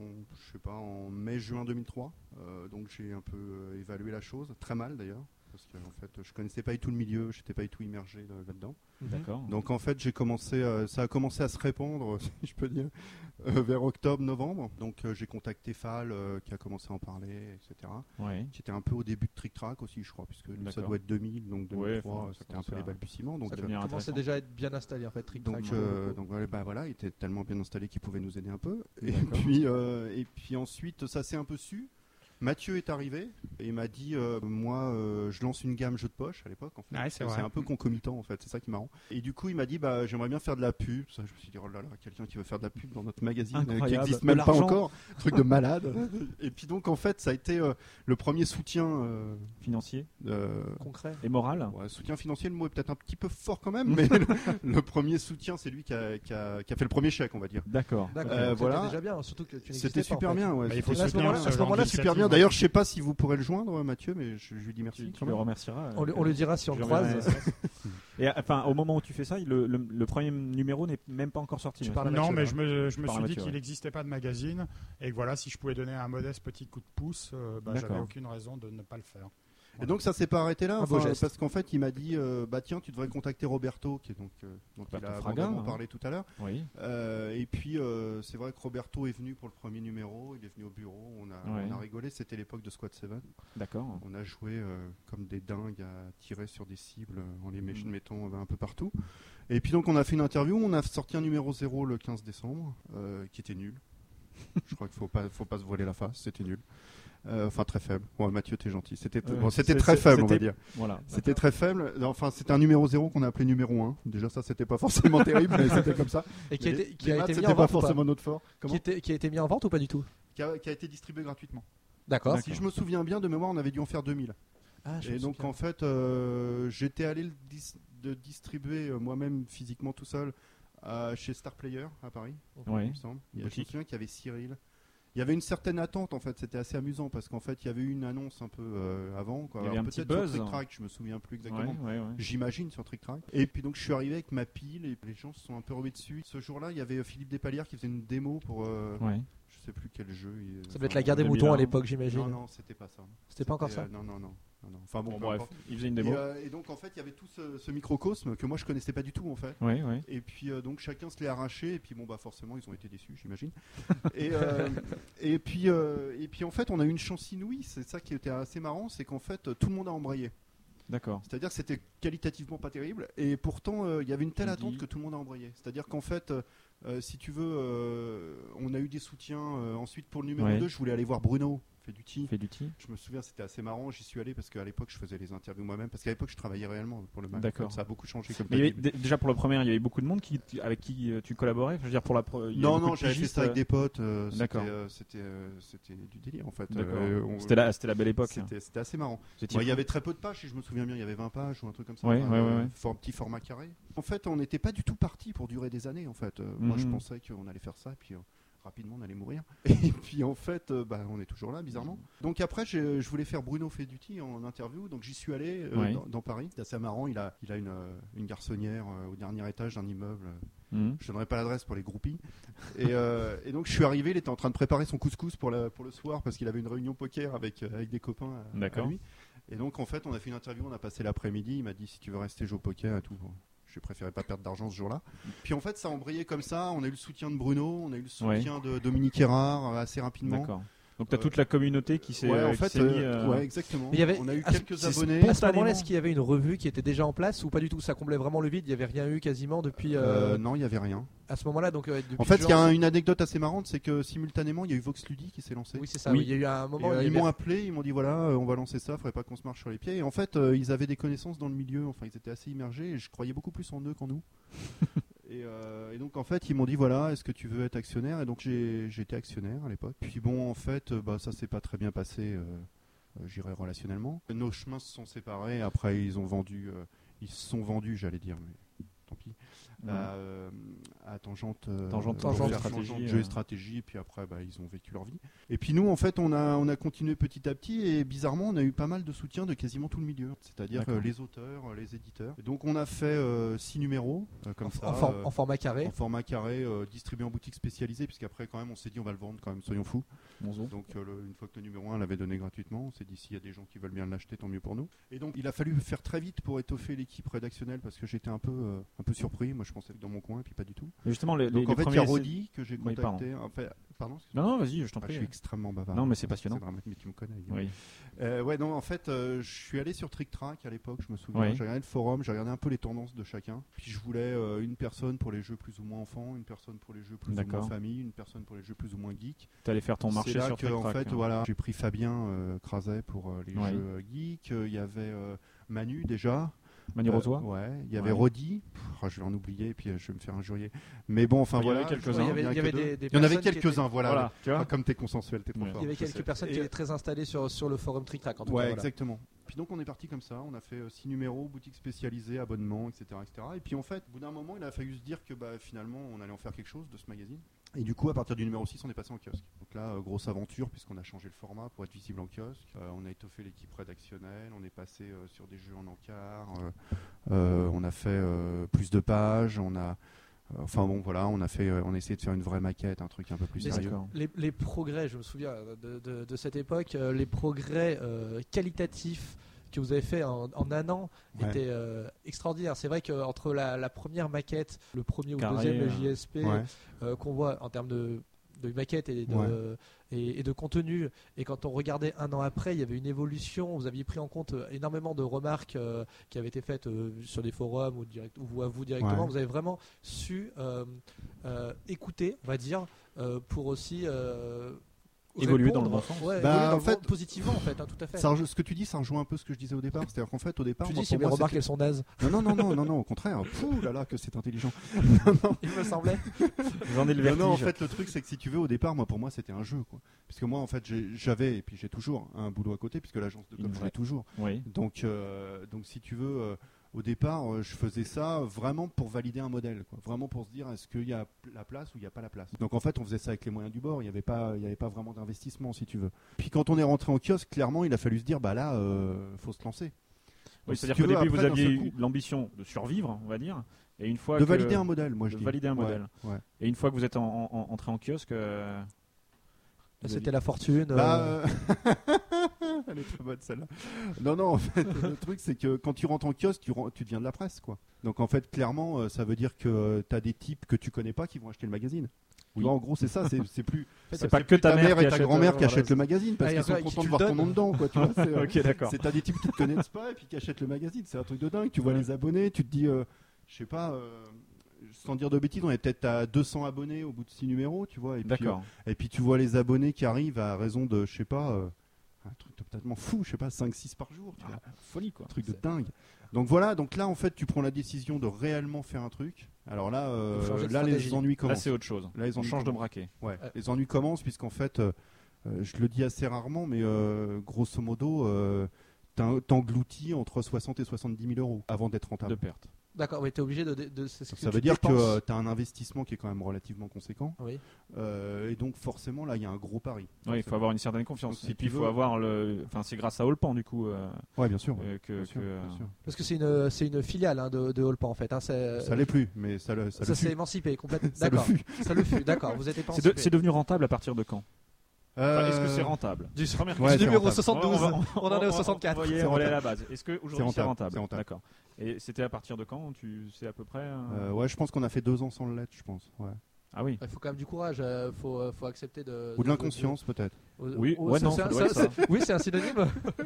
en mai-juin 2003. Donc j'ai un peu évalué la chose, très mal d'ailleurs, parce que en fait je connaissais pas du tout le milieu, j'étais pas du tout immergé là-dedans. D'accord. Donc en fait ça a commencé à se répandre, si je peux dire, vers octobre-novembre. Donc j'ai contacté Fall qui a commencé à en parler, etc. Ouais. Qui était un peu au début de Trick Track aussi, je crois, puisque ça D'accord. doit être 2000, donc 2003, Ouais, c'était un peu les balbutiements. Donc Ça devenir commençait intéressant. déjà à être bien installé en fait. Trick Track. donc voilà, il était tellement bien installé qu'il pouvait nous aider un peu. Et D'accord. puis ensuite, ça s'est un peu su. Mathieu est arrivé et il m'a dit moi je lance une gamme jeu de poche à l'époque en fait. Ouais, c'est vrai. un peu concomitant en fait, c'est ça qui est marrant. Et du coup il m'a dit j'aimerais bien faire de la pub. Ça, je me suis dit oh là là, quelqu'un qui veut faire de la pub dans notre magazine qui Incroyable. n'existe De même pas l'argent. encore, truc de malade. Et puis donc en fait ça a été le premier soutien Financier Concret. et moral. ouais, soutien financier, le mot est peut-être un petit peu fort quand même, mais le premier soutien c'est lui qui a fait le premier chèque on va dire. D'accord. D'accord. Voilà. C'était déjà bien, surtout que tu n'existais C'était pas, en super fait. bien, ouais. Bah, il faut Et à ce soutenir moment-là- ce à ce genre moment-là, Super d'initiative, bien. hein. D'ailleurs, je sais pas si vous pourrez le joindre, Mathieu, mais je lui dis merci. Tu le remercieras. On lui dira si on le croise. Et enfin, au moment où tu fais ça, le premier numéro n'est même pas encore sorti. Tu mais- parles à Non, Mathieu, mais hein. je me Par suis dit Mathieu, qu'il ouais. n'existait pas de magazine et que voilà, si je pouvais donner un modeste petit coup de pouce, j'avais D'accord. aucune raison de ne pas le faire. Et donc ça s'est pas arrêté là, Un beau enfin, geste. parce qu'en fait il m'a dit tiens tu devrais contacter Roberto qui est donc dont il Roberto a Fraga, abondamment hein. parlé tout à l'heure. Oui. Et puis c'est vrai que Roberto est venu pour le premier numéro, il est venu au bureau, on a rigolé, c'était l'époque de Squad 7. D'accord. On a joué comme des dingues à tirer sur des cibles en les mettant un peu partout. Et puis donc on a fait une interview, on a sorti un numéro 0 le 15 décembre qui était nul. Je crois qu'il faut pas se voiler la face, c'était nul. Enfin très faible. Ouais, Mathieu, t'es gentil. C'était très faible, on va dire. Voilà. C'était très faible. Enfin, c'était un numéro 0 qu'on a appelé numéro 1. Déjà, ça, c'était pas forcément terrible, mais c'était comme ça. Et qui a Les- été, qui les a maths, été mis c'était en pas vente ou pas forcément notre fort. Comment qui a été mis en vente ou pas du tout? Qui a été distribué gratuitement. D'accord. Si je me souviens bien, de mémoire, on avait dû en faire 2000. Ah, je Et me donc, souviens. en fait, j'étais allé le distribuer moi-même physiquement tout seul chez Star Player à Paris, Ouais. il me semble. Je me Boutique. souviens qu'il y avait Cyril. Il y avait une certaine attente en fait, c'était assez amusant parce qu'en fait il y avait eu une annonce un peu avant. Quoi. Il y avait Alors, un petit peut-être buzz. sur Trick Track, je me souviens plus exactement. Ouais. J'imagine sur Trick Track. Et puis donc je suis arrivé avec ma pile et les gens se sont un peu remis dessus. Ce jour-là, il y avait Philippe Despalières qui faisait une démo pour Ouais. je sais plus quel jeu. Ça devait être la guerre des moutons à l'époque, j'imagine. Non, c'était pas ça. C'était pas encore ça. Non. Enfin bon, Bon, peu bref, importe. il faisait une démo. Et donc en fait, il y avait tout ce microcosme que moi je connaissais pas du tout en fait. Ouais. Et puis donc chacun se l'est arraché et puis bon bah forcément ils ont été déçus j'imagine. et puis en fait on a eu une chance inouïe, c'est ça qui était assez marrant, c'est qu'en fait tout le monde a embrayé. D'accord. C'est-à-dire que c'était qualitativement pas terrible et pourtant il y avait une telle On attente dit- que tout le monde a embrayé. C'est-à-dire qu'en fait si tu veux on a eu des soutiens ensuite pour le numéro Ouais. 2 je voulais aller voir Bruno Feduti. Je me souviens, c'était assez marrant. J'y suis allé parce qu'à l'époque, je faisais les interviews moi-même. Parce qu'à l'époque, je travaillais réellement pour le mag. D'accord. Ça a beaucoup changé. Comme Mais déjà pour la première, il y avait beaucoup de monde avec qui tu collaborais. Je veux dire pour la. Non, j'avais fait ça avec des potes. D'accord. C'était du délire en fait. C'était la belle époque. C'était assez marrant. Il y avait très peu de pages, si je me souviens bien. Il y avait 20 pages ou un truc comme ça. Ouais. Petit format carré. En fait, on n'était pas du tout parti pour durer des années. En fait, moi, je pensais qu'on allait faire ça, et puis. Rapidement on allait mourir et puis en fait on est toujours là bizarrement. Donc après je voulais faire Bruno Feduti en interview, donc j'y suis allé dans Paris. C'est assez marrant, il a une garçonnière au dernier étage d'un immeuble. Je donnerai pas l'adresse pour les groupies et donc je suis arrivé, il était en train de préparer son couscous pour le soir parce qu'il avait une réunion poker avec des copains à lui. Et donc en fait on a fait une interview, on a passé l'après-midi, il m'a dit si tu veux rester jouer au poker et tout. J'ai préféré pas perdre d'argent ce jour-là. Puis en fait, ça a embrayé comme ça. On a eu le soutien de Bruno, on a eu le soutien de Dominique Erard assez rapidement. D'accord. Donc tu as toute la communauté qui s'est ouais, exactement. On a eu quelques abonnés. À ce moment-là, est-ce qu'il y avait une revue qui était déjà en place ou pas du tout? Ça comblait vraiment le vide. Il n'y avait rien eu quasiment depuis. Non, il n'y avait rien. À ce moment-là, donc. En fait, il y a une anecdote assez marrante, c'est que simultanément, il y a eu Vox Ludi qui s'est lancé. Oui, c'est ça. Oui. Il y a eu un moment. Ils m'ont appelé, ils m'ont dit voilà, on va lancer ça, faudrait pas qu'on se marche sur les pieds. Et en fait, ils avaient des connaissances dans le milieu. Enfin, ils étaient assez immergés. Et je croyais beaucoup plus en eux qu'en nous. Et donc en fait ils m'ont dit voilà, est-ce que tu veux être actionnaire? Et donc j'ai été actionnaire à l'époque. Puis bon en fait ça s'est pas très bien passé, j'irais relationnellement. Nos chemins se sont séparés. Après ils se sont vendus j'allais dire, mais tant pis. À Tangente stratégie, jeu et stratégie, et puis après ils ont vécu leur vie. Et puis nous en fait on a continué petit à petit et bizarrement on a eu pas mal de soutien de quasiment tout le milieu, c'est-à-dire les auteurs, les éditeurs. Et donc on a fait 6 numéros en format carré. En format carré, distribué en boutique spécialisée, puisqu'après quand même on s'est dit on va le vendre quand même, soyons fous. Donc une fois que le numéro 1 l'avait donné gratuitement, on s'est dit s'il y a des gens qui veulent bien l'acheter, tant mieux pour nous. Et donc il a fallu faire très vite pour étoffer l'équipe rédactionnelle parce que j'étais un peu surpris. Moi je pensais être dans mon coin et puis pas du tout. Et justement, donc en fait il y a Rodi que j'ai contacté. Pardon. Non, vas-y, je t'en prie. Je suis extrêmement bavard. Non mais c'est passionnant. Mais tu me connais. Oui. Non en fait je suis allé sur Trick Track à l'époque, je me souviens. J'ai regardé le forum, j'ai regardé un peu les tendances de chacun. Puis je voulais une personne pour les jeux plus ou moins enfants, une personne pour les jeux plus ou moins famille, une personne pour les jeux plus ou moins geek. T'allais faire ton marché sur Trick Track. En fait voilà, j'ai pris Fabien Craset pour les jeux geek. Il y avait Manu déjà. Manu Rosoy. Il y avait Rodi. Je vais en oublier et puis je vais me faire injurier. Mais bon, enfin voilà. Il y en avait quelques-uns, voilà. Tu vois, comme t'es consensuel, t'es trop fort. Il y avait quelques personnes qui étaient très installées sur le forum Trick Track en tout cas. Ouais, exactement. Puis donc on est parti comme ça, on a fait 6 numéros, boutique spécialisée, abonnement, etc., etc. Et puis en fait, au bout d'un moment, il a fallu se dire que finalement, on allait en faire quelque chose de ce magazine. Et du coup, à partir du numéro 6, on est passé en kiosque. Donc là, grosse aventure, puisqu'on a changé le format pour être visible en kiosque. On a étoffé l'équipe rédactionnelle, on est passé sur des jeux en encart, on a fait plus de pages, on a essayé de faire une vraie maquette, un truc un peu plus sérieux. Les progrès, je me souviens de cette époque, les progrès qualitatifs que vous avez fait en un an était extraordinaire. C'est vrai qu'entre la première maquette, le premier ou le deuxième, le JSP, qu'on voit en termes de maquette et de contenu, et quand on regardait un an après, il y avait une évolution. Vous aviez pris en compte énormément de remarques qui avaient été faites sur des forums ou à vous directement. Vous avez vraiment su écouter, on va dire, pour aussi évoluer dans le bon sens. En fait, positivement, en fait, tout à fait. Ce que tu dis, ça rejoint un peu ce que je disais au départ. C'est-à-dire qu'en fait, au départ, tu dis si mes remarques elles sont nazes. Non, au contraire. Pouh là là, que c'est intelligent. Il me semblait. J'en ai le vertige. Non, en fait, le truc, c'est que si tu veux, au départ, pour moi, c'était un jeu, quoi. Puisque moi, en fait, j'avais et puis j'ai toujours un boulot à côté, puisque l'agence de com, je l'ai toujours. Oui. Donc, si tu veux. Au départ, je faisais ça vraiment pour valider un modèle, quoi. Vraiment pour se dire est-ce qu'il y a la place ou il n'y a pas la place. Donc en fait, on faisait ça avec les moyens du bord. Il n'y avait pas vraiment d'investissement, si tu veux. Puis quand on est rentré en kiosque, clairement, il a fallu se dire là, faut se lancer. Oui, c'est-à-dire qu'au début, vous aviez eu l'ambition de survivre, on va dire, et une fois valider un modèle, moi je dis. Valider un modèle. Ouais. Et une fois que vous êtes entré en kiosque. C'était la fortune. Elle est très bonne celle-là. Non, en fait, le truc c'est que quand tu rentres en kiosque, tu deviens de la presse, quoi. Donc en fait, clairement, ça veut dire que tu as des types que tu connais pas qui vont acheter le magazine. Oui. En gros, c'est ça. C'est plus. C'est pas que ta mère et ta grand-mère qui achètent le magazine parce qu'ils sont contents de voir ton nom dedans, quoi. Tu vois, ok, d'accord. C'est t'as des types qui te connaissent pas et puis qui achètent le magazine. C'est un truc de dingue. Tu vois les abonnés, tu te dis, je sais pas. sans dire de bêtises, on est peut-être à 200 abonnés au bout de 6 numéros, tu vois. D'accord. Et puis tu vois les abonnés qui arrivent à raison de, je sais pas, un truc totalement fou, je sais pas, 5-6 par jour, tu vois. Folie, quoi. Un truc de dingue. Donc voilà, donc là en fait tu prends la décision de réellement faire un truc. Alors là, là les ennuis Là, commencent. c'est autre chose. Là, les On ennuis change de commencent. braquet. Ouais. Les ennuis commencent puisqu'en fait, je le dis assez rarement, mais grosso modo, t'engloutis entre 60 et 70 000 euros avant d'être rentable. De perte. D'accord, oui, t'es obligé de Ça veut dire que tu as un investissement qui est quand même relativement conséquent. Oui. Et donc forcément là il y a un gros pari. Oui, il faut avoir une certaine confiance. Donc, si Et puis il tu faut veux- avoir enfin, c'est grâce à Allpan du coup Ouais, bien sûr. que Bien sûr, bien sûr. Parce que c'est une filiale de Allpan en fait. Hein, Ça l'est plus, mais ça le Ça fut. s'est émancipé complètement. Ça le D'accord. fut. Ça le fut. D'accord. Vous êtes c'est, émancipé. c'est devenu rentable à partir de quand Enfin, est-ce que c'est rentable Du Première Ouais, du c'est numéro rentable. 72. On en est au va- 64. On va y C'est aller à rentable. la base. Est-ce qu'aujourd'hui c'est rentable, rentable c'est rentable. D'accord. Et c'était à partir de quand Tu sais à peu près Ouais, je pense qu'on a fait 2 ans sans le lettre, je pense. Ouais. Ah oui. Il faut quand même du courage. Faut accepter de. Ou de l'inconscience peut-être. Oui, ouais, non, ça doit être ça. Oui, c'est un synonyme.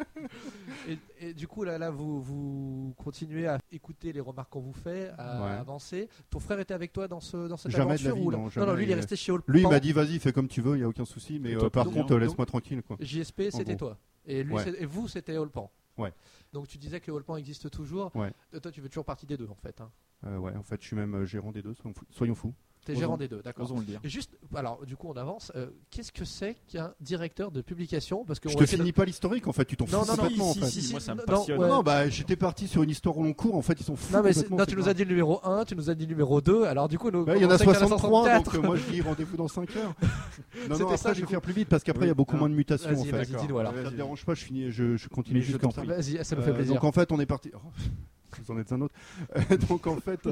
et du coup, là, vous continuez à écouter les remarques qu'on vous fait, à Ouais. avancer. Ton frère était avec toi dans cette Jamais de la aventure vie, ou là- non, jamais. non, lui, il est resté chez Allpan. Lui il m'a dit vas-y fais comme tu veux, il y a aucun souci, mais Et toi, par donc- contre laisse-moi tranquille quoi. JSP, c'était gros. toi. Et lui, Ouais. et vous, c'était Allpan. Ouais. Donc tu disais que Allpan existe toujours. Ouais. Toi, tu veux toujours partie des deux, en fait. Hein. Ouais, en fait je suis même gérant des deux, soyons fous. T'es Osons- gérant des deux, d'accord. Osons le dire. Et juste, alors, du coup, on avance. Qu'est-ce que c'est qu'un directeur de publication? Parce que Je on te va essayer de- finis pas l'historique en fait, tu t'en Non, fous non, non, complètement en si, fait. si, moi, ça me non, passionne. ouais. Non, bah j'étais parti sur une histoire au long cours, en fait ils sont fous. Non, mais complètement, non, ces tu nous gars. as dit le numéro 1, tu nous as dit le numéro 2. Alors, du coup, nous, Ouais, il y en a on sait qu'il 63, 64. donc moi je dis rendez-vous dans 5 heures. Non, C'était non, ça, après du je vais coup. faire plus vite parce qu'après il y a beaucoup Oui, moins de mutations en Vas-y, fait. vas-y, dis-nous alors. Ça te dérange pas, je continue Mais je juste t'en comme ça. prie. Vas-y, ça nous fait plaisir. Donc en fait on est parti. Oh, vous en êtes un autre. Donc en fait,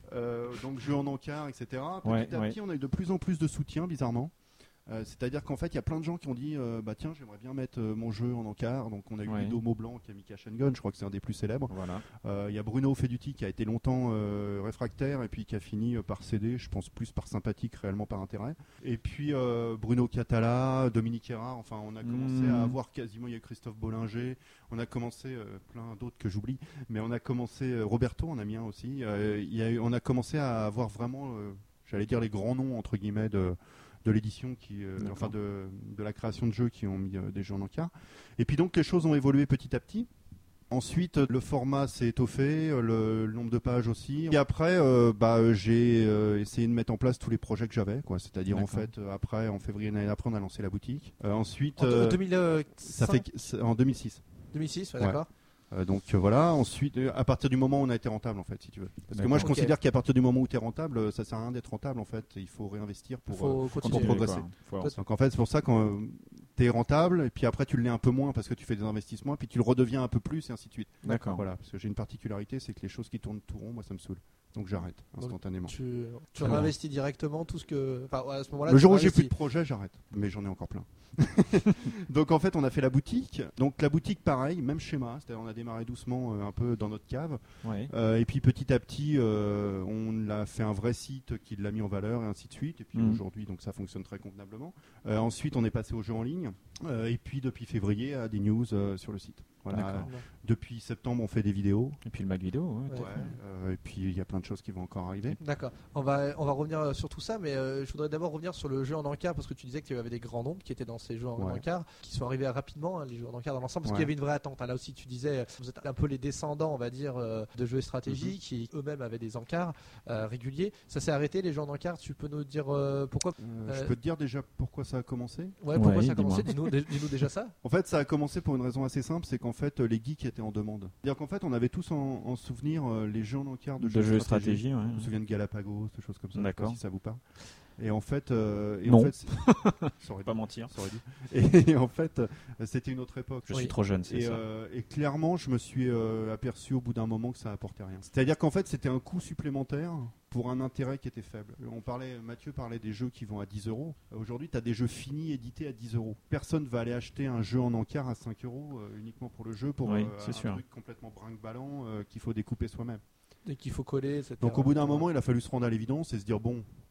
donc jeu en encart, etc. Petit Ouais, à ouais. petit, on a eu de plus en plus de soutien, bizarrement. C'est-à-dire qu'en fait, il y a plein de gens qui ont dit bah tiens, j'aimerais bien mettre mon jeu en encart. Donc on a eu Ouais. Ludo Maublanc qui a mis Cash and Gun, je crois que c'est un des plus célèbres. Voilà. Il y a Bruno Feduti qui a été longtemps réfractaire et puis qui a fini par céder, je pense plus par sympathie que réellement par intérêt. Et puis Bruno Catala, Dominique Erard, enfin on a commencé à avoir quasiment, il y a eu Christophe Bollinger, on a commencé plein d'autres que j'oublie, mais on a commencé, Roberto en a mis un aussi, on a commencé à avoir vraiment, j'allais dire les grands noms entre guillemets de l'édition enfin de la création de jeux qui ont mis des jeux en encart. Et puis donc les choses ont évolué petit à petit. Ensuite, le format s'est étoffé, le nombre de pages aussi. Et après, j'ai essayé de mettre en place tous les projets que j'avais, quoi. C'est-à-dire en fait, après, en février l'année après, on a lancé la boutique. Ensuite, En 2005, ça fait en 2006. 2006, ouais, Ouais. d'accord. Donc voilà, ensuite, à partir du moment où on a été rentable, en fait, si tu veux. Parce que moi, je Ok. considère qu'à partir du moment où tu es rentable, ça sert à rien d'être rentable, en fait. Il faut réinvestir pour. Faut continuer. pour progresser. Donc en fait, c'est pour ça quand tu es rentable, et puis après, tu l'es un peu moins parce que tu fais des investissements, et puis tu le redeviens un peu plus, et ainsi de suite. D'accord. Voilà, parce que j'ai une particularité, c'est que les choses qui tournent tout rond, moi, ça me saoule. Donc j'arrête Donc, instantanément. Tu Voilà. réinvestis directement tout ce que. Enfin, à ce moment-là, Le tu jour où j'ai réinvestis. plus de projet, j'arrête. Mais j'en ai encore plein. Donc en fait, on a fait la boutique. Donc la boutique, pareil, même schéma. C'est-à-dire on a démarré doucement un peu dans notre cave. Ouais. Et puis petit à petit, on a fait un vrai site qui l'a mis en valeur et ainsi de suite. Et puis aujourd'hui, donc ça fonctionne très convenablement. Ensuite, on est passé aux jeux en ligne. Et puis depuis février, à des news sur le site. Voilà. D'accord. Depuis septembre, on fait des vidéos. Et puis le Mac vidéo. Ouais. Ouais. Et puis il y a plein de choses qui vont encore arriver. D'accord. On va revenir sur tout ça, mais je voudrais d'abord revenir sur le jeu en encart parce que tu disais qu'il y avait des grands noms qui étaient dans ces jeux en Ouais. encart, qui sont arrivés rapidement, hein, les jeux en encart dans l'ensemble, parce Ouais. qu'il y avait une vraie attente. Hein. Là aussi, tu disais, vous êtes un peu les descendants, on va dire, de jeux et stratégie, qui eux-mêmes avaient des encarts réguliers. Ça s'est arrêté, les jeux en encart. Tu peux nous dire pourquoi Je peux te dire déjà pourquoi ça a commencé. Ouais, pourquoi Ouais, ça a commencé? dis-moi. Dis-nous déjà ça. En fait, ça a commencé pour une raison assez simple, c'est qu'en fait, les geeks étaient en demande. C'est-à-dire qu'en fait, on avait tous en souvenir les jeux en encart de De jeux de et stratégie. Ouais. Je me souviens de Galapagos, des choses comme ça. D'accord. Je sais pas si ça vous parle. Et en fait, Non. ça aurait Pas dû. mentir. Ça aurait dû. Et en fait, c'était une autre époque. Je Oui. suis trop jeune, c'est Et, ça. et clairement, je me suis aperçu au bout d'un moment que ça apportait rien. C'est-à-dire qu'en fait, c'était un coût supplémentaire pour un intérêt qui était faible. Mathieu parlait des jeux qui vont à 10 euros. Aujourd'hui, tu as des jeux finis édités à 10 euros. Personne va aller acheter un jeu en encart à 5 euros uniquement pour le jeu, pour Oui, un c'est sûr. truc complètement brinque-ballant qu'il faut découper soi-même. Et qu'il faut coller, etc. Donc au bout d'un moment, il a fallu se rendre à l'évidence et se dire bon,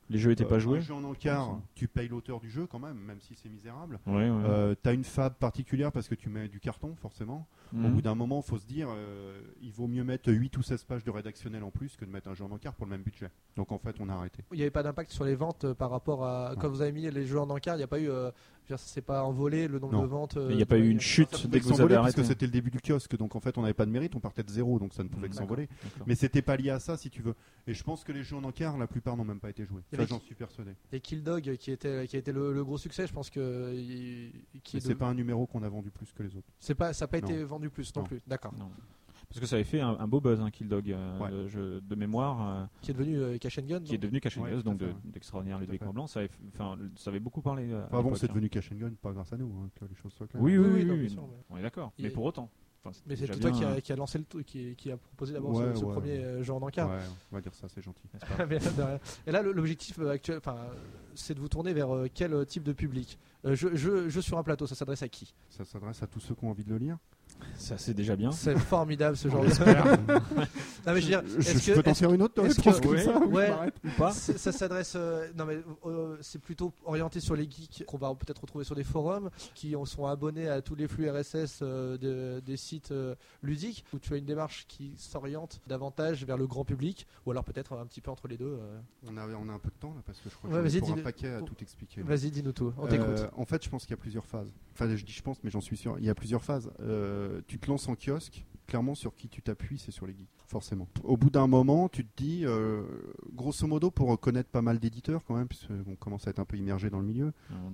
Les jeux étaient pas joués. Un jeu en encart, tu payes l'auteur du jeu quand même si c'est misérable. Ouais. T'as une fab particulière parce que tu mets du carton, forcément. Au bout d'un moment, il faut se dire, il vaut mieux mettre 8 ou 16 pages de rédactionnel en plus que de mettre un jeu en encart pour le même budget. Donc en fait, on a arrêté. Il n'y avait pas d'impact sur les ventes par rapport à quand vous avez mis les jeux en encart. Il n'y a pas eu, ça s'est pas envolé le nombre de ventes. Il n'y a pas eu une chute dès que vous avez arrêté. Parce que c'était le début du kiosque, donc en fait, on n'avait pas de mérite, on partait de zéro, donc ça ne pouvait que s'envoler. Mais c'était pas lié à ça, si tu veux. Et je pense que les jeux en encart, la plupart n'ont même pas été joués. Ça, j'en suis persuadé. Et Kill Dog, qui a été le gros succès, je pense que. C'est pas un numéro qu'on a vendu plus que les autres. Ça n'a pas été vendu plus non plus. D'accord. Non. Parce que ça avait fait un beau buzz, Kill Dog, de mémoire. Qui est devenu Cash and Gun. Qui est devenu Cash and Gun, donc d'extraordinaire Ludovic Blanc. Ça avait beaucoup parlé. Avant, c'est devenu Cash and Gun, pas grâce à nous, que les choses soient claires. Oui, on est d'accord. Mais pour autant. Mais c'est toi qui a lancé le truc, qui a proposé d'abord ce premier jeu en encart. Ouais, on va dire ça, c'est gentil. Et là, l'objectif actuel, c'est de vous tourner vers quel type de public jeu sur un plateau, ça s'adresse à qui? Ça s'adresse à tous ceux qui ont envie de le lire. Ça, c'est déjà bien. C'est formidable ce genre de. Non, mais je peux t'en faire une autre réponse comme ça ou pas. Ça s'adresse. Non, mais c'est plutôt orienté sur les geeks qu'on va peut-être retrouver sur des forums qui sont abonnés à tous les flux RSS des sites ludiques, où tu as une démarche qui s'oriente davantage vers le grand public, ou alors peut-être un petit peu entre les deux. On a un peu de temps là parce que je crois que j'ai un paquet à tout expliquer. Vas-y, dis-nous tout. On t'écoute. En fait, je pense qu'il y a plusieurs phases. Enfin, je dis je pense, mais j'en suis sûr. Il y a plusieurs phases. Tu te lances en kiosque, clairement sur qui tu t'appuies, c'est sur les geeks, forcément. Au bout d'un moment, tu te dis, grosso modo, pour connaître pas mal d'éditeurs quand même, puisqu'on commence à être un peu immergé dans le milieu,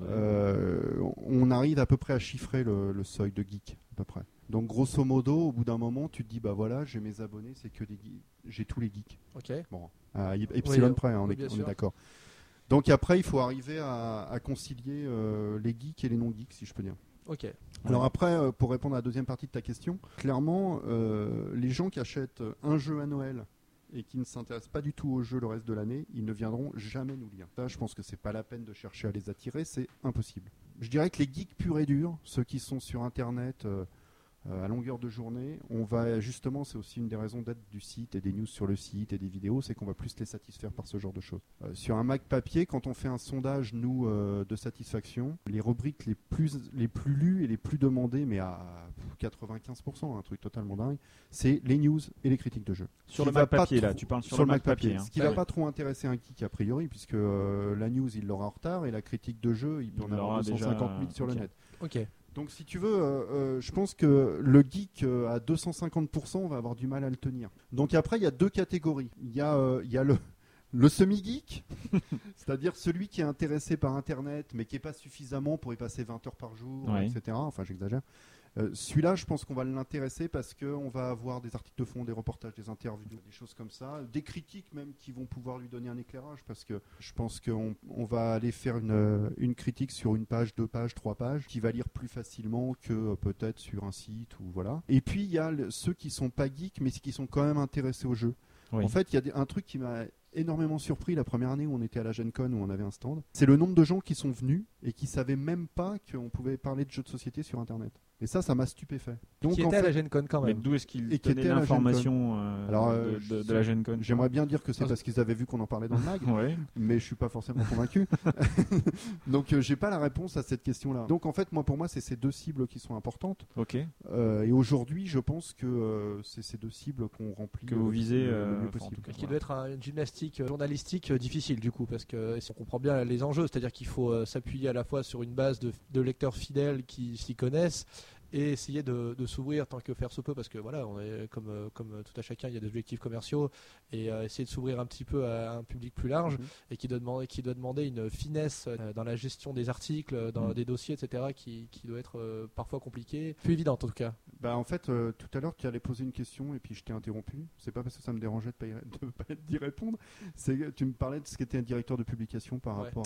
on arrive à peu près à chiffrer le seuil de geek, à peu près. Donc grosso modo, au bout d'un moment, tu te dis, bah voilà, j'ai mes abonnés, c'est que des geeks, j'ai tous les geeks. Ok. Bon, à epsilon près, on est d'accord. Donc après, il faut arriver à concilier les geeks et les non-geeks, si je peux dire. Ok. Alors après, pour répondre à la deuxième partie de ta question, clairement, les gens qui achètent un jeu à Noël et qui ne s'intéressent pas du tout au jeu le reste de l'année, ils ne viendront jamais nous lire. Ça, je pense que c'est pas la peine de chercher à les attirer, c'est impossible. Je dirais que les geeks purs et durs, ceux qui sont sur Internet à longueur de journée, on va justement, c'est aussi une des raisons d'être du site et des news sur le site et des vidéos, c'est qu'on va plus les satisfaire par ce genre de choses. Sur un Mac papier, quand on fait un sondage, nous, de satisfaction, les rubriques les plus lues et les plus demandées, mais à 95%, un truc totalement dingue, c'est les news et les critiques de jeux. Sur le Mac papier, là, tu parles sur le Mac papier. Ce qui ne va pas trop intéresser un geek a priori, puisque la news, il l'aura en retard, et la critique de jeu, il peut en avoir 250 000 sur le net. Ok. Donc si tu veux, je pense que le geek à 250%, on va avoir du mal à le tenir. Donc après, il y a deux catégories. Il y a le semi-geek, c'est-à-dire celui qui est intéressé par Internet, mais qui n'est pas suffisamment pour y passer 20 heures par jour, etc. Enfin, j'exagère. Celui-là, je pense qu'on va l'intéresser parce qu'on va avoir des articles de fond, des reportages, des interviews, des choses comme ça, des critiques même qui vont pouvoir lui donner un éclairage, parce que je pense qu'on va aller faire une critique sur une page, 2 pages, 3 pages, qui va lire plus facilement que peut-être sur un site ou voilà. Et puis il y a ceux qui sont pas geeks mais qui sont quand même intéressés au jeu. En fait, il y a un truc qui m'a énormément surpris la première année où on était à la Gen Con, où on avait un stand. C'est le nombre de gens qui sont venus et qui savaient même pas qu'on pouvait parler de jeux de société sur Internet. Et ça m'a stupéfait. Donc, qui était à la Gen Con quand même. Mais d'où est-ce qu'ils tenaient l'information de la Gen Con? J'aimerais bien dire que c'est parce qu'ils avaient vu qu'on en parlait dans le mag, mais je suis pas forcément convaincu. Donc j'ai pas la réponse à cette question-là. Donc en fait, pour moi, c'est ces deux cibles qui sont importantes. Ok. Et aujourd'hui, je pense que c'est ces deux cibles qu'on remplit que vous visez le mieux possible. Qui doit être une gymnastique journalistique difficile du coup, parce que si on comprend bien les enjeux, c'est-à-dire qu'il faut s'appuyer à la fois sur une base de lecteurs fidèles qui s'y connaissent, et essayer de s'ouvrir tant que faire se peut, parce que voilà, on est comme tout à chacun, il y a des objectifs commerciaux, et essayer de s'ouvrir un petit peu à un public plus large, et qui doit demander une finesse dans la gestion des articles, dans des dossiers, etc., qui doit être parfois compliqué, plus évidente en tout cas. Bah en fait, tout à l'heure tu allais poser une question et puis je t'ai interrompu. C'est pas parce que ça me dérangeait de pas d'y répondre. Tu me parlais de ce qu'était un directeur de publication par rapport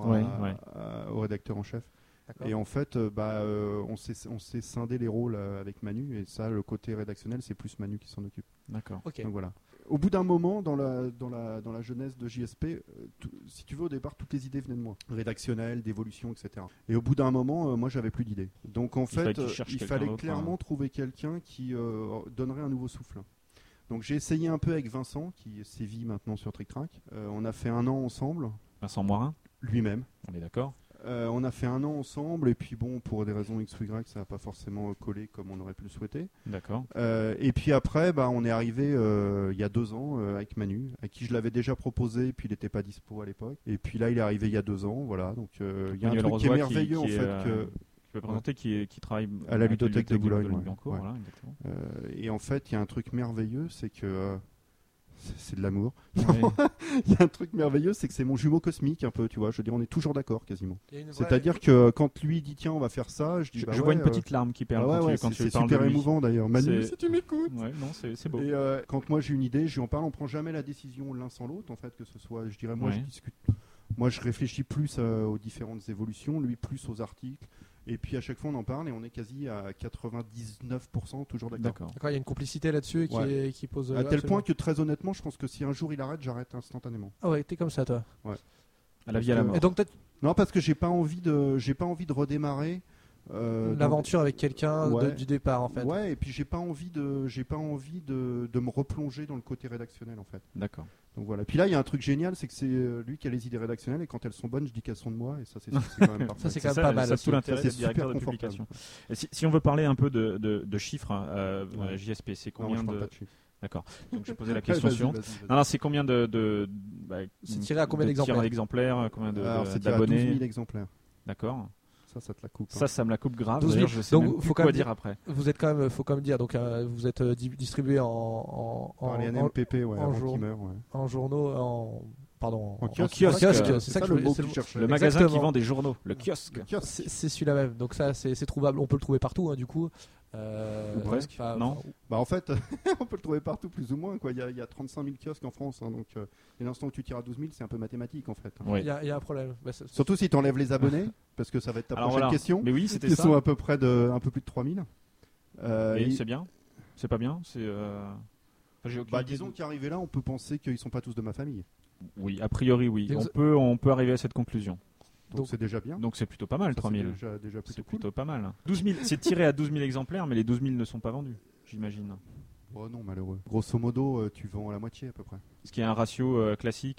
au rédacteur en chef. D'accord. Et en fait, on s'est scindé les rôles avec Manu, et ça, le côté rédactionnel, c'est plus Manu qui s'en occupe. D'accord. Okay. Donc voilà. Au bout d'un moment, dans la jeunesse de JSP, si tu veux, au départ, toutes les idées venaient de moi, rédactionnelles, d'évolution, etc. Et au bout d'un moment, moi, j'avais plus d'idées. Donc en fait, il fallait clairement trouver quelqu'un qui donnerait un nouveau souffle. Donc j'ai essayé un peu avec Vincent, qui sévit maintenant sur Trick Track. On a fait 1 an ensemble, Vincent Moirin, lui-même. on est d'accord. On a fait 1 an ensemble, et puis bon, pour des raisons X ou Y, ça n'a pas forcément collé comme on aurait pu le souhaiter. D'accord. Et puis après, on est arrivé il y a 2 ans avec Manu, à qui je l'avais déjà proposé, puis il n'était pas dispo à l'époque. Et puis là, il est arrivé il y a 2 ans, voilà. Donc il y a un Manuel truc qui est Rozoy merveilleux en qui est, fait. Tu peux présenter qui travaille À la avec ludothèque de Boulogne, ouais. Billancourt, Ouais. voilà, exactement. Et en fait, il y a un truc merveilleux, c'est que c'est de l'amour. Ouais. Il y a un truc merveilleux, c'est que c'est mon jumeau cosmique un peu, tu vois. Je veux dire, on est toujours d'accord quasiment. Il y a une vraie- C'est-à-dire que quand lui dit tiens, on va faire ça, je dis Je bah vois ouais, une petite larme qui perle ah ouais, quand c'est tu parles super de lui. émouvant d'ailleurs. Manu, C'est- si tu m'écoutes. Ouais, non, c'est beau. Et quand moi j'ai une idée, je lui en parle, on prend jamais la décision l'un sans l'autre en fait, que ce soit, je dirais moi Ouais. je discute, moi je réfléchis plus aux différentes évolutions, lui plus aux articles, et puis à chaque fois on en parle et on est quasi à 99% toujours d'accord. D'accord. D'accord, il y a une complicité là-dessus qui pose. À tel absolument. point que très honnêtement, je pense que si un jour il arrête, j'arrête instantanément. Ah ouais, t'es comme ça toi. À la vie à la que- mort. Et donc peut-être Non, parce que j'ai pas envie de redémarrer l'aventure avec quelqu'un Ouais. du départ en fait. Ouais, et puis j'ai pas envie de me replonger dans le côté rédactionnel en fait. D'accord. Donc voilà. Puis là, il y a un truc génial, c'est que c'est lui qui a les idées rédactionnelles et quand elles sont bonnes, je dis qu'elles sont de moi et ça c'est quand même parfait. Ça c'est quand même pas mal. Ça, aussi. tout l'intérêt C'est d'être directeur de super publication. confortable. Et si on veut parler un peu de chiffres, Ouais. JSP, c'est Non, moi, combien je parle de. pas de chiffres. D'accord. Donc j'ai posé la question Vas-y, suivante. vas-y. Non, non, c'est combien C'est tiré à combien de d'exemplaires d'exemplaires, combien Alors, c'est tiré à 12 d'abonnés 000 exemplaires. D'accord. Ça te la coupe. hein. Ça me la coupe grave. 12 000. D'ailleurs, je sais Donc, même faut plus quand quoi même dire dire- après. Vous êtes quand même, faut quand même dire, donc vous êtes distribué en Par les NMPP, ouais, en avant jour. qu'ils meurent, ouais. en journaux, pardon, En kiosque. kiosque, c'est ça que je le voulais- mot c'est que le- je cherchais. Le magasin Exactement. qui vend des journaux, le kiosque. Le kiosque. C'est celui-là même. Donc ça, c'est trouvable. On peut le trouver partout, hein, du coup. Ou presque. Non. Bah en fait, on peut le trouver partout plus ou moins. Quoi. Il y a 35 000 kiosques en France. Hein, donc, et l'instant où tu tires à 12 000, c'est un peu mathématique en fait. hein. Oui. Il y a un problème. Bah, Surtout si tu enlèves les abonnés, parce que ça va être ta Alors prochaine voilà. question. Mais oui, c'était Qui ça. sont à peu près un peu plus de 3 000. Et Et- c'est bien. C'est pas bien. C'est. J'ai aucune bah, idée disons de- qu'arrivé là, on peut penser qu'ils sont pas tous de ma famille. Oui, a priori, oui. Donc, On peut arriver à cette conclusion. Donc Donc- c'est déjà bien. Donc c'est plutôt pas mal, Ça, 3000. C'est déjà C'est plutôt cool. plutôt pas mal. 12 000, c'est tiré à 12 000 exemplaires, mais les 12 000 ne sont pas vendus, j'imagine. Oh non, malheureux. Grosso modo, tu vends à la moitié à peu près. Ce qui est un ratio classique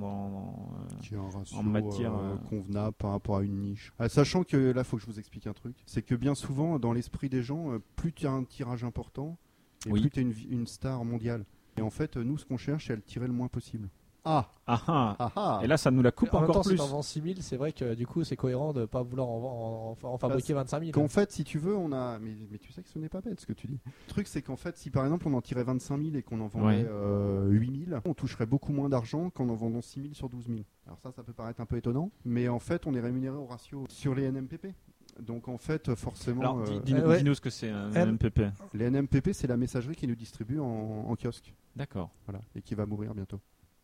Qui est un ratio en matière, convenable par rapport à une niche. Sachant que là, faut que je vous explique un truc. C'est que bien souvent, dans l'esprit des gens, plus tu as un tirage important, et Oui. plus tu es une star mondiale. Et en fait, nous, ce qu'on cherche, c'est à le tirer le moins possible. Ah Ah ah. Ah ah Et là, ça nous la coupe En même encore temps, si plus. t'en vends 6 000, c'est vrai que du coup, c'est cohérent de pas vouloir en fabriquer 25 000. Qu'en fait, si tu veux, on a. Mais tu sais que ce n'est pas bête ce que tu dis. Le truc, c'est qu'en fait, si par exemple on en tirait 25 000 et qu'on en vendait 8 000, on toucherait beaucoup moins d'argent qu'en en vendant 6 000 sur 12 000. Alors ça peut paraître un peu étonnant, mais en fait, on est rémunéré au ratio sur les NMPP. Donc en fait, forcément, Alors, dis-nous ouais. dis-nous ce que c'est un M. MPP. les NMPP, c'est la messagerie qui nous distribue en kiosque. D'accord, Voilà, et qui va mourir bientôt.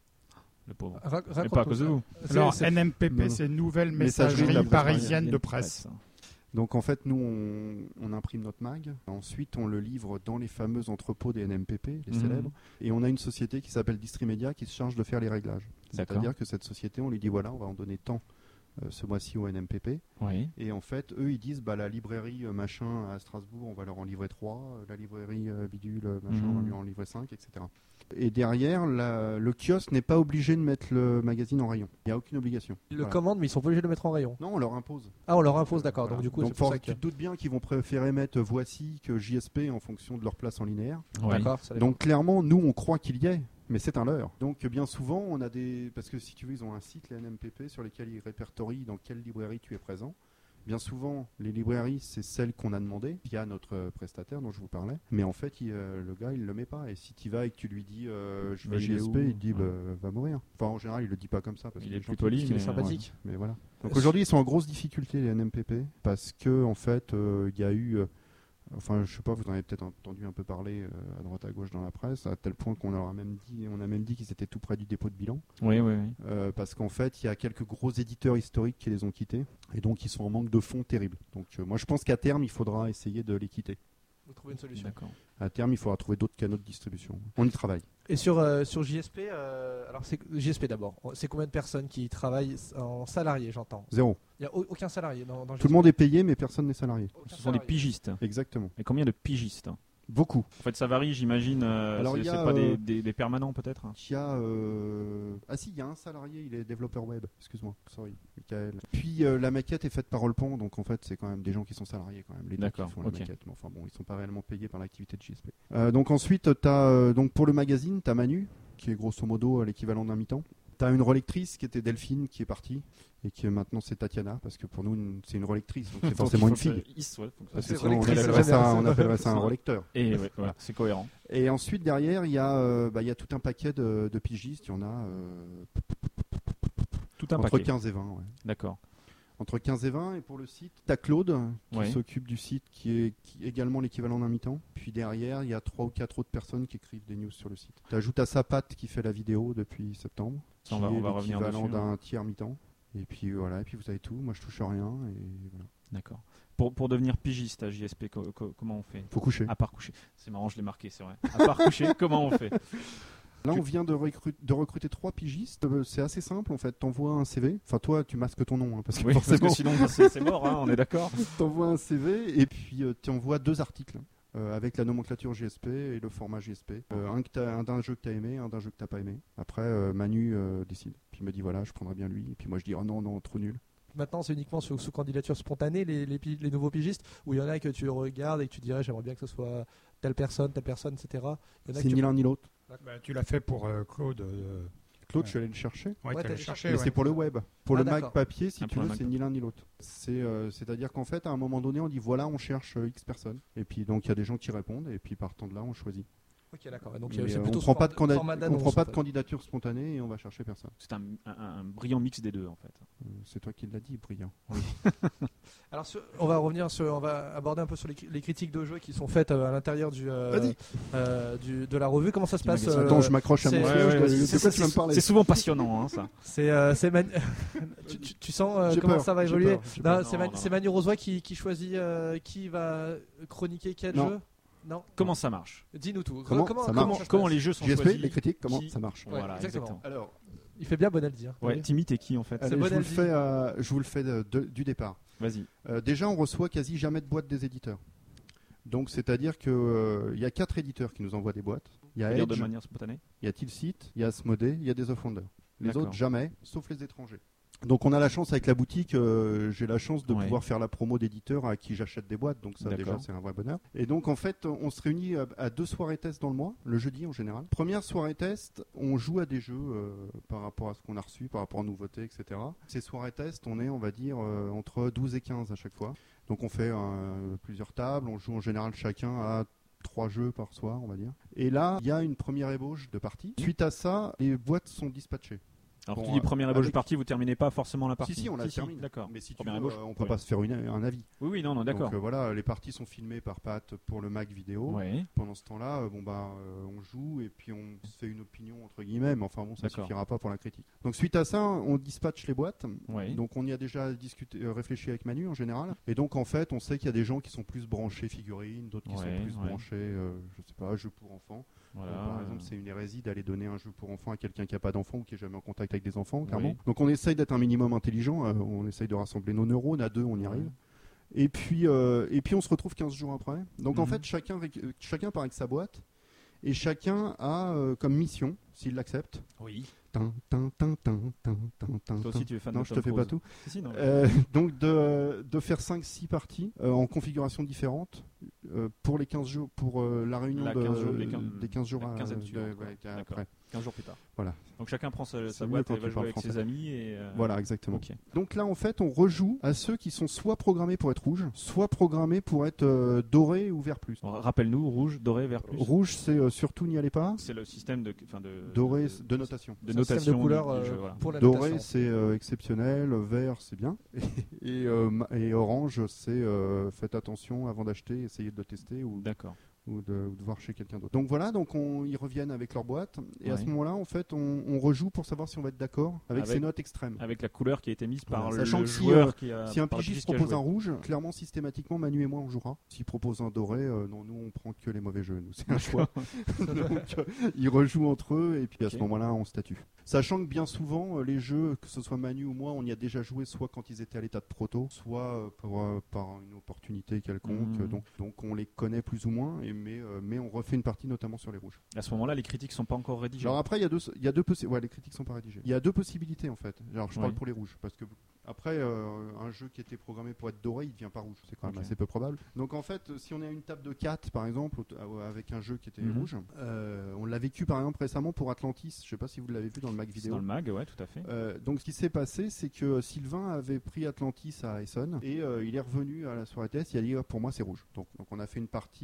le pauvre. Raconte-nous Et pas à cause de ça. vous. Alors, C'est- NMPP, Non, non. c'est Nouvelle Messagerie de Messagerie la presse Parisienne de Presse. Donc en fait, nous, on imprime notre mag. Ensuite, on le livre dans les fameux entrepôts des NMPP, les Mhm. célèbres. Et on a une société qui s'appelle Distrimedia qui se charge de faire les réglages. D'accord. C'est-à-dire que cette société, on lui dit voilà, on va en donner tant ce mois-ci au NMPP. Oui. Et en fait, eux, ils disent bah, la librairie machin à Strasbourg, on va leur en livrer 3. La librairie bidule machin, on va lui en livrer 5, etc. Et derrière, le kiosque n'est pas obligé de mettre le magazine en rayon. Il n'y a aucune obligation. Ils le Voilà. commandent, mais ils sont pas obligés de le mettre en rayon. Non, on leur impose. Ah, on leur impose, d'accord. Voilà. Donc du coup, c'est pour ça que. tu te doutes bien qu'ils vont préférer mettre Voici que JSP en fonction de leur place en linéaire. Oui. D'accord. ça dépend. Donc clairement, nous, on croit qu'il y est, mais c'est un leurre. Donc bien souvent, on a des... Parce que si tu veux, ils ont un site, les NMPP, sur lesquels ils répertorient dans quelle librairie tu es présent. Bien souvent, les librairies, c'est celles qu'on a demandées via notre prestataire dont je vous parlais. Mais en fait, le gars, il le met pas. Et si tu vas et que tu lui dis je Mais vais il est JSP, où il te dit Ouais. va mourir. Enfin, en général, il le dit pas comme ça. Parce Il qu'il est plus gentil, poli, parce qu'il mais est sympathique. Ouais, mais voilà. Donc aujourd'hui, ils sont en grosse difficulté, les NMPP, parce que en fait, il y a eu... Enfin, je sais pas, vous en avez peut-être entendu un peu parler à droite à gauche dans la presse, à tel point qu'on a même dit qu'ils étaient tout près du dépôt de bilan. Oui, oui, oui. Parce qu'en fait, il y a quelques gros éditeurs historiques qui les ont quittés, et donc ils sont en manque de fonds terrible. Donc moi, je pense qu'à terme, il faudra essayer de les quitter. Faut trouver une solution. D'accord. À terme, il faudra trouver d'autres canaux de distribution. On y travaille. Et sur JSP, alors c'est JSP d'abord. C'est combien de personnes qui travaillent en salarié, j'entends. 0. Il n'y a aucun salarié dans Tout le monde est payé, mais personne n'est salarié. Aucun Ce sont des salarié. pigistes. Exactement. Et combien de pigistes Beaucoup. En fait, ça varie, j'imagine. Alors, C'est il y a, pas des permanents, peut-être. Il y a ah si, il y a un salarié, il est développeur web. Excuse-moi, sorry, Michael. Puis la maquette est faite par Rollpan, donc en fait c'est quand même des gens qui sont salariés quand même, les deux qui font la maquette. Mais enfin bon, ils sont pas réellement payés par l'activité de JSP. Donc ensuite, donc pour le magazine, t'as Manu, qui est grosso modo l'équivalent d'un mi-temps. T'as une relectrice qui était Delphine, qui est partie, et qui maintenant c'est Tatiana, parce que pour nous c'est une relectrice, donc c'est forcément une fille. Parce que sinon on appellerait ça un relecteur. Et ouais, voilà, c'est cohérent. Et ensuite derrière il y a tout un paquet de pigistes, il y en a tout un entre paquet. 15 et 20. Ouais. D'accord. Entre 15 et 20, et pour le site, t'as Claude qui Ouais. s'occupe du site, qui est également l'équivalent d'un mi-temps. Puis derrière, il y a 3 ou 4 autres personnes qui écrivent des news sur le site. T'ajoutes à ça Pat qui fait la vidéo depuis septembre, Ça, qui on est va revenir l'équivalent dessus. d'un tiers mi-temps. Et puis voilà, et puis vous avez tout. Moi je touche rien et voilà. D'accord. Pour devenir pigiste à JSP, comment on fait? Faut coucher. À part coucher. C'est marrant, je l'ai marqué, c'est vrai. À part coucher, comment on fait? Là, on vient de recruter 3 pigistes. C'est assez simple en fait. T'envoies un CV. Enfin, toi, tu masques ton nom, hein, parce que Oui, parce forcément, que sinon c'est mort, hein, on est d'accord. t'envoies un CV et puis tu envoies 2 articles avec la nomenclature JSP et le format JSP. Un d'un jeu que t'as aimé, un d'un jeu que t'as pas aimé. Après, Manu décide. Puis il me dit voilà, je prendrai bien lui. Et puis moi, je dis oh non, trop nul. Maintenant, c'est uniquement sous candidature spontanée, les nouveaux pigistes, où il y en a que tu regardes et que tu dirais j'aimerais bien que ce soit telle personne, etc. Il y en a C'est que ni l'un ni l'autre. Bah, tu l'as fait pour Claude. Claude, je suis allé le chercher. Ouais, Ouais, t'es allé t'as- chercher. Mais ouais. c'est pour le web. Pour le d'accord. Mac papier, si Ah, tu pour le veux, Mac c'est ni l'un ni l'autre. C'est-à-dire qu'en fait, à un moment donné, on dit voilà, on cherche X personnes. Et puis donc, il y a des gens qui répondent. Et puis partant de là, on choisit. Ok, d'accord. Donc Mais, c'est on plutôt prend pas de format d'annonce, en fait. candidature spontanée et on va chercher personne. C'est un brillant mix des deux, en fait. C'est toi qui l'as dit, brillant. Alors, on va aborder un peu sur les critiques de jeux qui sont faites à l'intérieur de la revue. Comment ça se passe Attends, je m'accroche à mon c'est- feu. ouais, De quoi tu vas me parler? C'est souvent passionnant, hein, ça. tu sens J'ai comment peur, ça va j'ai évoluer? peur, j'ai Non, peur. Non, c'est Manu Rosoy qui choisit qui va chroniquer quel Non. jeu? Non. Comment ça marche? Dis-nous tout. Comment ça marche Comment les jeux sont JSP, choisis? les critiques, comment Qui- ça marche? Ouais, Voilà, exactement. exactement. Alors, Il fait bien Bonal dire. Ouais, Timmy, t'es qui, en fait? allez, Bonaldi. je vous le fais du départ. Vas-y. Déjà, on reçoit quasi jamais de boîtes des éditeurs. Donc, c'est-à-dire que y a 4 éditeurs qui nous envoient des boîtes. Il y a Faut dire Edge, de manière spontanée. il y a Tilsit, il y a Asmodee, il y a Days of Wonder. Les D'accord. autres, jamais, sauf les étrangers. Donc on a la chance avec la boutique, j'ai la chance de Ouais. pouvoir faire la promo d'éditeurs à qui j'achète des boîtes, donc ça D'accord. déjà c'est un vrai bonheur. Et donc en fait on se réunit à 2 soirées test dans le mois, le jeudi en général. Première soirée test, on joue à des jeux par rapport à ce qu'on a reçu, par rapport aux nouveautés, etc. Ces soirées test, on est on va dire entre 12 et 15 à chaque fois. Donc on fait plusieurs tables, on joue en général chacun à 3 jeux par soir, on va dire. Et là, il y a une première ébauche de partie. Suite à ça, les boîtes sont dispatchées. Alors, Bon, tu dis première ébauche de avec- partie, vous terminez pas forcément la partie. Si, on la termine. D'accord. Mais si tu Première veux, ébauche. on peut Ouais. pas se faire un avis. Oui, non, d'accord. Donc voilà, les parties sont filmées par Pat pour le Mac vidéo. Ouais. Pendant ce temps-là, on joue et puis on se fait une opinion entre guillemets, mais enfin bon, ça D'accord. suffira pas pour la critique. Donc suite à ça, on dispatche les boîtes. Ouais. Donc on y a déjà discuté, réfléchi avec Manu en général. Et donc en fait, on sait qu'il y a des gens qui sont plus branchés figurines, d'autres qui Ouais, sont plus ouais. branchés, je sais pas, jeux pour enfants. Voilà. Par exemple, c'est une hérésie d'aller donner un jeu pour enfants à quelqu'un qui n'a pas d'enfant ou qui est jamais en contact avec des enfants, clairement. Oui. Donc on essaye d'être un minimum intelligent, on essaye de rassembler nos neurones, à 2 on y Ouais. arrive. Et puis on se retrouve 15 jours après. Donc en Mhm. fait, chacun part avec sa boîte et chacun a comme mission, s'il l'accepte. Oui. Tin, tin, tin, tin, tin, tin, tin, Toi aussi, tin. tu es fan Non, de je te Tom fais pas Cruise. tout. Si, non. Donc de faire 5-6 parties en configuration différente pour les 15 jours, pour la réunion La 15 jours, les 15 jours la quinzaine suivante, quoi. après. D'accord. 15 jours plus tard. Voilà. Donc chacun prend sa C'est boîte mieux et quand va tu jouer parles avec ses français. amis. Et, Voilà, exactement. Ok. Donc là, en fait, on rejoue à ceux qui sont soit programmés pour être rouges, soit programmés pour être dorés ou vert plus. Rappelle-nous, rouge, doré, vert plus. Rouge, c'est surtout n'y allez pas. C'est le système de Doré, de notation. de C'est un système notation de couleurs du jeu, voilà. pour la Doré, notation. c'est exceptionnel. Vert, c'est bien. Et orange, c'est faites attention avant d'acheter, essayez de le tester ou D'accord. de voir chez quelqu'un d'autre. Donc voilà, donc ils reviennent avec leur boîte et à Ouais. ce moment-là, en fait, on rejoue pour savoir si on va être d'accord avec Avec- ces notes extrêmes. Avec la couleur qui a été mise par Voilà. le Sachant que si, joueur qui a. Si un par le pigiste qui a propose joué. un rouge, clairement, systématiquement, Manu et moi, on jouera. S'il propose un doré, non, nous, on prend que les mauvais jeux. Nous, c'est un choix. Donc, ils rejouent entre eux et puis à ce Ok. moment-là, on statue. Sachant que bien souvent, les jeux, que ce soit Manu ou moi, on y a déjà joué soit quand ils étaient à l'état de proto, soit par une opportunité quelconque. Mhm. Donc, on les connaît plus ou moins. Et mais on refait une partie notamment sur les rouges. À ce moment-là, les critiques sont pas encore rédigées. Alors après, il y a deux les critiques sont pas rédigées. Il y a deux possibilités en fait. Alors je parle pour les rouges parce que après un jeu qui était programmé pour être doré, il devient pas rouge. C'est quand même assez peu probable. Donc en fait, si on est à une table de 4 par exemple avec un jeu qui était rouge, on l'a vécu par exemple récemment pour Atlantis. Je sais pas si vous l'avez vu dans le mag vidéo. Dans le mag, ouais, tout à fait. Donc ce qui s'est passé, c'est que Sylvain avait pris Atlantis à Essonne et il est revenu à la soirée test. Il a dit pour moi c'est rouge. Donc on a fait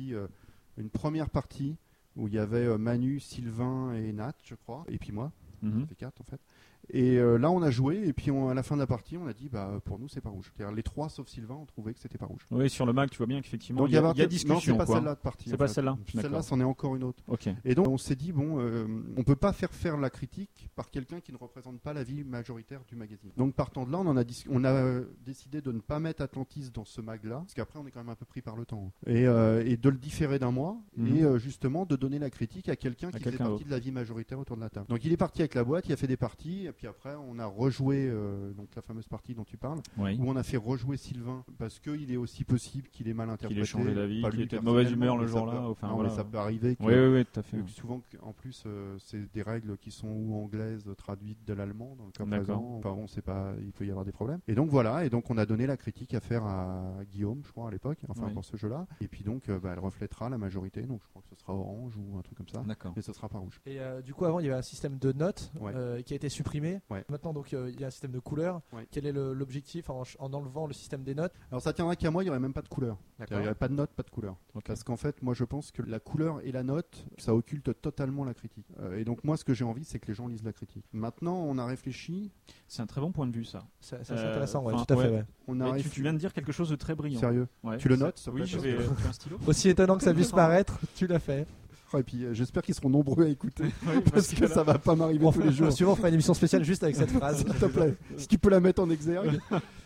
une première partie où il y avait Manu, Sylvain et Nat, je crois, et puis moi. Ça fait 4 en fait. Et là on a joué et puis à la fin de la partie on a dit pour nous c'est pas rouge. C'est-à-dire les 3 sauf Sylvain ont trouvé que c'était pas rouge. Oui, sur le mag tu vois bien qu'effectivement il y a discussion. Non, c'est pas celle-là de partie. C'est pas celle-là. Celle-là c'en est encore une autre. Okay. Et donc on s'est dit on peut pas faire la critique par quelqu'un qui ne représente pas l'avis majoritaire du magazine. Donc partant de là on a décidé de ne pas mettre Atlantis dans ce mag-là parce qu'après on est quand même un peu pris par le temps et de le différer d'un mois et justement de donner la critique à quelqu'un qui fait partie de l'avis majoritaire autour de la table. Donc il est parti avec la boîte, il a fait des parties et puis après on a rejoué donc la fameuse partie dont tu parles, où on a fait rejouer Sylvain parce qu'il est aussi possible qu'il ait mal interprété, qu'il ait changé d'avis, qu'il était de mauvaise humeur le jour-là. Mais ça peut arriver. Oui, tout à fait. Souvent, en plus, c'est des règles qui sont ou anglaises traduites de l'allemand dans le cas présent. Enfin bon, c'est pas, il peut y avoir des problèmes. Et donc voilà, et donc on a donné la critique à faire à Guillaume, je crois à l'époque, pour ce jeu-là. Et puis donc, elle reflètera la majorité. Donc je crois que ce sera orange ou un truc comme ça. D'accord. Mais ce sera pas rouge. Et du coup, avant, il y avait un système de notes qui a été supprimé. Maintenant, donc il y a un système de couleurs. Quel est l'objectif en enlevant le système des notes? Alors ça tiendra qu'à moi, il n'y aurait même pas de couleur. Il n'y aurait pas de notes, pas de couleur. Parce qu'en fait, moi je pense que la couleur et la note, ça occulte totalement la critique. Et donc moi, ce que j'ai envie, c'est que les gens lisent la critique. Maintenant, on a réfléchi. C'est un très bon point de vue, ça. C'est intéressant, tout à fait. Tu viens de dire quelque chose de très brillant. Sérieux? Tu le notes? Oui, je vais faire un stylo. Aussi étonnant que ça puisse paraître, tu l'as fait. Et puis j'espère qu'ils seront nombreux à écouter parce que ça va pas m'arriver tous les jours. Souvent on fera une émission spéciale juste avec cette phrase. S'il te plaît, si tu peux la mettre en exergue.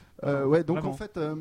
Donc vraiment.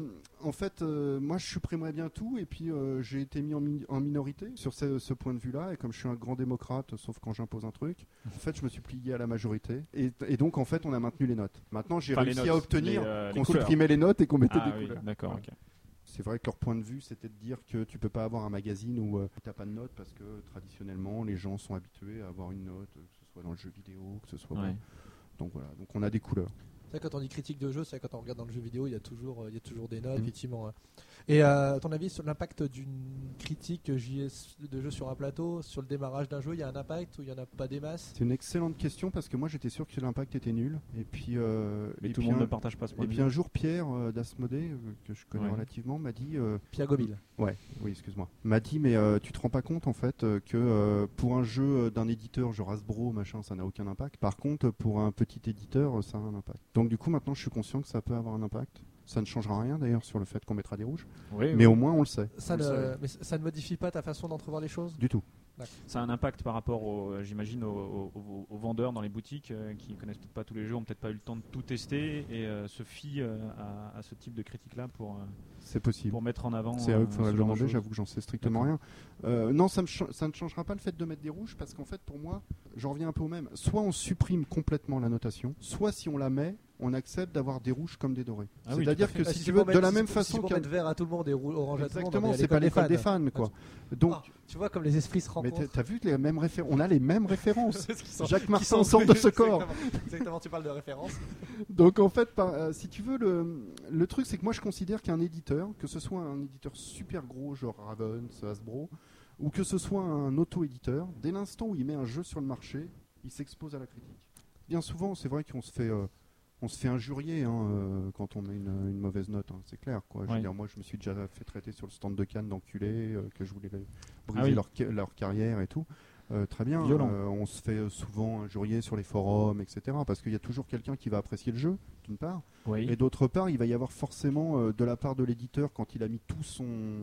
en fait, moi je supprimerais bien tout et puis j'ai été mis en minorité sur ce point de vue-là et comme je suis un grand démocrate, sauf quand j'impose un truc, en fait je me suis plié à la majorité et donc en fait on a maintenu les notes. Maintenant j'ai réussi à obtenir qu'on supprimait les notes et qu'on mettait des couleurs. D'accord. Ok. C'est vrai que leur point de vue, c'était de dire que tu peux pas avoir un magazine où tu n'as pas de notes parce que traditionnellement, les gens sont habitués à avoir une note, que ce soit dans le jeu vidéo, que ce soit... Donc voilà, donc on a des couleurs. C'est vrai, quand on dit critique de jeu, c'est vrai, quand on regarde dans le jeu vidéo, il y a toujours des notes, effectivement. Et à ton avis, sur l'impact d'une critique JS de jeu sur un plateau, sur le démarrage d'un jeu, il y a un impact ou il n'y en a pas des masses? C'est une excellente question parce que moi j'étais sûr que l'impact était nul. Et puis, tout le monde ne partage pas ce point de vue. Et puis un jour, Pierre d'Asmodée, que je connais relativement, m'a dit... Pierre Gomil. Oui, excuse-moi. M'a dit, mais tu te rends pas compte en fait que pour un jeu d'un éditeur genre Hasbro, machin, ça n'a aucun impact. Par contre, pour un petit éditeur, ça a un impact. Donc du coup, maintenant je suis conscient que ça peut avoir un impact. Ça ne changera rien d'ailleurs sur le fait qu'on mettra des rouges. Mais au moins on le sait. Mais ça ne modifie pas ta façon d'entrevoir les choses? Du tout. Ça a un impact par rapport, j'imagine, aux vendeurs dans les boutiques qui connaissent peut-être pas tous les jeux, ont peut-être pas eu le temps de tout tester et se fient à ce type de critique-là c'est possible. Pour mettre en avant. C'est à eux qu'il faudrait le demander, j'avoue que j'en sais strictement rien. Non, ça ne changera pas le fait de mettre des rouges parce qu'en fait, pour moi, j'en reviens un peu au même. Soit on supprime complètement la notation, soit si on la met, on accepte d'avoir des rouges comme des dorés. C'est-à-dire que si tu veux, de la même façon qu'un vert à tout le monde et orange à tout le monde. Exactement, c'est pas l'école des fans, quoi. Donc, tu vois comme les esprits se rencontrent. Mais t'as vu les mêmes références? On a les mêmes références. Jacques Martin sort de ce corps. Exactement, tu parles de référence. Donc en fait, si tu veux, le truc, c'est que moi je considère qu'un éditeur, que ce soit un éditeur super gros, genre Ravens, Hasbro, ou que ce soit un auto-éditeur, dès l'instant où il met un jeu sur le marché, il s'expose à la critique. Bien souvent, c'est vrai qu'on se fait injurier quand on met une mauvaise note, c'est clair. Quoi. Je veux dire, moi, je me suis déjà fait traiter sur le stand de Cannes d'enculés, que je voulais briser leur carrière et tout. Très bien. On se fait souvent injurier sur les forums, etc. Parce qu'il y a toujours quelqu'un qui va apprécier le jeu, d'une part. Et d'autre part, il va y avoir forcément, de la part de l'éditeur, quand il a mis toute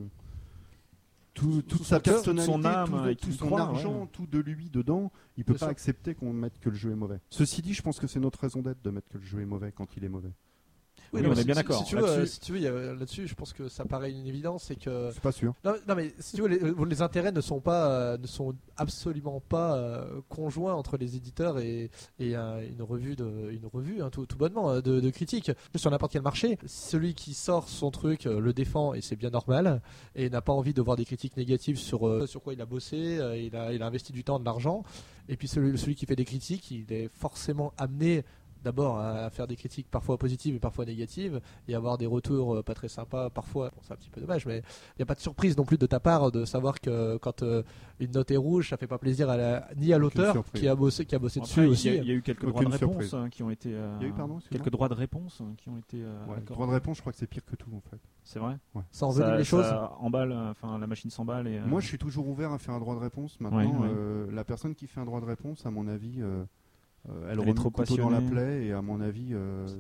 sa personnalité, son âme, tout son argent, tout de lui dedans, il peut pas accepter qu'on mette que le jeu est mauvais. Ceci dit, je pense que c'est notre raison d'être de mettre que le jeu est mauvais quand il est mauvais. Oui, non, on mais est bien si- d'accord. Si tu veux, Là-dessus. là-dessus, je pense que ça paraît une évidence, c'est que C'est pas sûr. non, mais si tu veux, les intérêts ne sont pas, ne sont absolument pas conjoints entre les éditeurs et une revue, hein, tout bonnement, de critique. Sur n'importe quel marché, celui qui sort son truc le défend et c'est bien normal, et n'a pas envie de voir des critiques négatives sur quoi il a bossé, il a investi du temps, de l'argent. Et puis celui qui fait des critiques, il est forcément amené d'abord à faire des critiques parfois positives et parfois négatives et avoir des retours pas très sympas parfois. Bon, c'est un petit peu dommage, mais il n'y a pas de surprise non plus de ta part de savoir que quand une note est rouge, ça fait pas plaisir ni à l'auteur surprise. qui a bossé Après, dessus aussi. il y a eu quelques droits de Aucune réponse surprise. qui ont été. Il y a eu, pardon, excuse-moi. quelques droits de réponse qui ont été. Ouais, le accordés. droit de réponse, je crois que c'est pire que tout en fait. C'est vrai. Ça envenime les choses. Ça emballe, enfin la machine s'emballe et. Moi, je suis toujours ouvert à faire un droit de réponse. Maintenant, Ouais. la personne qui fait un droit de réponse, à mon avis, elle Elle est remet trop le couteau dans la passionnée. plaie. Et à mon avis,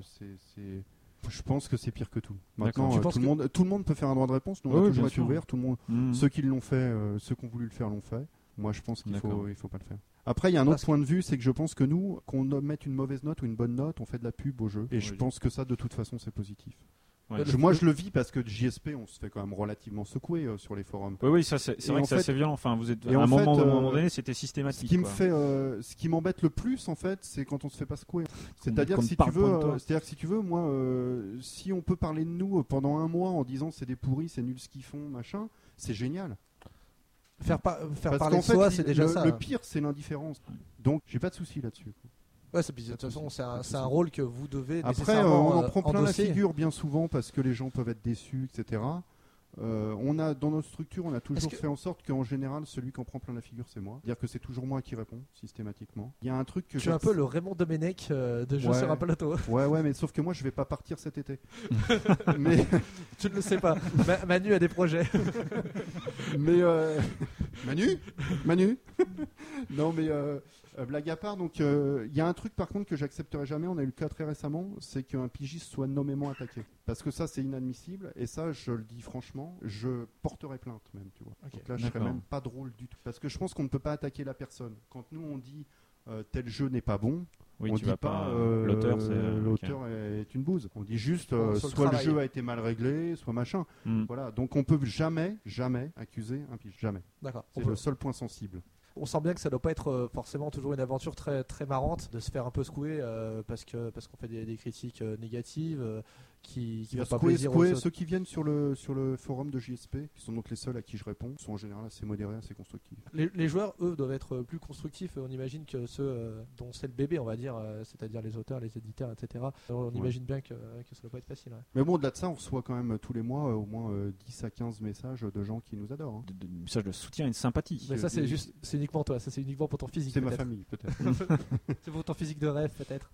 je pense que c'est pire que tout. Maintenant, D'accord. Tu penses tout le monde peut faire un droit de réponse. Nous, on Oui, a bien toujours été sûr. ouvert. Tout le monde, Mhm. ceux qui l'ont fait, ceux qui ont voulu le faire l'ont fait. Moi, je pense qu'il D'accord. faut pas le faire. Après, il y a un autre Parce que- point de vue, c'est que je pense que nous, qu'on mette une mauvaise note ou une bonne note, on fait de la pub au jeu. Et je Oui. pense que ça, de toute façon, c'est positif. Ouais. Moi, je le vis parce que JSP, on se fait quand même relativement secouer sur les forums. Oui, ça c'est Et vrai en que c'est fait- assez violent. Enfin, vous êtes et à en un fait, moment donné, c'était Ce systématique. qui me quoi. fait, ce qui m'embête le plus en fait, c'est quand on se fait pas secouer. C'est-à-dire qu'on que ne si tu parle veux, point de toi. c'est-à-dire que si tu veux, moi, si on peut parler de nous pendant un mois en disant c'est des pourris, c'est nul ce qu'ils font, machin, c'est génial. Faire Parce parler qu'en de soi, fait, c'est déjà ça. le pire, c'est l'indifférence. Donc, j'ai pas de souci là-dessus. Ouais, de toute façon, c'est un rôle que vous devez Après, nécessairement on en prend plein la endosser. figure bien souvent parce que les gens peuvent être déçus, etc. On a dans notre structure, on a toujours Est-ce que- fait en sorte qu'en général, celui qui en prend plein la figure, c'est moi. C'est-à-dire que c'est toujours moi qui réponds systématiquement. Il y a un truc que Tu es un peu le Raymond Domenech de jeu Ouais. sur un plateau. Ouais, mais sauf que moi, je vais pas partir cet été. mais Tu ne le sais pas. Manu a des projets. mais Manu Non, mais blague à part, donc il y a un truc par contre que j'accepterai jamais. On a eu le cas très récemment, c'est qu'un pigiste soit nommément attaqué. Parce que ça, c'est inadmissible. Et ça, je le dis franchement, je porterai plainte même, tu vois. Ok. Donc là, je serais D'accord. même pas drôle du tout. Parce que je pense qu'on ne peut pas attaquer la personne. Quand nous on dit tel jeu n'est pas bon, Oui, on tu dit vas pas l'auteur, c'est l'auteur est une bouse. On dit juste Sur le soit le travail. jeu a été mal réglé, soit machin. Hmm. Voilà. Donc on peut jamais accuser un pige. Jamais. D'accord. C'est le seul point sensible. On sent bien que ça doit pas être forcément toujours une aventure très très marrante de se faire un peu secouer parce qu'on fait des critiques négatives qui font pas plaisir aux autres. Ceux qui viennent sur le forum de JSP, qui sont donc les seuls à qui je réponds, sont en général assez modérés, assez constructifs. Les joueurs, eux, doivent être plus constructifs. On imagine que ceux dont c'est le bébé, on va dire, c'est-à-dire les auteurs, les éditeurs, etc. On imagine bien que ça doit pas être facile. Ouais. Mais bon, au-delà de ça, on reçoit quand même tous les mois au moins 10 à 15 messages de gens qui nous adorent. hein. De messages de soutien et de sympathie. Mais ça, c'est uniquement toi. Ça, c'est uniquement pour ton physique. C'est ma peut-être. famille, peut-être. C'est pour ton physique de rêve, peut-être.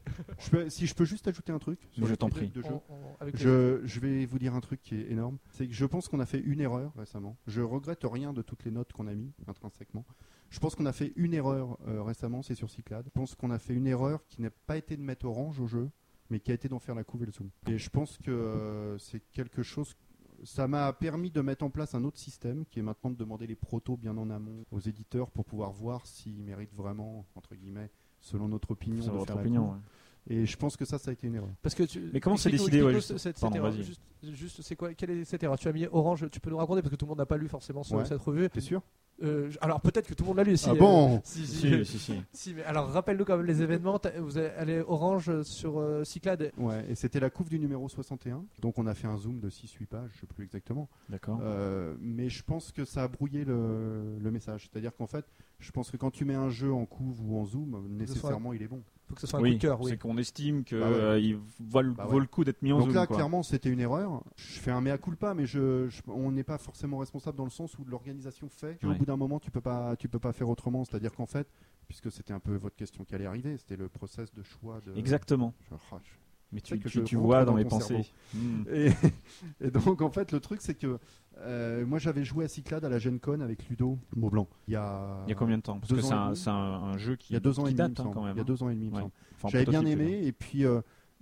Si je peux juste ajouter un truc sur Je les t'en critiques prie. de jeu. Avec Je vais vous dire un truc qui est énorme. C'est que je pense qu'on a fait une erreur récemment. Je regrette rien de toutes les notes qu'on a mis intrinsèquement. Je pense qu'on a fait une erreur récemment, c'est sur Cyclade. Je pense qu'on a fait une erreur qui n'a pas été de mettre Orange au jeu, mais qui a été d'en faire la couve et le zoom. Et je pense que c'est quelque chose. Ça m'a permis de mettre en place un autre système qui est maintenant de demander les protos bien en amont aux éditeurs pour pouvoir voir s'ils méritent vraiment, entre guillemets, selon notre opinion, C'est de votre faire la opinion. couve. ouais. Et je pense que ça a été une erreur. Parce que Mais comment c'est explique-nous- décidé, ouais, explique-nous juste- cette pardon, erreur. vas-y. Juste, c'est quoi, quelle est cette erreur? Tu as mis Orange, tu peux nous raconter parce que tout le monde n'a pas lu forcément Ouais. cette revue. T'es sûr? Alors peut-être que tout le monde l'a lu. Si, Ah bon si, Si. si, mais alors rappelle-nous quand même les événements. Vous allez Orange sur Cyclade. Ouais, et c'était la couve du numéro 61. Donc on a fait un zoom de 6-8 pages, je sais plus exactement. D'accord. Mais je pense que ça a brouillé le message. C'est-à-dire qu'en fait, je pense que quand tu mets un jeu en couve ou en zoom, nécessairement il est bon. Faut que ce soit un Oui, coup de cœur. Oui. c'est qu'on estime qu'il Bah ouais. vaut Bah le coup d'être mis en Donc zoom. là, quoi. clairement, c'était une erreur. Je fais un mea culpa, mais on n'est pas forcément responsable dans le sens où l'organisation fait. Au Ouais. bout d'un moment, tu peux pas faire autrement. C'est-à-dire qu'en fait, puisque c'était un peu votre question qui allait arriver, c'était le process de choix de. Exactement. Je- Mais sais que tu je vois rentre dans dans mes ton pensées. Hmm. Et donc en fait le truc c'est que moi j'avais joué à Cyclade à la Gen Con avec Ludo Maublanc il y a Il y a combien de temps Parce 2 que ans et demi. c'est un jeu qui il y a 2 ans qui et demi date il me semble. quand même. Il y a 2 ans et demi il me Ouais. semble. Enfin, J'avais bien prototype, aimé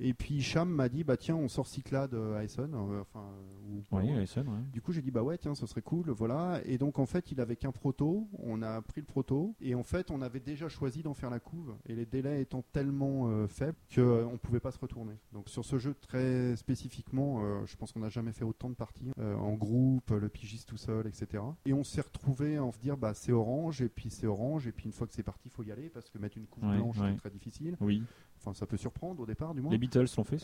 Et puis Hicham m'a dit bah tiens on sort Cyclade à Essonne. Oui, à Essonne, ouais. Du coup j'ai dit bah ouais tiens ce serait cool, voilà. Et donc en fait il avait qu'un proto, on a pris le proto et en fait on avait déjà choisi d'en faire la couve et les délais étant tellement faibles qu'on pouvait pas se retourner. Donc sur ce jeu très spécifiquement, je pense qu'on n'a jamais fait autant de parties en groupe, le pigiste tout seul, etc. Et on s'est retrouvé à en se dire bah c'est orange et puis une fois que c'est parti il faut y aller parce que mettre une couve blanche c'est très difficile. Oui. Enfin, ça peut surprendre au départ, du moins. Les Beatles l'ont fait, ça.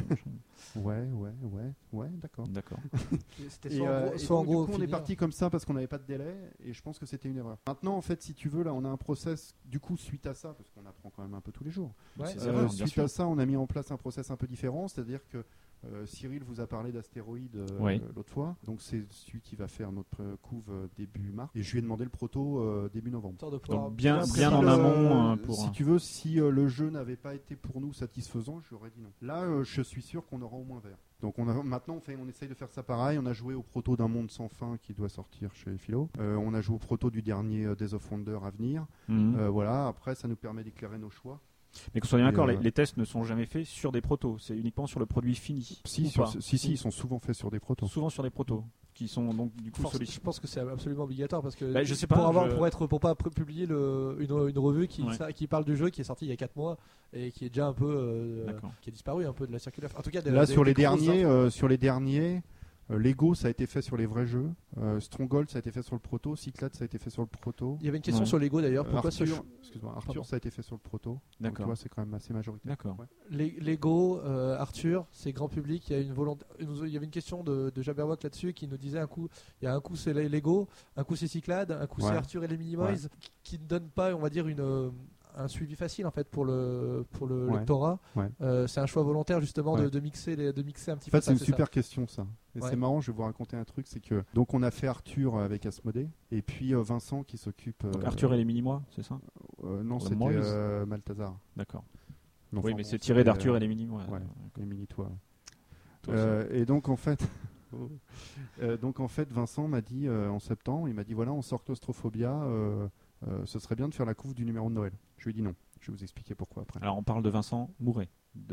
Ouais, d'accord. C'était Du coup, on est parti comme ça parce qu'on n'avait pas de délai et je pense que c'était une erreur. Maintenant, en fait, si tu veux, là, on a un process, du coup, suite à ça, parce qu'on apprend quand même un peu tous les jours. Ouais. Suite à ça, on a mis en place un process un peu différent, c'est-à-dire que Cyril vous a parlé d'astéroïdes l'autre fois, donc c'est celui qui va faire notre couve début mars et je lui ai demandé le proto début novembre. Donc bien en amont si tu veux, si le jeu n'avait pas été pour nous satisfaisant, je lui aurais dit non. Là, je suis sûr qu'on aura au moins vert. Donc maintenant on essaye de faire ça pareil. On a joué au proto d'un monde sans fin qui doit sortir chez Philo. On a joué au proto du dernier Days of Wonder à venir. Voilà. Après, ça nous permet d'éclairer nos choix. Mais qu'on soit bien d'accord, les tests ne sont jamais faits sur des protos, c'est uniquement sur le produit fini. Si, ils sont souvent faits sur des protos. Souvent sur des protos, qui sont donc du coup je pense que c'est absolument obligatoire parce que je sais pas, pour pas publier une revue qui parle du jeu qui est sorti il y a 4 mois et qui est déjà un peu qui a disparu un peu de la circulation. En tout cas, sur les derniers. Lego, ça a été fait sur les vrais jeux. Stronghold, ça a été fait sur le proto. Cyclade, ça a été fait sur le proto. Il y avait une question sur Lego d'ailleurs. Pourquoi Arthur, ça a été fait sur le proto. D'accord. Tu vois, c'est quand même assez majoritaire. D'accord. Ouais. Lego, Arthur, c'est grand public. Il y a une volonté. Il y avait une question de Jabberwock là-dessus qui nous disait un coup c'est Lego, un coup c'est Cyclade, un coup c'est Arthur et les Minimoys, qui ne donnent pas, on va dire, un suivi facile en fait pour le lectorat. C'est un choix volontaire justement de mixer un petit peu. En fait, c'est une super question ça. Et c'est marrant, je vais vous raconter un truc, c'est que donc on a fait Arthur avec Asmodée et puis Vincent qui s'occupe. Donc Arthur et les Minimois, c'est ça? Non, c'était Malthazar. D'accord. Enfin, oui, mais c'est tiré d'Arthur et les Minimois. Les mini-toits. Et donc en fait. Vincent m'a dit en septembre, il m'a dit voilà, on sort Claustrophobia, ce serait bien de faire la couve du numéro de Noël. Je lui ai dit non. Je vais vous expliquer pourquoi après. Alors on parle de Vincent Mouret.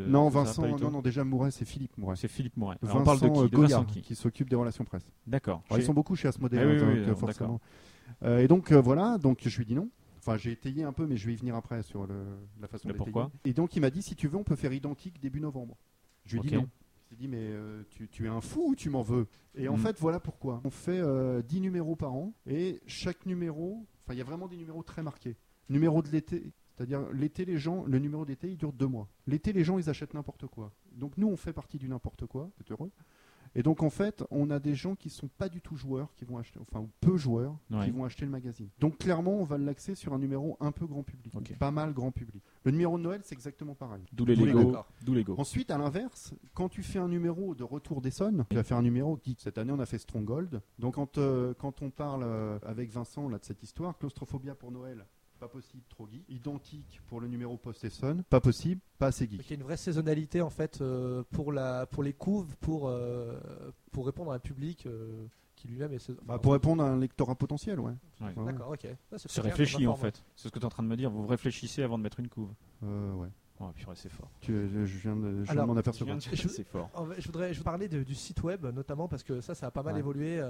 Déjà Mouret, c'est Philippe Mouret. C'est Philippe Mouret. On parle de qui? Goyard, qui s'occupe des relations presse. D'accord. Ils sont beaucoup chez Asmodée, forcément. Et donc voilà, donc je lui ai dit non. Enfin, j'ai étayé un peu, mais je vais y venir après sur la façon d'étayer. Pourquoi? Et donc il m'a dit si tu veux, on peut faire identique début novembre. Je lui ai dit non. Il s'est dit mais tu es un fou ou tu m'en veux? Et en fait voilà pourquoi. On fait 10 numéros par an et chaque numéro, il y a vraiment des numéros très marqués. Numéro de l'été, c'est-à-dire l'été les gens, le numéro d'été il dure 2 mois. L'été les gens ils achètent n'importe quoi. Donc nous on fait partie du n'importe quoi, c'est heureux. Et donc en fait on a des gens qui sont pas du tout joueurs, qui vont acheter, ou peu joueurs, qui vont acheter le magazine. Donc clairement on va l'axer sur un numéro un peu grand public, pas mal grand public. Le numéro de Noël c'est exactement pareil. D'où les Lego. Ensuite à l'inverse, quand tu fais un numéro de Retour d'Essonne, tu vas faire un numéro qui cette année on a fait Stronghold. Donc quand on parle avec Vincent là de cette histoire, Claustrophobia pour Noël. Pas possible, trop geek. Identique pour le numéro post-Essonne, pas possible, pas assez geek. Il y a une vraie saisonnalité en fait pour les couves, pour répondre à un public qui lui-même est. Pour répondre à un lectorat potentiel, D'accord, ok. C'est réfléchi en fait. C'est ce que tu es en train de me dire. Vous réfléchissez avant de mettre une couve. Ouais. Oh, purée, c'est fort. Je viens de m'en apercevoir. C'est fort. Je voudrais parler du site web notamment parce que ça a pas mal évolué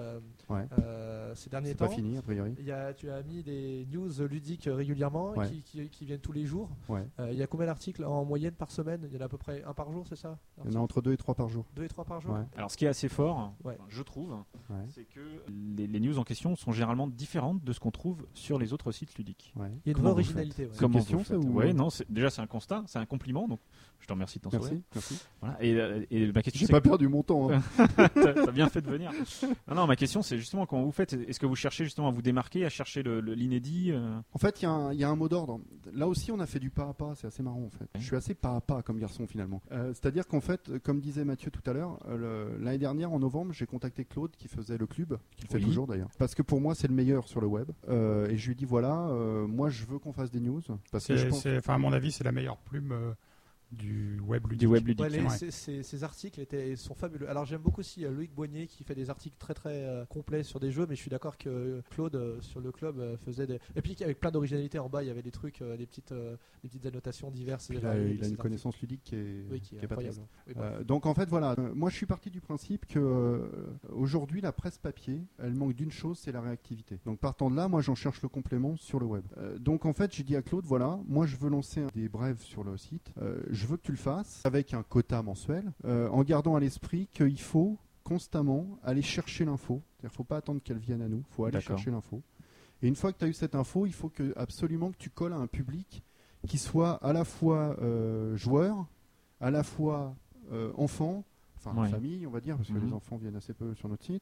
ces derniers temps. C'est pas fini a priori. Tu as mis des news ludiques régulièrement qui viennent tous les jours. Il y a combien d'articles en moyenne par semaine? Il y en a à peu près un par jour, c'est ça? Il y en a entre 2 et 3 par jour. 2 et 3 par jour. Alors ce qui est assez fort, je trouve, c'est que les news en question sont généralement différentes de ce qu'on trouve sur les autres sites ludiques. Il y a une vraie originalité. C'est une question ça ou... non, déjà c'est un constat, c'est un compliment, donc je te remercie de ton sourire. Merci. Voilà. Et ma question, j'ai pas perdu mon temps. T'as bien fait de venir. Non, ma question c'est justement comment vous faites. Est-ce que vous cherchez justement à vous démarquer, à chercher l'inédit En fait, il y a un mot d'ordre. Là aussi, on a fait du pas à pas. C'est assez marrant en fait. Je suis assez pas à pas comme garçon finalement. C'est-à-dire qu'en fait, comme disait Mathieu tout à l'heure, l'année dernière en novembre, j'ai contacté Claude qui faisait le club, qu'il fait toujours d'ailleurs, parce que pour moi c'est le meilleur sur le web. Et je lui dis moi je veux qu'on fasse des news parce que à mon avis c'est la meilleure plume du web ludique. Du web ludique. Ouais, ces articles sont fabuleux. Alors j'aime beaucoup aussi Loïc Boignet qui fait des articles très très complets sur des jeux, mais je suis d'accord que Claude sur le club faisait des... Et puis avec plein d'originalité en bas, il y avait des trucs, des petites annotations diverses. Il a une connaissance ludique qui est pas incroyable. triste. Donc en fait voilà, moi je suis parti du principe que aujourd'hui la presse papier, elle manque d'une chose, c'est la réactivité. Donc partant de là, moi j'en cherche le complément sur le web. Donc en fait j'ai dit à Claude, voilà, moi je veux lancer des brèves sur le site, je veux que tu le fasses avec un quota mensuel, en gardant à l'esprit qu'il faut constamment aller chercher l'info. C'est-à-dire, faut pas attendre qu'elle vienne à nous, faut aller chercher l'info. Et une fois que tu as eu cette info, il faut absolument que tu colles à un public qui soit à la fois joueur, à la fois enfant, famille, on va dire, parce que les enfants viennent assez peu sur notre site.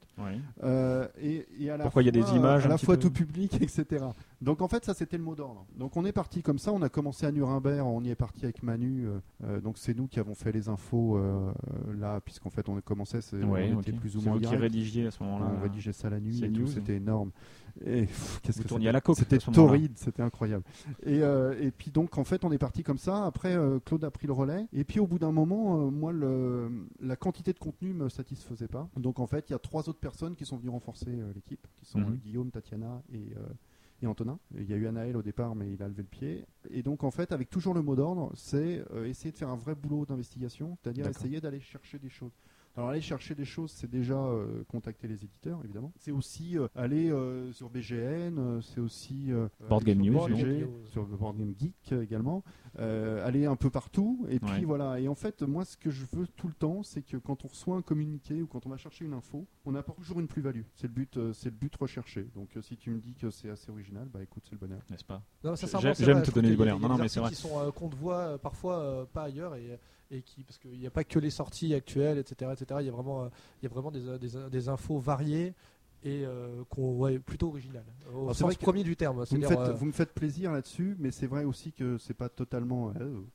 Et à la Pourquoi il y a des images à la fois tout public, etc. Donc en fait, ça c'était le mot d'ordre. Donc on est parti comme ça, on a commencé à Nuremberg, on y est parti avec Manu. Donc c'est nous qui avons fait les infos là, puisqu'en fait on a commencé, on était plus ou moins direct. Qui rédigiez à ce moment-là. On rédigeait ça la nuit et tout, c'était énorme. Et qu'est-ce que tourniez à la coque. C'était torride, c'était incroyable. Et puis donc en fait on est parti comme ça. Après Claude a pris le relais. Et puis au bout d'un moment, moi la quantité de contenu me satisfaisait pas. Donc en fait il y a 3 autres personnes qui sont venues renforcer l'équipe, qui sont Guillaume, Tatiana et Antonin. Il y a eu Anaël au départ, mais il a levé le pied. Et donc en fait avec toujours le mot d'ordre, c'est essayer de faire un vrai boulot d'investigation, c'est-à-dire essayer d'aller chercher des choses. Alors aller chercher des choses, c'est déjà contacter les éditeurs, évidemment. C'est aussi aller sur BGN, c'est aussi Board Game News, sur Board Game Geek également. Aller un peu partout. Et puis voilà. Et en fait, moi, ce que je veux tout le temps, c'est que quand on reçoit un communiqué ou quand on va chercher une info, on apporte toujours une plus-value. C'est le but recherché. Donc si tu me dis que c'est assez original, bah écoute, c'est le bonheur. N'est-ce pas? J'aime te donner du bonheur. Non, mais c'est vrai. Qui sont qu'on te voit parfois pas ailleurs et qui, parce qu'il n'y a pas que les sorties actuelles, etc. Il y a vraiment des infos variées et plutôt originales. Au sens premier du terme. Vous me faites plaisir là-dessus, mais c'est vrai aussi que c'est pas totalement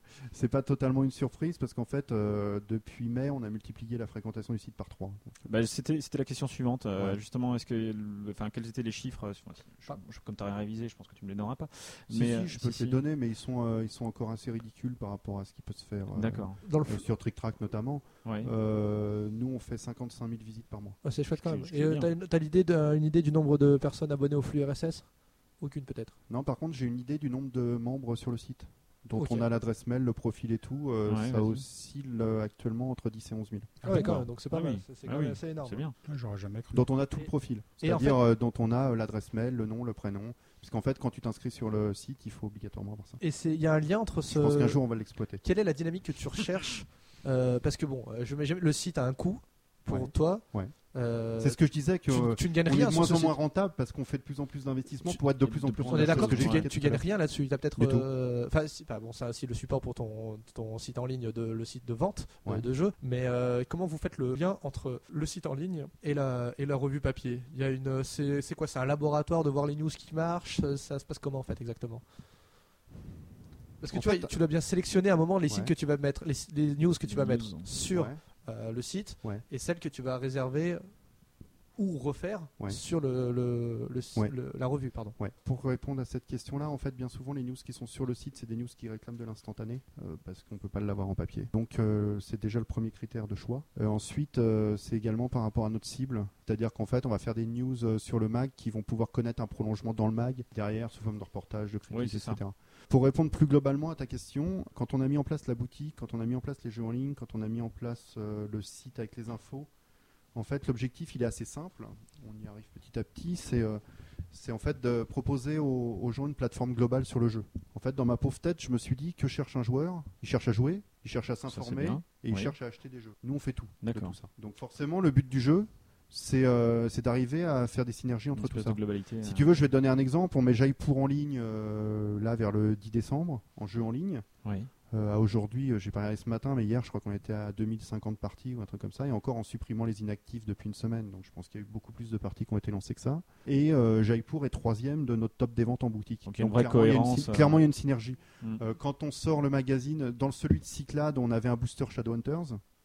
une surprise parce qu'en fait, depuis mai, on a multiplié la fréquentation du site par 3. C'était la question suivante. Justement, quels étaient les chiffres comme tu as rien révisé, je pense que tu me les donneras pas. Si, je peux te les donner, mais ils sont encore assez ridicules par rapport à ce qui peut se faire sur Trick Track notamment. Nous, on fait 55 000 visites par mois. C'est chouette quand même. Et tu as une idée du nombre de personnes abonnées au flux RSS? Aucune peut-être. Non, par contre, j'ai une idée du nombre de membres sur le site. Donc on a l'adresse mail, le profil et tout. Ça oscille actuellement entre 10 et 11 000. Ah ouais, quand même, donc c'est pas mal. C'est quand même assez énorme. C'est bien. J'aurais jamais cru. Dont on a tout le profil. C'est-à-dire dont on a l'adresse mail, le nom, le prénom. Puisqu'en fait, quand tu t'inscris sur le site, il faut obligatoirement avoir ça. Et il y a un lien entre ce... Je pense qu'un jour, on va l'exploiter. Quelle est la dynamique que tu recherches parce que le site a un coût pour toi. C'est ce que je disais, que tu ne gagnes rien. On est de moins en moins rentable parce qu'on fait de plus en plus d'investissements pour être de plus en plus rentable. On est d'accord que tu gagnes rien là-dessus. Tu as peut-être. Si le support pour ton site en ligne, le site de vente de jeux. Mais comment vous faites le lien entre le site en ligne et la revue papier? Il y a c'est quoi? C'est un laboratoire de voir les news qui marchent. Ça se passe comment en fait exactement? Parce que tu dois bien sélectionner à un moment les sites que tu vas mettre, les news que tu vas mettre sur le site et celles que tu vas réserver ou refaire sur la revue. Pardon. Pour répondre à cette question-là, en fait, bien souvent, les news qui sont sur le site, c'est des news qui réclament de l'instantané parce qu'on ne peut pas l'avoir en papier. Donc, c'est déjà le premier critère de choix. Ensuite, c'est également par rapport à notre cible. C'est-à-dire qu'en fait, on va faire des news sur le mag qui vont pouvoir connaître un prolongement dans le mag, derrière, sous forme de reportage, de critique, etc. Pour répondre plus globalement à ta question, quand on a mis en place la boutique, quand on a mis en place les jeux en ligne, quand on a mis en place le site avec les infos, en fait, l'objectif, il est assez simple. On y arrive petit à petit. C'est en fait de proposer aux gens une plateforme globale sur le jeu. En fait, dans ma pauvre tête, je me suis dit, que cherche un joueur? Il cherche à jouer, il cherche à s'informer et il cherche à acheter des jeux. Nous, on fait tout de tout ça. Donc forcément, le but du jeu, c'est d'arriver à faire des synergies entre tout ça. Si tu veux, je vais te donner un exemple. On met Jaipur en ligne là vers le 10 décembre, en jeu en ligne. Aujourd'hui, j'ai pas regardé ce matin, mais hier, je crois qu'on était à 2050 parties ou un truc comme ça, et encore en supprimant les inactifs depuis une semaine. Donc je pense qu'il y a eu beaucoup plus de parties qui ont été lancées que ça. Et Jaipur est 3e de notre top des ventes en boutique. Donc il y a une vraie cohérence. Clairement, il y a une synergie. Quand on sort le magazine, dans celui de Cyclades, on avait un booster Shadowhunters.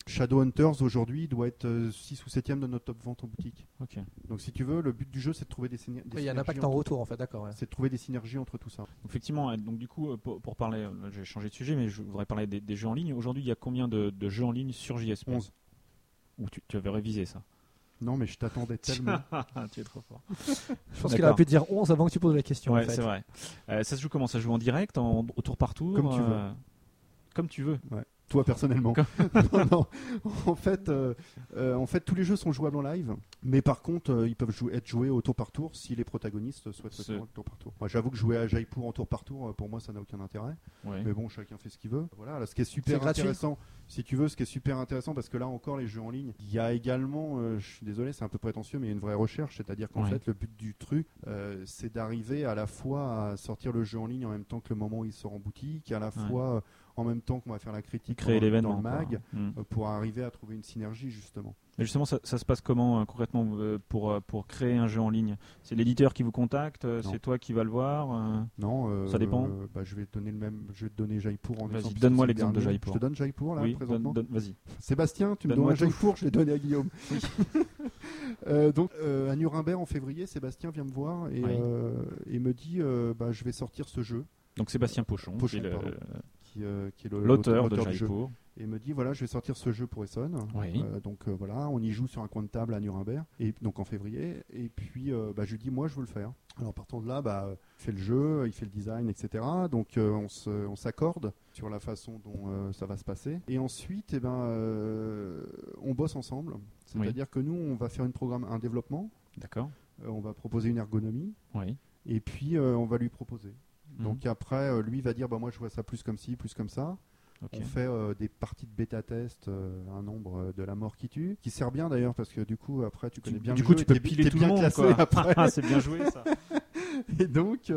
Shadowhunters aujourd'hui doit être 6 ou 7e de notre top vente en boutique. Ok. Donc si tu veux, le but du jeu c'est de trouver des synergies. Il y a un impact en retour en fait, d'accord. Ouais. C'est de trouver des synergies entre tout ça. Effectivement, donc du coup, pour parler, là, j'ai changé de sujet, mais je voudrais parler des jeux en ligne. Aujourd'hui, il y a combien de jeux en ligne sur JSP? 11. Ou tu avais révisé ça? Non, mais je t'attendais tellement. Tu es trop fort. Je pense qu'il aurait pu te dire 11 avant que tu poses la question. Ouais, en fait. c'est vrai. Ça se joue comment? Ça se joue en direct, au tour par tour? Comme tu veux. Comme tu veux. Ouais. Toi personnellement. Non. En fait, tous les jeux sont jouables en live, mais par contre, ils peuvent être joués au tour par tour si les protagonistes souhaitent le faire au tour par tour. Moi, j'avoue que jouer à Jaipur en tour par tour, pour moi, ça n'a aucun intérêt. Ouais. Mais bon, chacun fait ce qu'il veut. Voilà, là, ce qui est super intéressant, si tu veux, ce qui est super intéressant, parce que là encore, les jeux en ligne, il y a également, je suis désolé, c'est un peu prétentieux, mais il y a une vraie recherche, c'est-à-dire qu'en fait, le but du truc, c'est d'arriver à la fois à sortir le jeu en ligne en même temps que le moment où il sort en boutique, à la fois en même temps qu'on va faire la critique créer l'événement dans le mag, pour arriver à trouver une synergie justement. Mais justement, ça se passe comment concrètement pour créer un jeu en ligne? C'est l'éditeur qui vous contacte? C'est toi qui vas le voir? Non, ça dépend. Je vais te donner je vais te donner Jaipur en exemple. Donne-moi l'exemple de Jaipur. Je te donne Jaipur là présentement. Vas-y. Sébastien, tu me donnes Jaipur, je l'ai donné à Guillaume. Donc à Nuremberg en février, Sébastien vient me voir et me dit je vais sortir ce jeu. Donc Sébastien Pochon qui est l'auteur de Jaipur. Et me dit voilà, je vais sortir ce jeu pour Essonne. Donc voilà, on y joue sur un coin de table à Nuremberg, et donc en février. Et puis je lui dis moi je veux le faire. Alors partant de là, il fait le jeu, il fait le design, etc. Donc on s'accorde sur la façon dont ça va se passer. Et ensuite, on bosse ensemble. C'est-à-dire que nous, on va faire un développement. D'accord. On va proposer une ergonomie. Oui. Et puis on va lui proposer. Donc après, lui va dire moi je vois ça plus comme ci, plus comme ça. Okay. On fait des parties de bêta-test, un nombre de la mort qui tue, qui sert bien d'ailleurs parce que du coup après tu connais bien le jeu. Du coup tu peux piler tout le monde après. C'est bien joué ça. Et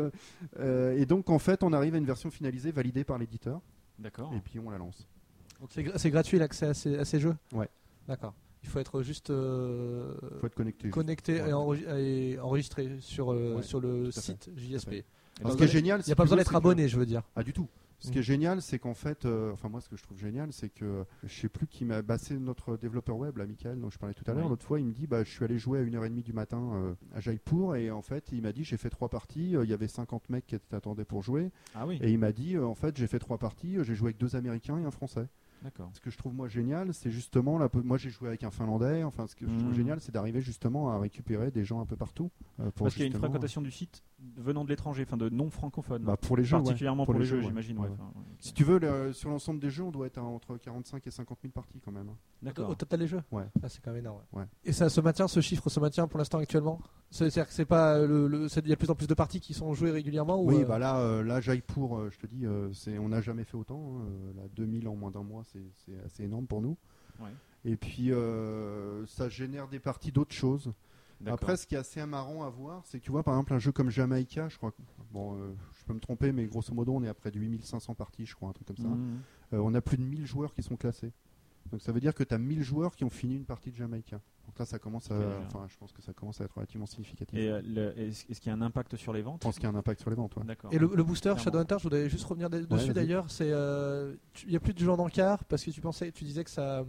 donc en fait on arrive à une version finalisée validée par l'éditeur. D'accord. Et puis on la lance. Donc c'est gratuit l'accès à ces jeux. Ouais. D'accord. Il faut être juste faut être connecté et enregistré sur le site JSP. Ce qui est génial, il n'y a pas besoin d'être abonné, je veux dire. Ah du tout. Ce qui est génial, c'est qu'en fait, moi, ce que je trouve génial, c'est que je sais plus qui m'a. C'est notre développeur web, là, Michael, dont je parlais tout à l'heure. L'autre fois, il me dit, je suis allé jouer à 1h30 du matin à Jaipur, et en fait, il m'a dit, j'ai fait 3 parties. Il y avait 50 mecs qui attendaient pour jouer. Ah oui. Et il m'a dit, en fait, j'ai fait 3 parties. J'ai joué avec 2 Américains et un Français. D'accord. Ce que je trouve moi génial, c'est justement moi j'ai joué avec un Finlandais. Enfin, ce que je trouve génial, c'est d'arriver justement à récupérer des gens un peu partout. Parce qu'il y a une fréquentation du site venant de l'étranger, de non francophones. Pour les jeux, particulièrement pour les jeux, j'imagine. Ouais. Si tu veux, sur l'ensemble des jeux, on doit être entre 45 et 50 000 parties quand même. D'accord. Au total des jeux. Ouais. C'est quand même énorme. Ouais. Et ça se maintient, ce chiffre se maintient pour l'instant actuellement. C'est-à-dire que c'est pas il y a de plus en plus de parties qui sont jouées régulièrement. Oui, là Jaipur, je te dis, on n'a jamais fait autant. Là, 2000 en moins d'un mois, c'est assez énorme pour nous. Ouais. Et puis ça génère des parties d'autres choses. D'accord. Après, ce qui est assez marrant à voir, c'est que tu vois, par exemple, un jeu comme Jamaica, je crois, je peux me tromper, mais grosso modo, on est à près de 8500 parties, je crois, un truc comme ça. On a plus de 1000 joueurs qui sont classés. Donc ça veut dire que tu as 1000 joueurs qui ont fini une partie de Jamaica. Donc là, ça commence je pense que ça commence à être relativement significatif. Et est-ce qu'il y a un impact sur les ventes? Je pense qu'il y a un impact sur les ventes. Ouais. D'accord. Et le booster Shadowhunter, je voudrais juste revenir dessus d'ailleurs. Il n'y a plus de gens d'encart parce que tu disais que ça,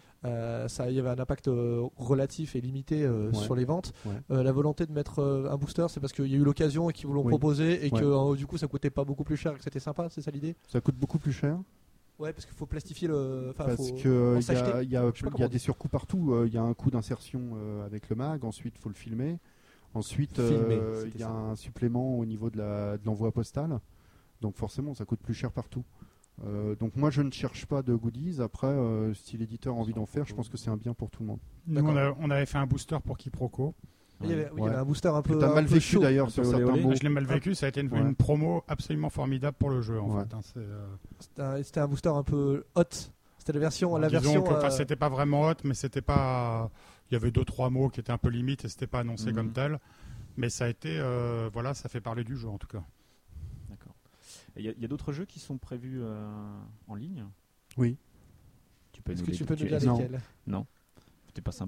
il y avait un impact relatif et limité sur les ventes. Ouais. La volonté de mettre un booster, c'est parce qu'il y a eu l'occasion et qu'ils vous l'ont proposé et que du coup ça coûtait pas beaucoup plus cher et que c'était sympa, c'est ça l'idée? Ça coûte beaucoup plus cher. Ouais, parce qu'il faut plastifier le. Parce qu'il y a des surcoûts partout. Il y a un coût d'insertion avec le mag. Ensuite, il faut le filmer. Ensuite, il y a un supplément au niveau de l'envoi postal. Donc forcément, ça coûte plus cher partout. Donc moi, je ne cherche pas de goodies. Après, si l'éditeur a envie d'en faire, je pense que c'est un bien pour tout le monde. Nous, on avait fait un booster pour Quiproquo. Il y avait un booster un peu. Tu as mal vécu chaud, d'ailleurs sur certains mots. Je l'ai mal vécu, ça a été une promo absolument formidable pour le jeu en fait. C'était un booster un peu hot. C'était la version. C'était pas vraiment hot, mais c'était pas. Il y avait 2-3 mots qui étaient un peu limites et c'était pas annoncé comme tel. Mais ça a été, ça fait parler du jeu en tout cas. D'accord. Il y a d'autres jeux qui sont prévus en ligne? Oui. Est-ce que tu peux nous dire lesquels? Non. C'était pas sympa.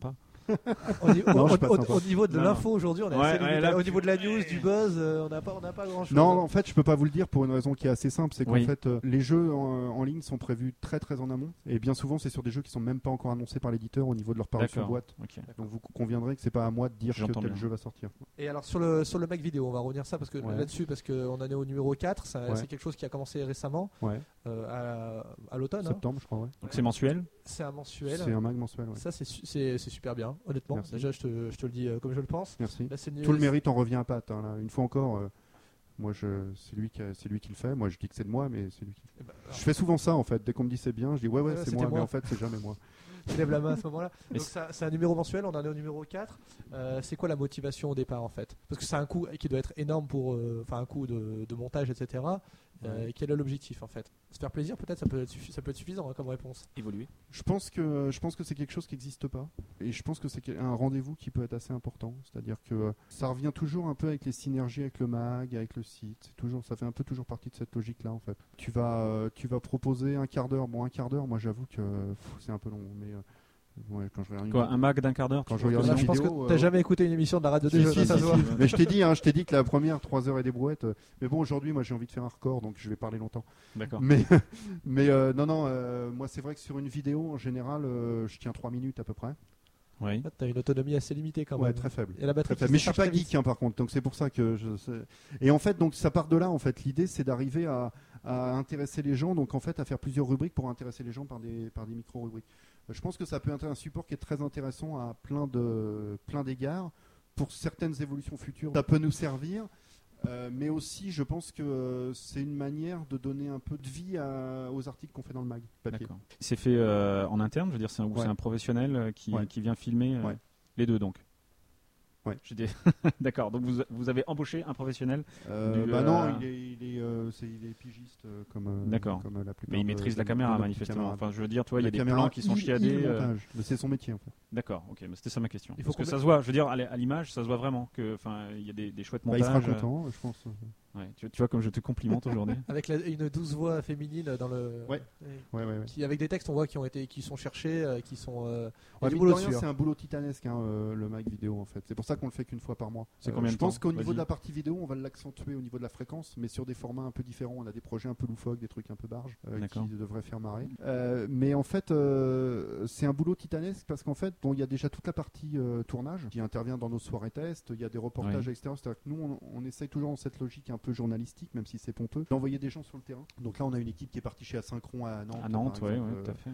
Non, je suis pas sympa. Au niveau de Non. l'info aujourd'hui, on est Ouais, assez limité. là, Au niveau de la news, du buzz, on n'a pas grand chose. Non, en fait, je peux pas vous le dire pour une raison qui est assez simple, c'est qu'en Oui. fait, les jeux en ligne sont prévus très très en amont, et bien souvent, c'est sur des jeux qui sont même pas encore annoncés par l'éditeur au niveau de leur parution D'accord. boîte. Ok. Donc vous conviendrez que c'est pas à moi de dire que J'entends tel bien. jeu va sortir. Et alors sur le Mac vidéo, on va revenir ça parce que Ouais. là-dessus parce qu'on en est au numéro 4, Ouais. c'est quelque chose qui a commencé récemment Ouais. à l'automne. Hein. Septembre, je crois. Ouais. Donc c'est mensuel. C'est un mensuel. C'est un mag mensuel. Ouais. Ça c'est super bien, honnêtement. Merci. Déjà je te le dis comme je le pense. Merci. Là, c'est Tout le mérite en revient à Pat. Hein, là. Une fois encore, moi, c'est lui qui le fait. Moi, je dis que c'est de moi, mais c'est lui qui. Eh ben, Je fais souvent ça en fait. Dès qu'on me dit c'est bien, je dis ouais, c'est c'était moi, moi. mais en fait, c'est jamais moi. tu lèves la main à ce moment-là. Mais Donc c'est un numéro mensuel, on en est au numéro 4. C'est quoi la motivation au départ en fait? Parce que c'est un coût qui doit être énorme pour un coût de montage, etc. Quel est l'objectif en fait? Se faire plaisir peut-être, ça peut être suffisant hein, comme réponse. Évoluer. Je pense que c'est quelque chose qui n'existe pas. Et je pense que c'est un rendez-vous qui peut être assez important. C'est-à-dire que ça revient toujours un peu avec les synergies avec le mag, avec le site. Ça fait un peu toujours partie de cette logique-là en fait. Tu vas proposer un quart d'heure. Bon, un quart d'heure, moi j'avoue que c'est un peu long. Mais quand je regarde une Quoi, un mag d'un quart d'heure? Quand tu je regarde vois, une Je pense vidéo, que t'as jamais écouté une émission de la radio des jeux, Si, ça si, se voit. si. Mais je t'ai dit que la première 3 heures et des brouettes. Mais bon, aujourd'hui, moi j'ai envie de faire un record, donc je vais parler longtemps. D'accord. Mais non, moi c'est vrai que sur une vidéo en général, je tiens 3 minutes à peu près. Oui. T'as une autonomie assez limitée quand même. Ouais, très faible. Et la batterie Très faible. qui Mais se je suis charge pas très vite. geek par contre, donc c'est pour ça que Et en fait, donc ça part de là. En fait, l'idée c'est d'arriver à intéresser les gens, donc en fait à faire plusieurs rubriques pour intéresser les gens par des micro-rubriques. Je pense que ça peut être un support qui est très intéressant à plein d'égards pour certaines évolutions futures. Ça peut nous servir. Mais aussi, je pense que c'est une manière de donner un peu de vie aux articles qu'on fait dans le mag papier. D'accord. C'est fait en interne, je veux dire, c'est un professionnel qui vient filmer les deux donc. Ouais. D'accord. Donc vous avez embauché un professionnel. Non, il est pigiste D'accord. comme la plupart. Mais il maîtrise la caméra manifestement. Enfin, je veux dire, tu vois, il y a des plans qui sont chiadés. C'est son métier en fait. D'accord. Ok. Mais c'était ça ma question. Il faut Parce que qu'on ça se voit. Je veux dire, à l'image, ça se voit vraiment que, enfin, il y a des chouettes Il montages. sera content, je pense. Ouais. Tu vois comme je te complimente aujourd'hui. Avec une douce voix féminine dans le. Ouais. Ouais. Qui, avec des textes, on voit qui sont cherchés, qui sont. il y a du Mine boulot de rien, dessus, hein. c'est un boulot titanesque le mag vidéo en fait. C'est pour ça qu'on le fait qu'une fois par mois. C'est combien de Je pense temps? qu'au niveau Vas-y. de la partie vidéo, on va l'accentuer au niveau de la fréquence, mais sur des formats un peu différents. On a des projets un peu loufoques, des trucs un peu barges D'accord. qui devraient faire marrer. Mais en fait, c'est un boulot titanesque parce qu'en fait, il y a déjà toute la partie tournage qui intervient dans nos soirées tests. Il y a des reportages extérieurs. C'est-à-dire que nous, on essaye toujours dans cette logique un peu journalistique, même si c'est pompeux, d'envoyer des gens sur le terrain. Donc là, on a une équipe qui est partie chez Asynchron à Nantes. À Nantes, par exemple, tout à fait.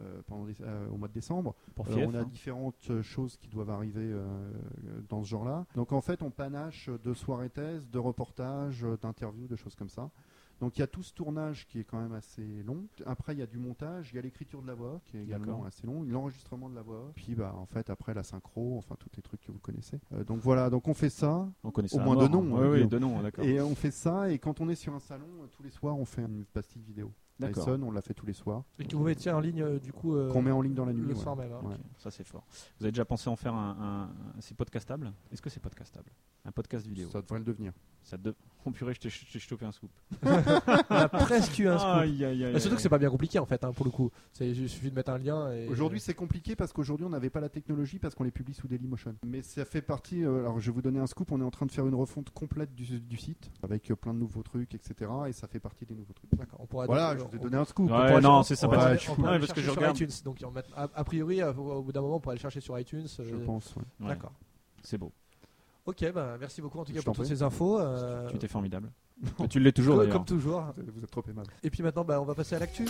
au mois de décembre. Pour Fief, On a différentes choses qui doivent arriver dans ce genre-là. Donc en fait, on panache de soirées thèses, de reportages, d'interviews, de choses comme ça. Donc il y a tout ce tournage qui est quand même assez long. Après, il y a du montage, il y a l'écriture de la voix qui est également D'accord. assez long, l'enregistrement de la voix. Puis en fait, après la synchro, enfin tous les trucs que vous connaissez. Donc voilà, donc on fait ça. On connaît ça. Au à moins mort, de nom, hein. Oui, disons. de nom, d'accord. Et on fait ça, et quand on est sur un salon, tous les soirs, on fait une pastille vidéo. D'accord. Dyson, on l'a fait tous les soirs. Et que vous mettez en ligne du coup. Qu'on met en ligne dans la nuit. le ouais. soir même. Hein. Ouais. Ok, ça c'est fort. Vous avez déjà pensé en faire c'est podcastable? Est-ce que c'est podcastable? Un podcast vidéo? Ça devrait le devenir. Oh purée, je t'ai chopé un scoop. On a presque eu un scoop. Aïe, aïe, aïe, Mais surtout aïe. que c'est pas bien compliqué en fait hein, pour le coup. Il suffit de mettre un lien. Et... Aujourd'hui, c'est compliqué parce qu'aujourd'hui, on n'avait pas la technologie parce qu'on les publie sous Dailymotion. Mais ça fait partie. Alors, je vais vous donner un scoop. On est en train de faire une refonte complète du site avec plein de nouveaux trucs, etc. Et ça fait partie des nouveaux trucs. D'accord. On pourra Voilà, je vous ai donné un scoop. Ouais, non, c'est on pourra sympathique. aller- je on suis pourra aller parce que chercher je sur regarde. iTunes. Donc a priori, au bout d'un moment, on pourra aller chercher sur iTunes. Je pense. Ouais. Ouais, D'accord. c'est beau. Ok, bah, merci beaucoup en tout cas Je pour t'en toutes prie. ces infos. Tu étais formidable. Tu l'es toujours d'ailleurs. Comme toujours. Vous êtes trop aimable. Et puis maintenant, bah, on va passer à l'actu.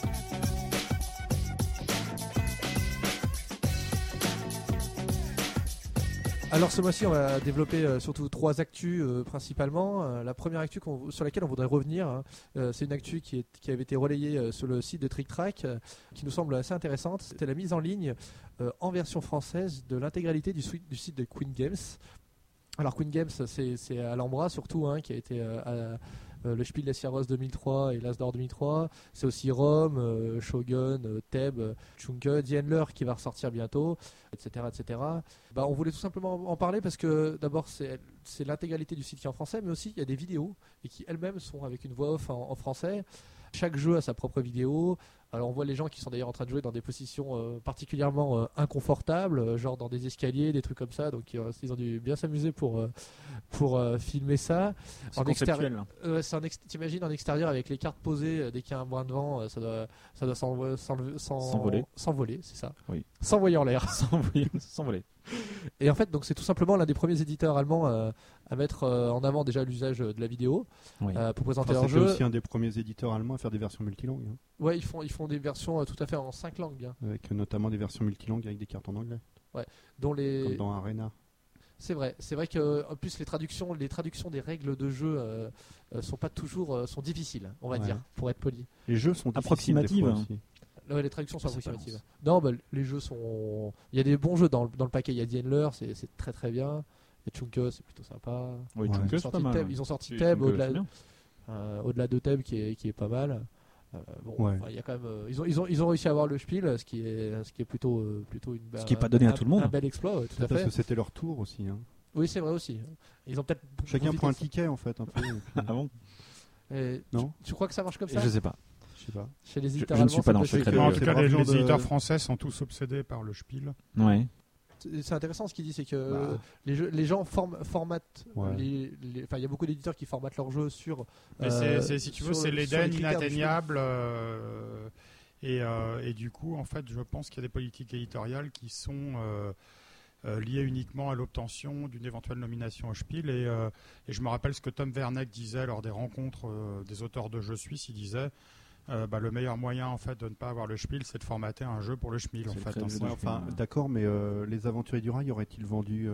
Alors ce mois-ci, on va développer surtout 3 actus principalement. La première actu sur laquelle on voudrait revenir, hein, c'est une actu qui avait été relayée sur le site de Trick Track, qui nous semble assez intéressante. C'était la mise en ligne en version française de l'intégralité du site de Queen Games. Alors Queen Games, c'est Alhambra surtout, hein, qui a été le Spiel des Sierras 2003 et l'Asdor 2003. C'est aussi Rome, Shogun, Theb, Chunke, The Handler qui va ressortir bientôt, etc. etc. Bah, on voulait tout simplement en parler parce que d'abord c'est l'intégralité du site qui est en français, mais aussi il y a des vidéos et qui elles-mêmes sont avec une voix off en français. Chaque jeu a sa propre vidéo, Alors on voit les gens qui sont d'ailleurs en train de jouer dans des positions particulièrement inconfortables, genre dans des escaliers, des trucs comme ça. Donc ils ont dû bien s'amuser pour filmer ça. C'est conceptuel. T'imagines en extérieur avec les cartes posées, dès qu'il y a un brin de vent, ça doit s'envoler, c'est ça. Oui. S'envoyer en l'air. S'envoler. Et en fait, donc c'est tout simplement l'un des premiers éditeurs allemands à mettre en avant déjà l'usage de la vidéo pour présenter leur C'était jeu. aussi un des premiers éditeurs allemands à faire des versions multilangues. Hein. Ouais, ils font des versions tout à fait en 5 langues bien. Avec notamment des versions multilangues avec des cartes en anglais. Ouais, comme dans Arena. C'est vrai que en plus les traductions des règles de jeu sont pas toujours sont difficiles, on va dire, pour être poli. Les jeux sont approximatives aussi. Ouais, les traductions sont approximatives. Non, les jeux sont. Il y a des bons jeux dans le paquet. Il y a Dienler, c'est très très bien. Il y a Chunka, c'est plutôt sympa. Oui, Chunka, c'est pas mal. Ils ont sorti Theb au-delà de Theb qui est pas mal. Il y a quand même. Ils ont réussi à avoir le Spiel, ce qui est plutôt ce qui est pas donné à tout le monde. Un bel exploit, tout à fait. Parce que c'était leur tour aussi. Hein. Oui, c'est vrai aussi. Ils ont peut-être. Chacun prend un ticket en fait un peu. Ah bon. Non. Tu crois que ça marche comme ça? Je sais pas. Chez les éditeurs je ne suis pas dans le secret. En tout cas, les éditeurs français sont tous obsédés par le Spiel. Ouais. C'est intéressant ce qu'il dit, c'est que les gens formatent. Il y a beaucoup d'éditeurs qui formatent leurs jeux sur. Si tu veux, c'est l'Éden inatteignable. Et du coup, en fait, je pense qu'il y a des politiques éditoriales qui sont liées uniquement à l'obtention d'une éventuelle nomination au Spiel. Et je me rappelle ce que Tom Werneck disait lors des rencontres des auteurs de jeux suisses. Il disait. Le meilleur moyen en fait de ne pas avoir le Spiel, c'est de formater un jeu pour le Spiel en fait. D'accord, mais les Aventuriers du Rail auraient-ils vendu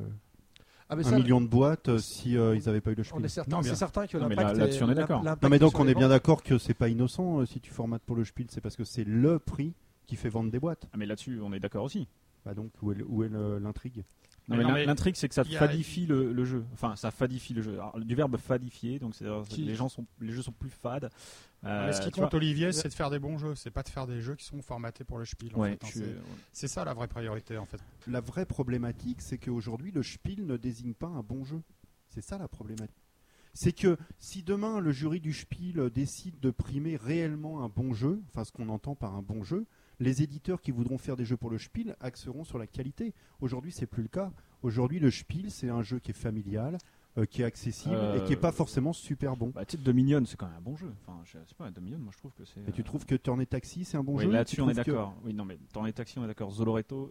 1 ça, million de boîtes si ils n'avaient pas eu le Spiel? C'est certain que l'impact. Là-dessus, on est d'accord. Non, mais donc on est bien d'accord que c'est pas innocent si tu formates pour le Spiel, c'est parce que c'est le prix qui fait vendre des boîtes. Ah, mais là-dessus, on est d'accord aussi. Donc où est l'intrigue? Non, mais l'intrigue, c'est que ça fadifie le jeu. Enfin, ça fadifie le jeu. Alors, du verbe fadifier, donc les jeux sont plus fades. Mais ce qui compte, Olivier, c'est de faire des bons jeux. C'est pas de faire des jeux qui sont formatés pour le Spiel. C'est ça la vraie priorité en fait. La vraie problématique, c'est qu'aujourd'hui, le Spiel ne désigne pas un bon jeu. C'est ça la problématique. C'est que si demain le jury du Spiel décide de primer réellement un bon jeu, enfin ce qu'on entend par un bon jeu, les éditeurs qui voudront faire des jeux pour le Spiel axeront sur la qualité. Aujourd'hui, c'est plus le cas. Aujourd'hui, le Spiel, c'est un jeu qui est familial, qui est accessible et qui n'est pas forcément super bon. Dominion, c'est quand même un bon jeu. Enfin, je sais pas, Dominion, moi je trouve que c'est. Et tu trouves que Turn et Taxi, c'est un bon jeu? Oui, là-dessus, on est d'accord. Oui, non, mais Turn et Taxi, on est d'accord. Zoloreto.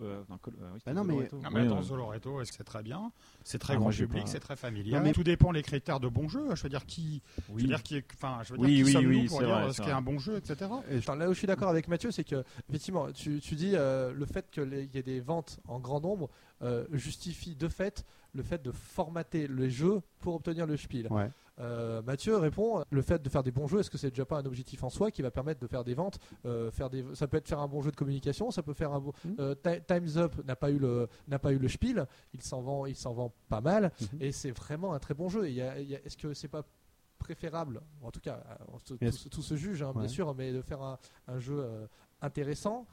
Zoloreto, est-ce que c'est très bien? C'est très grand public, c'est très familial. Mais tout dépend des critères de bon jeu. Je veux dire, qui sommes-nous pour dire ce qu'est un bon jeu, etc. Là où je suis d'accord avec Mathieu, c'est que, effectivement, tu dis le fait qu'il y ait des ventes en grand nombre justifie de fait le fait de formater le jeu pour obtenir le Spiel. Ouais. Mathieu répond, le fait de faire des bons jeux, est-ce que c'est déjà pas un objectif en soi qui va permettre de faire des ventes, ça peut être faire un bon jeu de communication, ça peut faire un bon Time's Up n'a pas eu le Spiel, il s'en vend pas mal et c'est vraiment un très bon jeu. Est-ce que c'est pas préférable, en tout cas tout se juge bien sûr, mais de faire un jeu intéressant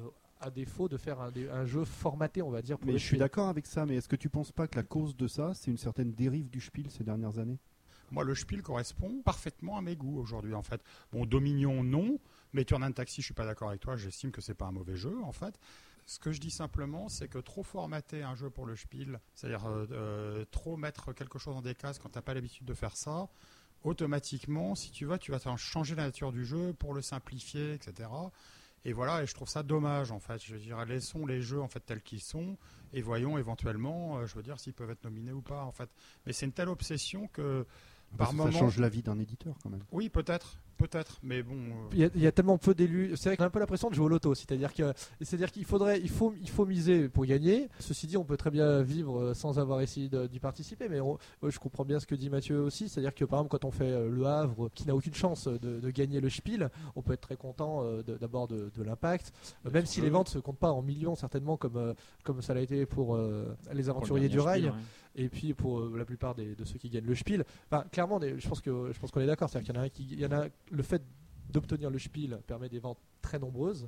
à défaut de faire un jeu formaté, on va dire. Mais je suis d'accord avec ça, mais est-ce que tu ne penses pas que la cause de ça, c'est une certaine dérive du Spiel ces dernières années? Moi, le Spiel correspond parfaitement à mes goûts aujourd'hui, en fait. Bon, Dominion, non, mais Turn and Taxi, je suis pas d'accord avec toi, j'estime que c'est pas un mauvais jeu, en fait. Ce que je dis simplement, c'est que trop formater un jeu pour le Spiel, c'est-à-dire trop mettre quelque chose dans des cases quand tu n'as pas l'habitude de faire ça, automatiquement, si tu vas changer la nature du jeu pour le simplifier, etc. Et voilà, et je trouve ça dommage en fait. Je veux dire, laissons les jeux en fait tels qu'ils sont et voyons éventuellement, je veux dire, s'ils peuvent être nominés ou pas en fait. Mais c'est une telle obsession que par moment. Ça change la vie d'un éditeur quand même. Oui, peut-être, mais bon. Il y a tellement peu d'élus. C'est vrai qu'on a un peu l'impression de jouer au loto, c'est-à-dire qu'il faut miser pour gagner. Ceci dit, on peut très bien vivre sans avoir essayé d'y participer, mais je comprends bien ce que dit Mathieu aussi, c'est-à-dire que par exemple quand on fait Le Havre, qui n'a aucune chance de gagner le Spiel, on peut être très content d'abord de l'impact, même si les ventes ne comptent pas en millions certainement comme ça l'a été pour les Aventuriers du Rail. Et puis pour la plupart de ceux qui gagnent le Spiel, enfin, clairement, je pense qu'on est d'accord, c'est-à-dire qu'il y en a le fait d'obtenir le Spiel permet des ventes très nombreuses.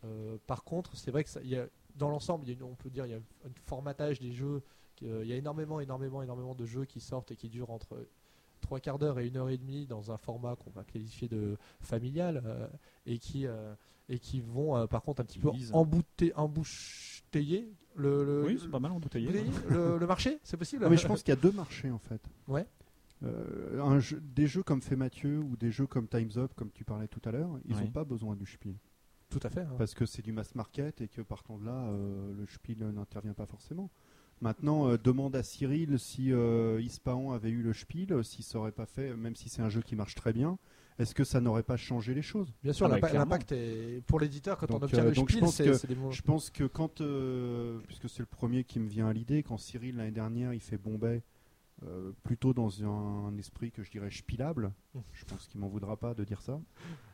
Par contre, c'est vrai que dans l'ensemble, on peut dire il y a un formatage des jeux. Il y a énormément de jeux qui sortent et qui durent entre 3 quarts d'heure et 1h30 dans un format qu'on va qualifier de familial et qui vont par contre un petit peu embouteiller Oui, c'est pas mal embouteillé. le marché, c'est possible. Mais je pense qu'il y a deux marchés en fait. Ouais. Des jeux comme fait Mathieu ou des jeux comme Time's Up, comme tu parlais tout à l'heure, ils n'ont pas besoin du Spiel. Tout à fait. Hein. Parce que c'est du mass market et que partant de là, le Spiel n'intervient pas forcément. Maintenant, demande à Cyril si Ispahan avait eu le Spiel, si ça aurait pas fait, même si c'est un jeu qui marche très bien, est-ce que ça n'aurait pas changé les choses ? Bien sûr, l'impact est pour l'éditeur quand on obtient le Spiel. Je pense que quand, puisque c'est le premier qui me vient à l'idée, quand Cyril l'année dernière il fait Bombay, plutôt dans un esprit que je dirais spielable, je pense qu'il m'en voudra pas de dire ça.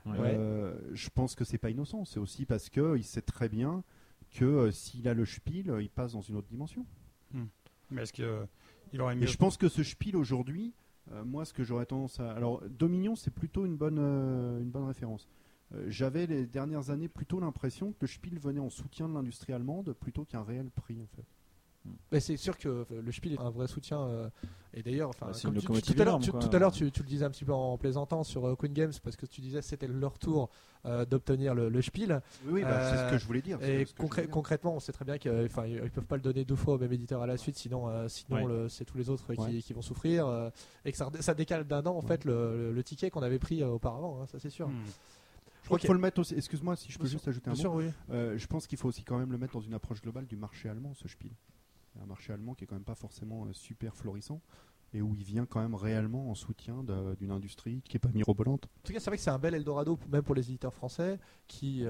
Je pense que c'est pas innocent, c'est aussi parce que il sait très bien que s'il a le Spiel, il passe dans une autre dimension. Mais est-ce qu'il aurait mieux... Et je pense que ce Spiel aujourd'hui, moi ce que j'aurais tendance à... Alors Dominion c'est plutôt une bonne référence. J'avais les dernières années plutôt l'impression que le Spiel venait en soutien de l'industrie allemande plutôt qu'un réel prix en fait. Mais c'est sûr que le Spiel est un vrai soutien et d'ailleurs c'est une tout locomotive à l'heure énorme, tu le disais un petit peu en plaisantant sur Queen Games parce que tu disais que c'était leur tour d'obtenir le Spiel. Oui, c'est ce que je voulais dire. Et concrètement on sait très bien qu'ils ne peuvent pas le donner 2 fois au même éditeur à la suite sinon c'est tous les autres qui vont souffrir et que ça décale d'un an en fait le ticket qu'on avait pris auparavant, hein, ça c'est sûr. Je crois qu'il faut le mettre aussi, excuse-moi si je peux juste ajouter un mot. Sûr, oui. Je pense qu'il faut aussi quand même le mettre dans une approche globale du marché allemand, ce Spiel. Un marché allemand qui est quand même pas forcément super florissant et où il vient quand même réellement en soutien d'une industrie qui est pas mirobolante. En tout cas, c'est vrai que c'est un bel Eldorado même pour les éditeurs français qui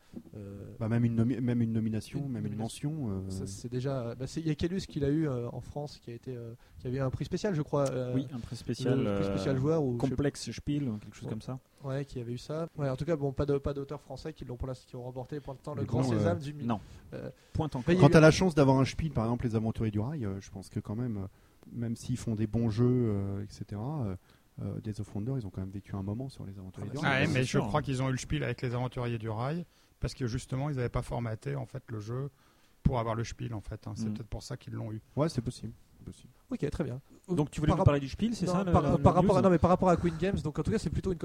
même une nomination, même une mention. C'est déjà. Il y a Kellus qui l'a eu en France, qui avait un prix spécial, je crois. Oui, un prix spécial. Le prix spécial joueur ou complexe Spiel, quelque chose comme ça. Ouais, qui avait eu ça. Ouais, en tout cas, pas d'auteurs français qui ont remporté pour l'instant le Grand non, Sésame du Non. Point encore. Quand tu as la chance d'avoir un Spiel, par exemple les Aventuriers du Rail, je pense que quand même s'ils font des bons jeux, etc. Days of Wonder, ils ont quand même vécu un moment sur les Aventuriers du Rail. Mais je crois qu'ils ont eu le Spiel avec les Aventuriers du Rail parce que justement ils n'avaient pas formaté en fait le jeu pour avoir le Spiel en fait. C'est peut-être pour ça qu'ils l'ont eu. Ouais, c'est possible. Ok, très bien. Donc tu voulais nous parler du Spiel, c'est ça par rapport à Queen Games, donc en tout cas c'est plutôt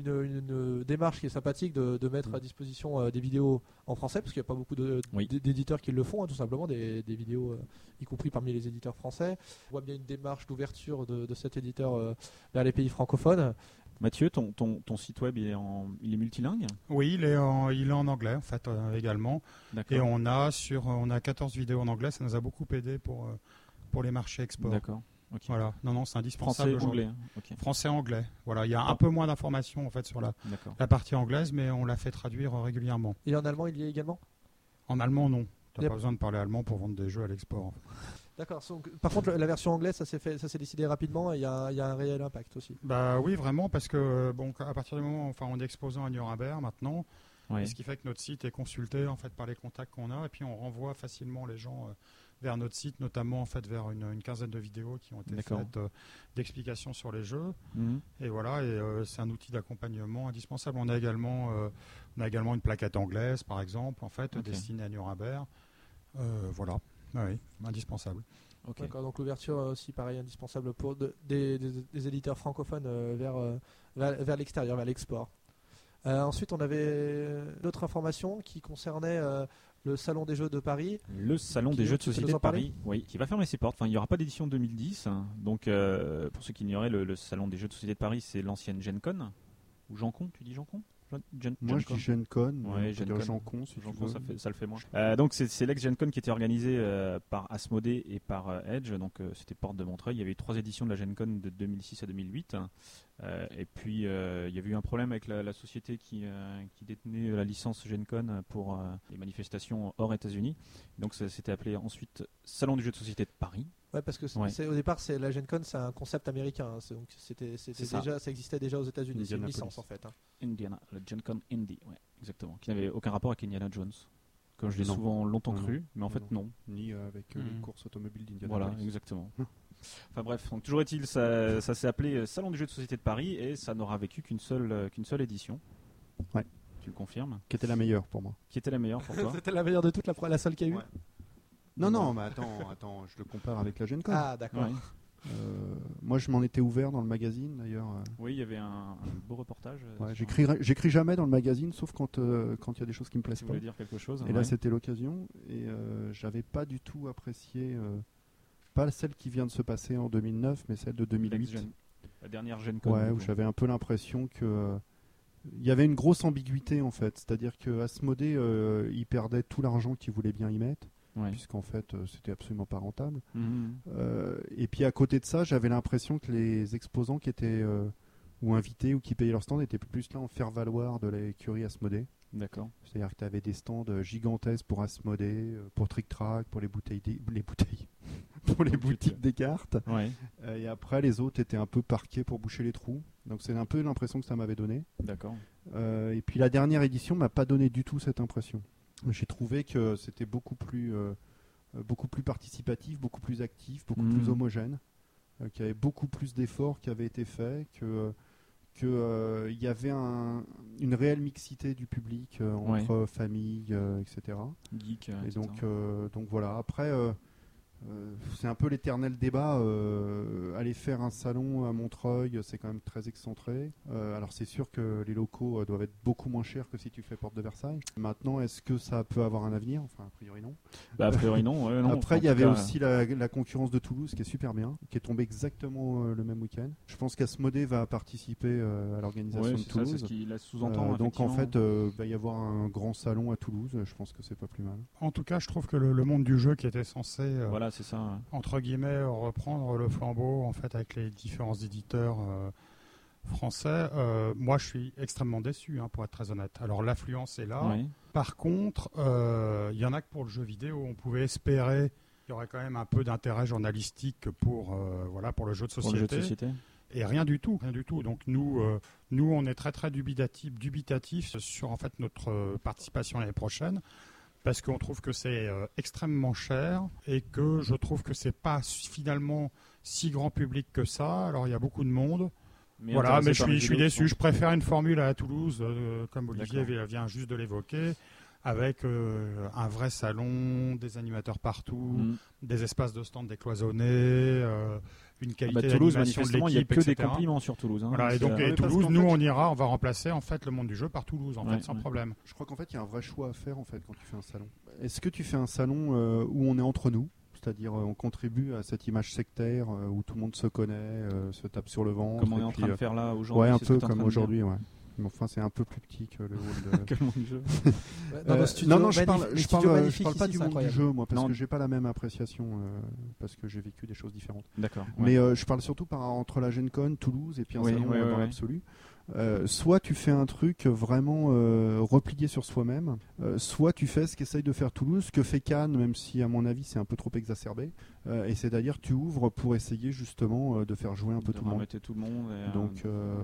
une démarche qui est sympathique de mettre à disposition des vidéos en français, parce qu'il n'y a pas beaucoup d'éditeurs qui le font, hein, tout simplement, des vidéos, y compris parmi les éditeurs français. On voit bien une démarche d'ouverture de cet éditeur vers les pays francophones. Mathieu, ton site web il est multilingue ? Oui, il est en anglais en fait également. D'accord. Et on a 14 vidéos en anglais, ça nous a beaucoup aidé pour les marchés export. D'accord. Okay. Voilà. Non, c'est indispensable. Français-anglais. Okay. Français-anglais. Voilà, il y a un peu moins d'informations en fait sur la partie anglaise, mais on l'a fait traduire régulièrement. Et en allemand, il y est également ? En allemand, non. Tu n'as pas besoin de parler allemand pour vendre des jeux à l'export. En fait. D'accord. Par contre, la version anglaise, ça s'est décidé rapidement et il y a un réel impact aussi. Bah oui, vraiment, parce que à partir du moment, on est exposant à Nuremberg maintenant, ce qui fait que notre site est consulté en fait par les contacts qu'on a, et puis on renvoie facilement les gens vers notre site, notamment en fait vers une quinzaine de vidéos qui ont été faites d'explications sur les jeux. Et voilà, c'est un outil d'accompagnement indispensable. On a également une plaquette anglaise, par exemple, en fait, destinée à Nuremberg. Voilà. Oui, indispensable. Okay. D'accord, donc l'ouverture aussi, pareil, indispensable pour des éditeurs francophones vers l'extérieur, vers l'export. Ensuite, on avait d'autres informations qui concernaient le Salon des Jeux de Paris. Le Salon des Jeux de Société de Paris, oui, qui va fermer ses portes. Enfin, il n'y aura pas d'édition 2010. Hein. Donc, pour ceux qui ignoraient, le Salon des Jeux de Société de Paris, c'est l'ancienne GenCon. Ou GenCon, tu dis GenCon ? Moi je dis GenCon, GenCon, ça le fait moins. Donc c'est l'ex-GenCon qui était organisé par Asmodée et par Edge, donc c'était porte de Montreuil. Il y avait eu 3 éditions de la GenCon de 2006 à 2008. Et puis il y avait eu un problème avec la société qui détenait la licence GenCon pour les manifestations hors États-Unis. Donc ça s'était appelé ensuite Salon du jeu de société de Paris. Ouais, parce que au départ, la GenCon, c'est un concept américain. Hein. Donc ça existait déjà aux États-Unis. C'est une licence en fait. Hein. Indiana, le GenCon Indy, ouais, exactement. Qui n'avait aucun rapport avec Indiana Jones, comme je l'ai longtemps cru, mais en fait non. Ni avec les courses automobiles d'Indiana Jones. Voilà, exactement. Enfin bref, donc, toujours est-il, ça s'est appelé Salon du jeu de société de Paris et ça n'aura vécu qu'une seule édition. Ouais. Tu le confirmes ? Qui était la meilleure pour moi. Qui était la meilleure pour toi ? C'était la meilleure de toute la seule qu'il y a eu. Non, mais attends, je le compare avec la GenCon. Ah, d'accord. Ouais. Moi, je m'en étais ouvert dans le magazine, d'ailleurs. Oui, il y avait un beau reportage. Ouais, j'écris jamais dans le magazine, sauf quand il y a des choses qui me plaisent Si vous pas. voulez dire quelque chose. Et là, c'était l'occasion. Et j'avais pas du tout apprécié, pas celle qui vient de se passer en 2009, mais celle de 2008. La dernière Gen Con. Ouais, où j'avais un peu l'impression que il y avait une grosse ambiguïté en fait. C'est-à-dire que Asmodée, il perdait tout l'argent qu'il voulait bien y mettre. Ouais. Puisqu'en fait c'était absolument pas rentable. Mhm. Et puis à côté de ça, j'avais l'impression que les exposants qui étaient ou invités ou qui payaient leur stand étaient plus là en faire valoir de l'écurie Asmodée. D'accord. C'est-à-dire que tu avais des stands gigantesques pour Asmodée, pour Trick Track, pour les bouteilles, pour les boutiques des cartes. Ouais. Et après les autres étaient un peu parqués pour boucher les trous. Donc c'est un peu l'impression que ça m'avait donné. D'accord. Et puis la dernière édition m'a pas donné du tout cette impression. J'ai trouvé que c'était beaucoup plus participatif, beaucoup plus actif, beaucoup plus homogène, qu'il y avait beaucoup plus d'efforts qui avaient été faits, qu'il y avait une réelle mixité du public entre familles, etc. Geek, Et etc. donc voilà. Après, c'est un peu l'éternel débat. Aller faire un salon à Montreuil, c'est quand même très excentré. Alors c'est sûr que les locaux doivent être beaucoup moins chers que si tu fais Porte de Versailles. Maintenant, est-ce que ça peut avoir un avenir ? Enfin, a priori non. A priori non. Non. Après, il y avait aussi la concurrence de Toulouse qui est super bien, qui est tombée exactement le même week-end. Je pense qu'Asmodée va participer à l'organisation de Toulouse. C'est ce qu'il laisse sous-entendre. Donc en fait, va y avoir un grand salon à Toulouse. Je pense que c'est pas plus mal. En tout cas, je trouve que le monde du jeu qui était censé voilà, c'est ça. entre guillemets reprendre le flambeau en fait avec les différents éditeurs français, moi je suis extrêmement déçu pour être très honnête. Alors l'affluence est là. Oui. Par contre, il y en a que pour le jeu vidéo, on pouvait espérer qu'il y aurait quand même un peu d'intérêt journalistique pour le jeu de société. Pour le jeu de société. Et rien du tout. Donc nous on est très très dubitatif sur en fait notre participation l'année prochaine. Parce qu'on trouve que c'est extrêmement cher et que je trouve que c'est pas finalement si grand public que ça. Alors il y a beaucoup de monde. Mais je suis déçu. Je préfère une formule à Toulouse, comme Olivier vient juste de l'évoquer, avec un vrai salon, des animateurs partout, des espaces de stand décloisonnés, une qualité Toulouse, d'animation de manifestement, il n'y a l'équipe, que etc. des compliments sur Toulouse. Voilà, et donc Toulouse, nous on va remplacer en fait le monde du jeu par Toulouse, sans problème. Je crois qu'en fait il y a un vrai choix à faire en fait quand tu fais un salon. Est-ce que tu fais un salon où on est entre nous, c'est-à-dire on contribue à cette image sectaire où tout le monde se connaît, se tape sur le ventre, comme on est en train de faire là aujourd'hui. Ouais, un peu comme aujourd'hui, ouais. Mais enfin, c'est un peu plus petit que le hall de... Quel monde du jeu. Non, je parle pas du monde du jeu, moi, parce que j'ai pas la même appréciation, parce que j'ai vécu des choses différentes. D'accord. Mais je parle surtout entre la Gen Con, Toulouse, et puis un salon dans l'absolu. Soit tu fais un truc vraiment replié sur soi-même, soit tu fais ce qu'essaye de faire Toulouse, ce que fait Cannes, même si à mon avis c'est un peu trop exacerbé, et c'est-à-dire tu ouvres pour essayer justement de faire jouer un peu tout le monde. Donc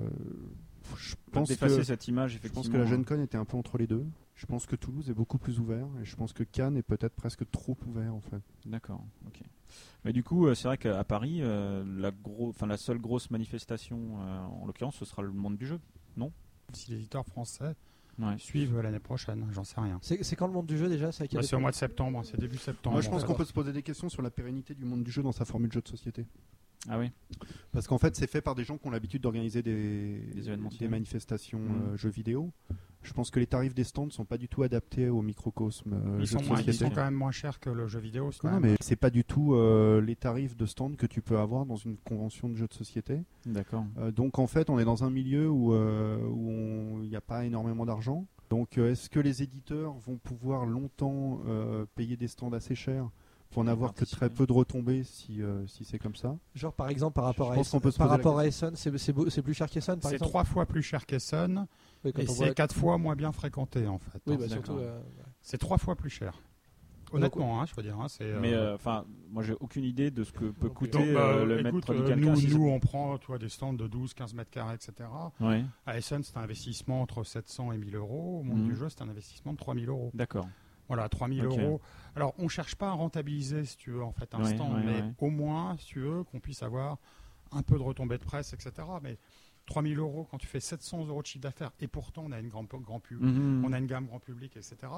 je pense cette image, je pense que la Gen Con était un peu entre les deux. Je pense que Toulouse est beaucoup plus ouvert, et je pense que Cannes est peut-être presque trop ouvert en fait. D'accord, ok. Mais du coup, c'est vrai qu'à Paris, la seule grosse manifestation, en l'occurrence, ce sera le monde du jeu, non ? Si les éditeurs français suivent l'année prochaine, j'en sais rien. C'est quand le monde du jeu déjà ? C'est au mois de septembre, c'est début septembre. Moi je pense qu'on peut se poser des questions sur la pérennité du monde du jeu dans sa formule jeu de société. Ah oui. Parce qu'en fait c'est fait par des gens qui ont l'habitude d'organiser des manifestations jeux vidéo. Je pense que les tarifs des stands ne sont pas du tout adaptés au microcosme ils sont quand même moins chers que le jeu vidéo. Non, mais c'est pas du tout les tarifs de stand que tu peux avoir dans une convention de jeux de société. D'accord. Donc en fait on est dans un milieu où il n'y a pas énormément d'argent. Donc est-ce que les éditeurs vont pouvoir longtemps payer des stands assez chers pour n'avoir que très peu de retombées si c'est comme ça. Genre par exemple par rapport à Essen, c'est plus cher qu'Essen par exemple. C'est 3 fois plus cher qu'Essen et c'est 4 fois moins bien fréquenté en fait. Oui, surtout. C'est 3 fois plus cher. Honnêtement, je veux dire. Mais moi j'ai aucune idée de ce que peut coûter le mètre de quelqu'un. Nous on prend des stands de 12-15 mètres carrés, etc. Ouais. À Essen c'est un investissement entre 700 et 1000 euros. Au monde du jeu c'est un investissement de 3000 euros. D'accord. Voilà, 3000 euros. Alors, on ne cherche pas à rentabiliser, si tu veux, en fait, un stand, mais au moins, si tu veux, qu'on puisse avoir un peu de retombées de presse, etc. Mais 3000 euros, quand tu fais 700 euros de chiffre d'affaires, et pourtant, on a une on a une gamme grand public, etc.,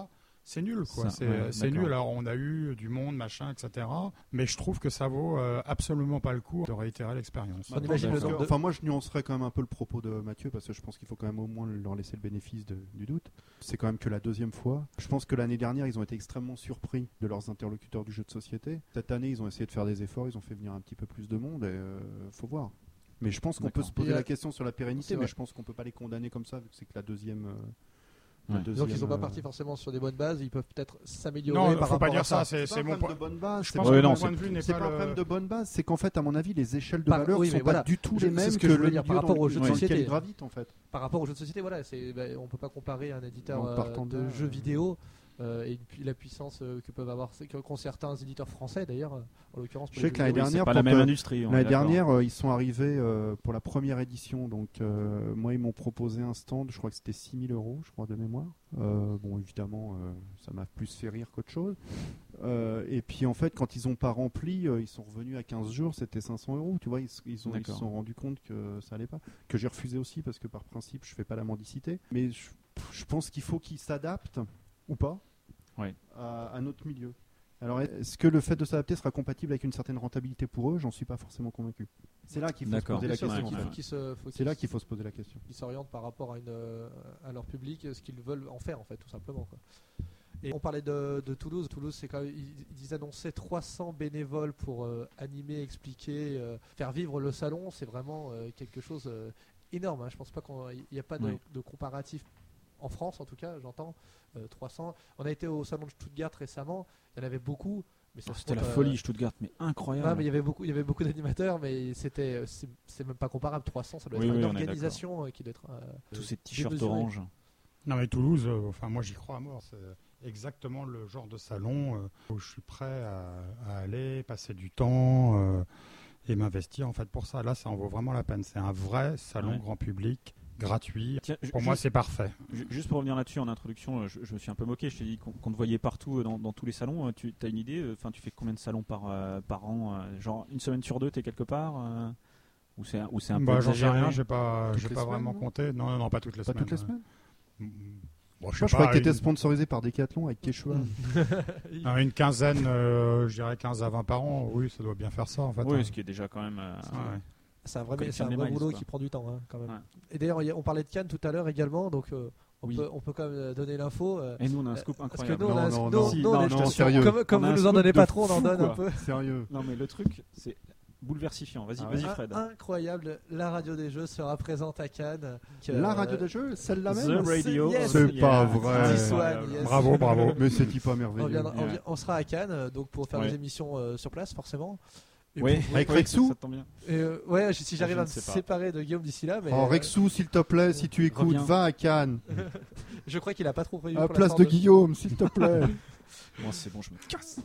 c'est nul, quoi. Ça, ouais, c'est d'accord. nul. Alors, on a eu du monde, machin, etc. Mais je trouve que ça vaut absolument pas le coup de réitérer l'expérience. On imagine le nombre de- Enfin, moi, je nuancerais quand même un peu le propos de Mathieu parce que je pense qu'il faut quand même au moins leur laisser le bénéfice du doute. C'est quand même que la deuxième fois. Je pense que l'année dernière, ils ont été extrêmement surpris de leurs interlocuteurs du jeu de société. Cette année, ils ont essayé de faire des efforts, ils ont fait venir un petit peu plus de monde et faut voir. Mais je pense qu'on peut D'accord. se poser Et, la question sur la pérennité, c'est mais vrai. je pense qu'on peut pas les condamner comme ça vu que c'est que la deuxième. Ouais. Donc ils sont pas euh, partis forcément sur des bonnes bases, ils peuvent peut-être s'améliorer Non, par faut pas rapport à dire ça. ça. C'est pas un mon problème point. de bonne base. Je c'est pense pas- Ouais, que non, mon c'est- point de vue n'est C'est pas pas un problème le. de bonne base, c'est qu'en fait, à mon avis, les échelles de valeur oui, sont mais pas voilà. du tout Je- les c'est mêmes ce que que je voulais le dire milieu par rapport dans aux jeux de lequel société. ils gravitent en fait. Par rapport aux jeux de société, voilà, on peut pas comparer un éditeur Donc, partant de de là, jeux vidéo et puis la puissance que peuvent avoir qu'ont certains éditeurs français d'ailleurs, en l'occurrence. Je sais que l'année Oui, c'est dernière, pas la pour même te- industrie. on est L'année d'accord. dernière, ils sont arrivés pour la première édition. Donc, moi, ils m'ont proposé un stand. Je crois que c'était 6 000 €, je crois, de mémoire. Bon, évidemment, ça m'a plus fait rire qu'autre chose. Et puis, en fait, quand ils n'ont pas rempli, ils sont revenus à 15 jours. C'était 500 €. Tu vois, ils se D'accord. sont rendus compte que ça allait pas. Que j'ai refusé aussi parce que par principe, je fais pas la mendicité. Mais je pense qu'il faut qu'ils s'adaptent ou pas Ouais. à notre milieu. Alors, est-ce que le fait de s'adapter sera compatible avec une certaine rentabilité pour eux ? J'en suis pas forcément convaincu. C'est là qu'il faut se D'accord. poser la Bien sûr, question. faut en fait. qu'ils se- faut C'est là qu'ils qu'il faut se poser la question. ils s'orientent par rapport à leur public, ce qu'ils veulent en faire en fait, tout simplement, quoi. Et on parlait de Toulouse. Toulouse, c'est quand même, ils annonçaient 300 bénévoles pour animer, expliquer, faire vivre le salon. C'est vraiment quelque chose énorme. Hein. Je pense pas qu'il n'y a pas Oui. de comparatif en France, en tout cas, j'entends 300. On a été au salon de Stuttgart récemment. Il y en avait beaucoup, mais ça se C'était la compte, folie, Stuttgart, mais incroyable. non, mais il y avait beaucoup d'animateurs, mais c'est même pas comparable. 300, ça doit Oui, être oui, une on est organisation qui doit être Tous ces t-shirts démesuré. orange. Non, mais Toulouse, enfin, moi, j'y crois à mort. C'est exactement le genre de salon où je suis prêt à aller, passer du temps et m'investir en fait pour ça. Là, ça en vaut vraiment la peine. C'est un vrai salon Ouais. grand public, gratuit. Tiens, Pour moi, c'est parfait. Juste pour revenir là-dessus, en introduction, je me suis un peu moqué. Je t'ai dit qu'on te voyait partout dans tous les salons. Tu as une idée Enfin, tu fais combien de salons par an Genre une semaine sur deux, t'es quelque part Ou c'est un peu Bah, j'en sais exagéré rien, j'ai pas Toutes les vraiment semaines, compté. Non, pas toutes les Pas semaines. toutes les semaines. Bon, Je crois que tu étais sponsorisé par Decathlon avec Quechua. une quinzaine, je dirais 15 à 20 par an. Oui, ça doit bien faire ça en fait. Oui, hein. ce qui est déjà quand même. Ouais. C'est un Comme vrai, les miles, boulot quoi. qui prend du temps, hein, quand même. Ouais. Et d'ailleurs, on parlait de Cannes tout à l'heure également, donc Oui. on peut quand même donner l'info. Et nous, on a un scoop Parce que incroyable. nous, on a un- Non, nous, non, nous, non, on est- non, sérieux. Comme On a vous un nous en scoop donnez de pas trop, on en fou, donne un quoi. peu. Sérieux. Non, mais le truc, c'est bouleversifiant. Vas-y, Ah vas-y, ouais. Fred. Incroyable, la radio des jeux sera présente à Cannes. La radio des jeux, celle-là The même. Radio. Yes. C'est pas Yeah. vrai. This one, Incroyable. yes. Bravo. Mais c'est pas merveilleux. On sera à Cannes, donc pour faire Ouais. des émissions sur place, forcément. Et Oui, pour- Avec Rexou. ça tombe bien. ouais, si j'arrive Je à ne me sais pas. séparer de Guillaume d'ici là, mais Oh, Rexou, s'il te plaît, si tu écoutes, Reviens. va à Cannes. je crois qu'il a pas trop prévu. À pour place l'instant de Guillaume, s'il te plaît. Bon, c'est bon, je me casse.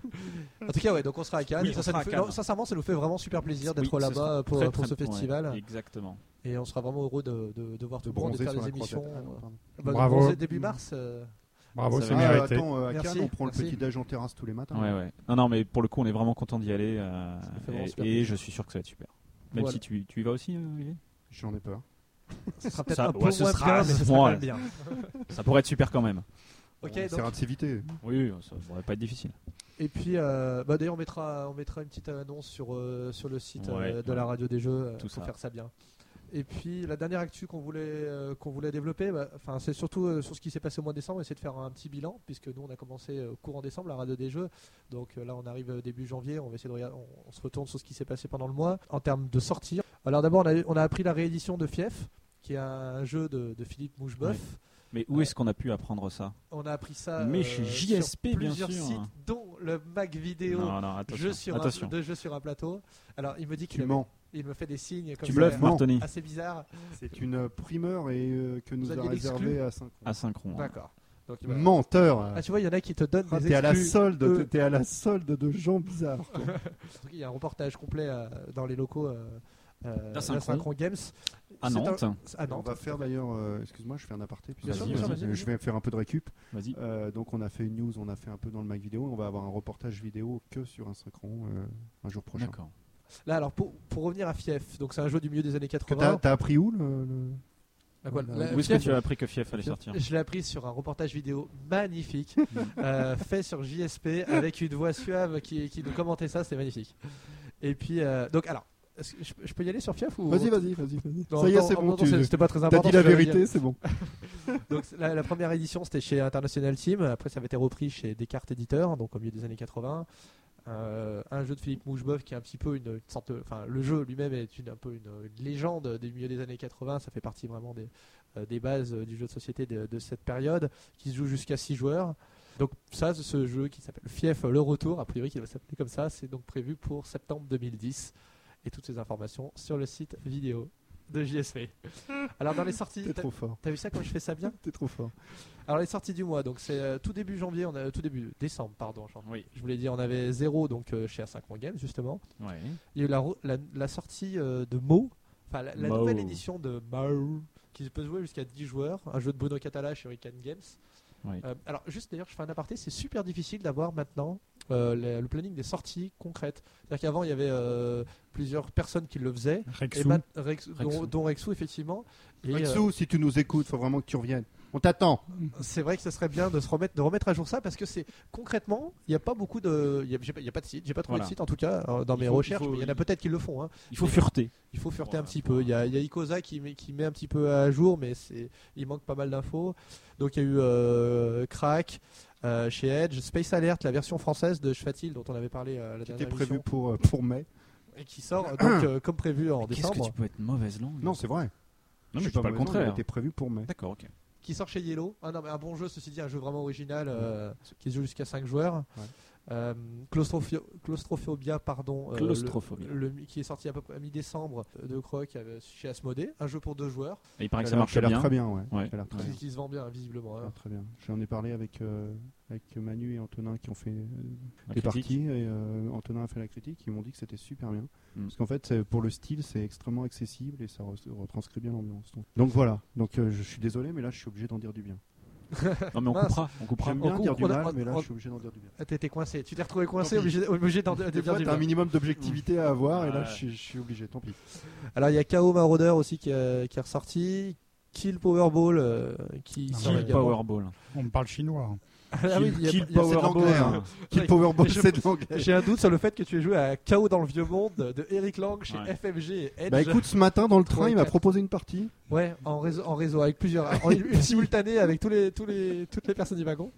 En tout cas, ouais, donc on sera à Cannes. Oui, Et ça on sera nous à fait- Cannes. non, sincèrement, ça nous fait vraiment super plaisir d'être Oui, ce là-bas sera pour très, ce très- festival. ouais, exactement. Et on sera vraiment heureux de voir tout De le monde et de bronzer faire sur des la émissions. croisette. Ah, non, pardon. Bah, Bravo. bronzer début mars. Bravo, Ça c'est va. Ah, mérité. attends, à Merci, Cannes, on prend le merci. petit-déj en terrasse tous les matins. Ouais. Non, mais pour le coup, on est vraiment content d'y aller. fait vraiment super Et plaisir. je suis sûr que ça va être super. Même Voilà. si tu y vas aussi, Olivier J'en ai peur. Ce sera peut-être Ça- un peu ouais, ce moins sera- bien, mais ce sera ouais. quand même bien. Ça pourrait être super quand même. Ok, On donc, essaiera de s'éviter. Oui, ça devrait pas être difficile. et puis d'ailleurs on mettra une petite annonce sur le site Ouais, de la radio des jeux. Tout Faut ça. faire ça bien. Et puis la dernière actu qu'on voulait développer, c'est surtout sur ce qui s'est passé au mois de décembre, essayer de faire un petit bilan, puisque nous on a commencé courant décembre la radio des jeux, donc là on arrive début janvier, on va essayer de regarder, on se retourne sur ce qui s'est passé pendant le mois en termes de sorties. Alors d'abord on a appris la réédition de Fief, qui est un jeu de Philippe Moucheboeuf. Mais où est-ce qu'on a pu apprendre ça On a appris ça Mais chez JSP, sur bien plusieurs sûr. sites, dont le Mac Vidéo. Non, attention. Attention. De jeux sur un plateau. Alors il me dit Tu mens. il me fait des signes comme Tu ça, bluffes, Non. Martoni. assez bizarres. C'est une primeur et que nous Vous a aviez réservé l'exclu à 5 Asynchron. hein. D'accord. Donc, il va- Menteur. Ah, tu vois, il y en a qui te donnent des T'es à la exclus. solde. eux. T'es à la solde de gens bizarres. Donc, il y a un reportage complet dans les locaux d'Asynchron. d'Asynchron Games. À C'est Nantes. À On Nantes. va faire d'ailleurs, excuse-moi, je fais un aparté. Bien sûr, bien sûr, vas-y. Je vais faire un peu de récup. Vas-y. Donc on a fait une news, on a fait un peu dans le Mac vidéo. On va avoir un reportage vidéo que sur Asynchron un jour prochain. D'accord. Là, alors pour revenir à Fief, donc c'est un jeu du milieu des années Que 80. T'as appris où Ah, quoi, la- Où est-ce que tu as appris que Fief allait sortir? Je l'ai appris sur un reportage vidéo magnifique fait sur JSP avec une voix suave qui nous commentait ça, c'était magnifique. Et puis, donc alors, est-ce que je peux y aller sur Fief ou... Vas-y. Non, Ça y est, non, c'est non, bon. non, c'était pas très T'as important. dit la ce que j'allais vérité, c'est bon. dire. Donc la première édition, c'était chez International Team. Après, ça avait été repris chez Descartes Éditeurs, donc au milieu des années 80. Un jeu de Philippe Moucheboeuf qui est un petit peu une sorte enfin le jeu lui-même est un peu une légende des milieux des années 80, ça fait partie vraiment des bases du jeu de société de cette période, qui se joue jusqu'à 6 joueurs. Donc ça, ce jeu qui s'appelle Fief le retour, a priori qui va s'appeler comme ça, c'est donc prévu pour septembre 2010, et toutes ces informations sur le site vidéo de JSP. Alors dans les sorties, T'es trop fort. t'as vu ça quand je fais ça bien? T'es trop fort. Alors les sorties du mois, donc c'est tout début janvier, tout début décembre, pardon. Oui. Je voulais dire, on avait 0 donc chez A5 Games justement. Ouais. Il y a eu la sortie de Mo, enfin la Mo. nouvelle édition de Mo, qui peut jouer jusqu'à 10 joueurs, un jeu de Bruno Catala chez Hurricane Games. Oui. Alors juste d'ailleurs, je fais un aparté, c'est super difficile d'avoir maintenant le planning des sorties concrètes. C'est-à-dire qu'avant il y avait plusieurs personnes qui le faisaient, Rexou. dont Rexou effectivement. Et, Rexou, si tu nous écoutes, faut vraiment que tu reviennes. On t'attend. c'est vrai que ce serait bien de remettre à jour ça, parce que c'est concrètement, il n'y a pas beaucoup de, il y a pas de site, j'ai pas trouvé Voilà. de site en tout cas dans mes recherches, mais il y en a peut-être qui le font. Hein. Il faut fureter. Il faut fureter Voilà. un petit peu. Il y a Icosa qui met un petit peu à jour, mais il manque pas mal d'infos. Donc il y a eu Crack chez Edge, Space Alert, la version française de Schwatil dont on avait parlé la Qui dernière était prévu émission, pour mai. et qui sort donc comme prévu en Qu'est-ce que décembre, tu peux être mauvaise langue? Non, c'est vrai. Non, mais Je je suis dis pas le mauvais, non, Il contraire. était prévu pour mai. D'accord, ok. qui sort chez Yellow. Ah non, mais un bon jeu, ceci dit, un jeu vraiment original qui se joue jusqu'à 5 joueurs. Ouais. Claustrophobia, pardon. Claustrophobia. Qui est sorti à peu près à mi-décembre de Croc chez Asmodée. Un jeu pour 2 joueurs Et il paraît que Ça ça marche a l'air bien. très bien, ouais. Ouais. Ça a l'air très bien. qui se vend bien, visiblement. Ça a Hein. l'air très bien. J'en ai parlé avec Manu et Antonin qui ont fait La des critique. parties, et Antonin a fait la critique. Ils m'ont dit que c'était super bien. Mm. Parce qu'en fait, pour le style, c'est extrêmement accessible et ça retranscrit bien l'ambiance. Donc voilà. Donc je suis désolé, mais là, je suis obligé d'en dire du bien. Non, mais on Mince. coupera. On coupera. J'aime bien on dire coupe, du on a- mal, mais là, on- je suis obligé d'en dire du bien. Ah, t'étais coincé. Tu t'es retrouvé coincé, Tant pis. obligé d'en Des dire fois, du t'as un bien. minimum d'objectivité à avoir, et là, Ouais. je suis obligé. Tant pis. Alors, il y a KO Marauder aussi qui est ressorti. Kill Powerball qui Ah, sort ouais, Kill également. Powerball. On me parle chinois. Ah oui, il y a- Kill il y a- c'est de Powerball. l'anglais, hein. Kill Ouais. Powerball, Je- c'est de l'anglais. J'ai un doute sur le fait que tu aies joué à KO dans le vieux monde de Eric Lang chez Ouais. FMG et Edge. Bah écoute, ce matin dans le train, il m'a 3 et 4. proposé une partie. Ouais, en réseau avec plusieurs, une simultanée avec toutes les personnes du wagon.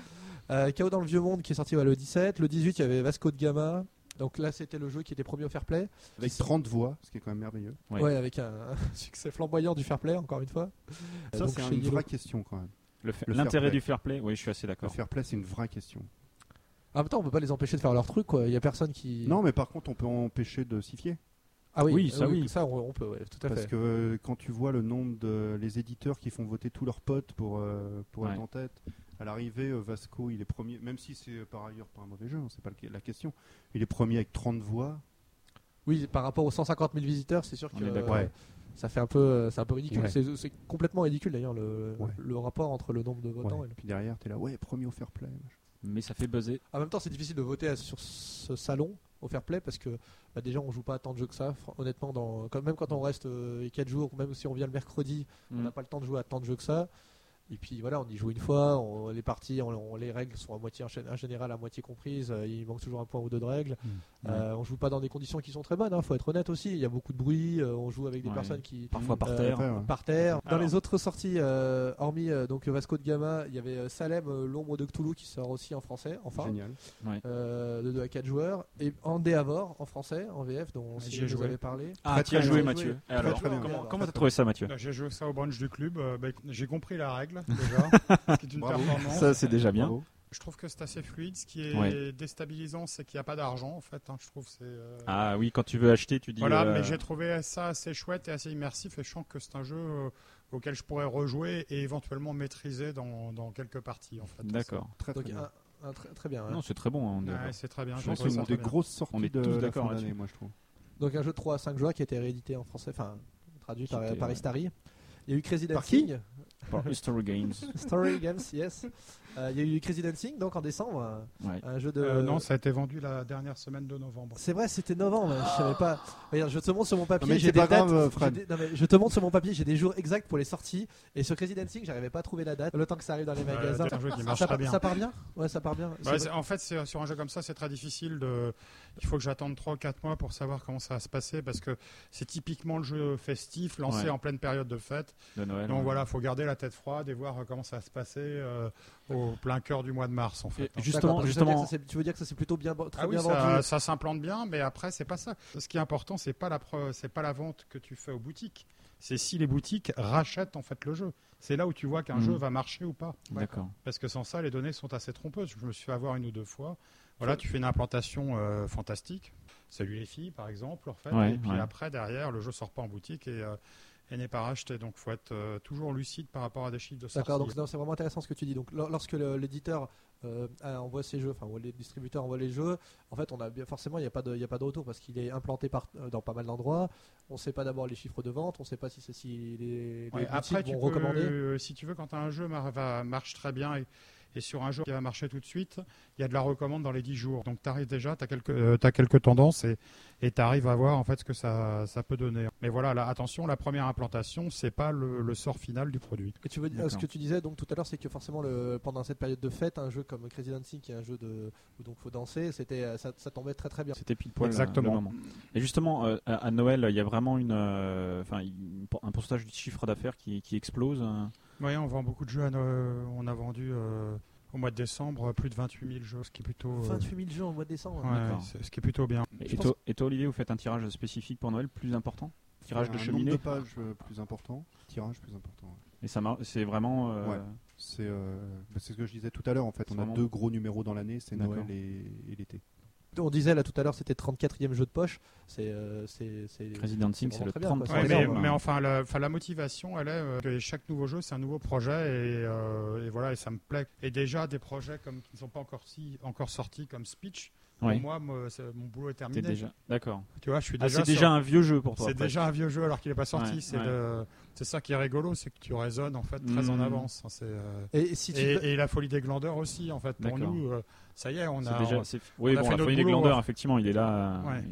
KO dans le vieux monde qui est sorti le 17, le 18 il y avait Vasco de Gama. Donc là c'était le jeu qui était premier au fair play. Avec 30 voix, ce qui est quand même merveilleux. Ouais. Ouais, avec un succès flamboyant du fair play encore une fois. Ça, Donc c'est chez une Yellow. vraie question quand même. Le fair L'intérêt play. du fair play, oui, je suis assez Le d'accord. fair play, c'est une vraie question. En même temps on peut pas les empêcher de faire leur truc quoi. Il y a personne qui. Non, mais par contre, on peut empêcher de s'y fier. Ah oui, Oui, ça, oui. ça on peut, ouais, tout à Parce fait. que quand tu vois le nombre de les éditeurs qui font voter tous leurs potes pour Ouais. être en tête, à l'arrivée, Vasco, il est premier, même si c'est par ailleurs pas un mauvais jeu, hein, c'est pas la question. Il est premier avec 30 voix. Oui, par rapport aux 150 000 visiteurs, c'est sûr On que est d'accord. Ouais. ça fait un peu, c'est un peu ridicule. Ouais. C'est complètement ridicule d'ailleurs Ouais. le rapport entre le nombre de votants. Ouais. Et le... Puis derrière, t'es là, ouais, premier au fair play. machin. Mais ça fait buzzer. En même temps, c'est difficile de voter sur ce salon au fair play parce que déjà on joue pas à tant de jeux que ça. Honnêtement, même quand on reste 4 jours, ou même si on vient le mercredi, on Mm. n'a pas le temps de jouer à tant de jeux que ça. Et puis voilà, on y joue une fois, les parties, les règles sont à moitié en général à moitié comprises, il manque toujours un point ou deux de règles. On joue pas dans des conditions qui sont très bonnes, faut être honnête aussi. Il y a beaucoup de bruit, on joue avec des Ouais. personnes qui Parfois par Euh, terre. Ouais, ouais. par terre. Dans Alors. les autres sorties, hormis donc Vasco de Gama, il y avait Salem, l'ombre de Cthulhu qui sort aussi en français, enfin, Génial. de 2 à 4 joueurs, et Andéavor en français, en VF, dont J'y ai Cyril nous joué. avait parlé. Ah, Très, tu as très joué, bien. Mathieu. Très, Alors, très bien. comment t'as trouvé ça, Mathieu? Bah, j'ai joué ça au brunch du club. J'ai compris la règle déjà, ce qui est une Bravo. performance. Ça, c'est déjà bien. Bravo. Je trouve que c'est assez fluide. Ce qui est Ouais. déstabilisant, c'est qu'il n'y a pas d'argent en fait. Je trouve que c'est. Ah oui, quand tu veux acheter, tu dis. Voilà, mais j'ai trouvé ça assez chouette et assez immersif, et je sens que c'est un jeu auquel je pourrais rejouer et éventuellement maîtriser dans quelques parties en fait. D'accord. Très, très Donc bien. très bien. hein. Non, c'est très bon. Hein, Ça, ouais, c'est très bien. Je j'ai pense C'est trouvé que une ça très des bien. grosses sorties On est de tous la d'accord fin là-dessus. d'année, moi, je trouve. Donc un jeu de 3 à 5 joueurs qui a été réédité en français, enfin traduit par C'était, Istari. Il y a eu Crazy Par Dancing. Pour History Games. Story Games, yes. Il y a eu Crazy Dancing donc en décembre, Ouais. un jeu de. Non, ça a été vendu la dernière semaine de novembre. C'est vrai, c'était novembre. Je savais pas. Regarde, je te montre sur mon papier. Non, mais J'ai c'est des pas dates. grave, Fred. Non, mais je te montre sur mon papier. J'ai des jours exacts pour les sorties. Et sur Crazy Dancing, j'arrivais pas à trouver la date. Le temps que ça arrive dans les magasins. C'est un jeu qui marche Ça, très bien. ça part bien. Ouais, ça part bien. Ouais, en fait, sur un jeu comme ça, c'est très difficile. Il faut que j'attende 3 ou 4 mois pour savoir comment ça va se passer parce que c'est typiquement le jeu festif lancé en pleine période de fête. De Noël. Donc voilà, il faut garder la tête froide et voir comment ça va se passer au plein cœur du mois de mars en fait. Et justement, tu veux dire que ça c'est plutôt bien, très Ah oui, bien vendu. ça s'implante bien, mais après c'est pas ça. Ce qui est important, c'est pas la vente que tu fais aux boutiques. C'est si les boutiques rachètent en fait le jeu. C'est là où tu vois qu'un jeu va marcher ou pas. D'accord. Parce que sans ça, les données sont assez trompeuses. Je me suis fait avoir 1 ou 2 fois. Voilà, tu fais une implantation fantastique. Salut les filles, par exemple, en fait. Ouais, et puis ouais. après, derrière, le jeu sort pas en boutique et n'est pas racheté. Donc, faut être toujours lucide par rapport à des chiffres de sortie. D'accord, donc non, c'est vraiment intéressant ce que tu dis. Donc lorsque l'éditeur envoie ses jeux, enfin les distributeurs envoient les jeux, en fait forcément il n'y a pas de retour parce qu'il est implanté dans pas mal d'endroits. On ne sait pas d'abord les chiffres de vente, on ne sait pas si les Ouais, boutiques après, vont recommander. si tu veux, quand un jeu marche très bien et sur un jeu qui va marcher tout de suite, il y a de la recommande dans les 10 jours. Donc tu arrives déjà, tu as quelques tendances et tu arrives à voir en fait ce que ça peut donner. Mais voilà, là, attention, la première implantation, c'est pas le sort final du produit. Et tu veux dire, ce que tu disais donc tout à l'heure, c'est que forcément pendant cette période de fête, un jeu comme Crazy Dancing, qui est un jeu où donc faut danser, ça tombait très très bien. C'était pile poil Exactement. le moment. Et justement, à Noël, il y a vraiment un pourcentage du chiffre d'affaires qui explose. Oui, on vend beaucoup de jeux. On a vendu au mois de décembre plus de 28 000 jeux, ce qui est plutôt. 28 000 jeux au mois de décembre. Ouais, D'accord. ce qui est plutôt bien. Et toi, Olivier, vous faites un tirage spécifique pour Noël plus important? Tirage de Un cheminée? nombre de pages plus important, tirage plus important. Ouais. Et c'est vraiment. Ouais. C'est ce que je disais tout à l'heure. En fait, C'est on a vraiment- 2 gros numéros dans l'année, c'est D'accord. Noël et l'été. On disait là tout à l'heure, c'était 34e jeu de poche. C'est Crazy Dancing, c'est c'est le vraiment très bien, 30. quoi. Ouais, C'est énorme. mais enfin, la motivation, elle est que chaque nouveau jeu, c'est un nouveau projet et voilà, et ça me plaît. Et déjà, des projets qui ne sont pas encore sortis, comme Speech, Ouais. pour moi, mon boulot est T'es terminé. déjà. D'accord. Tu vois, je suis Ah, déjà. c'est déjà un vieux jeu pour toi. C'est presque. déjà un vieux jeu alors qu'il n'est pas sorti. Ouais, C'est ça qui est rigolo, c'est que tu raisonnes en fait très en avance. Et si tu Et la folie des glandeurs aussi, en fait. Pour D'accord. nous, ça y est, on C'est a. déjà. Oui, on a bon, fait la notre folie des boulot, glandeurs, ouais. effectivement, il est là. Ouais.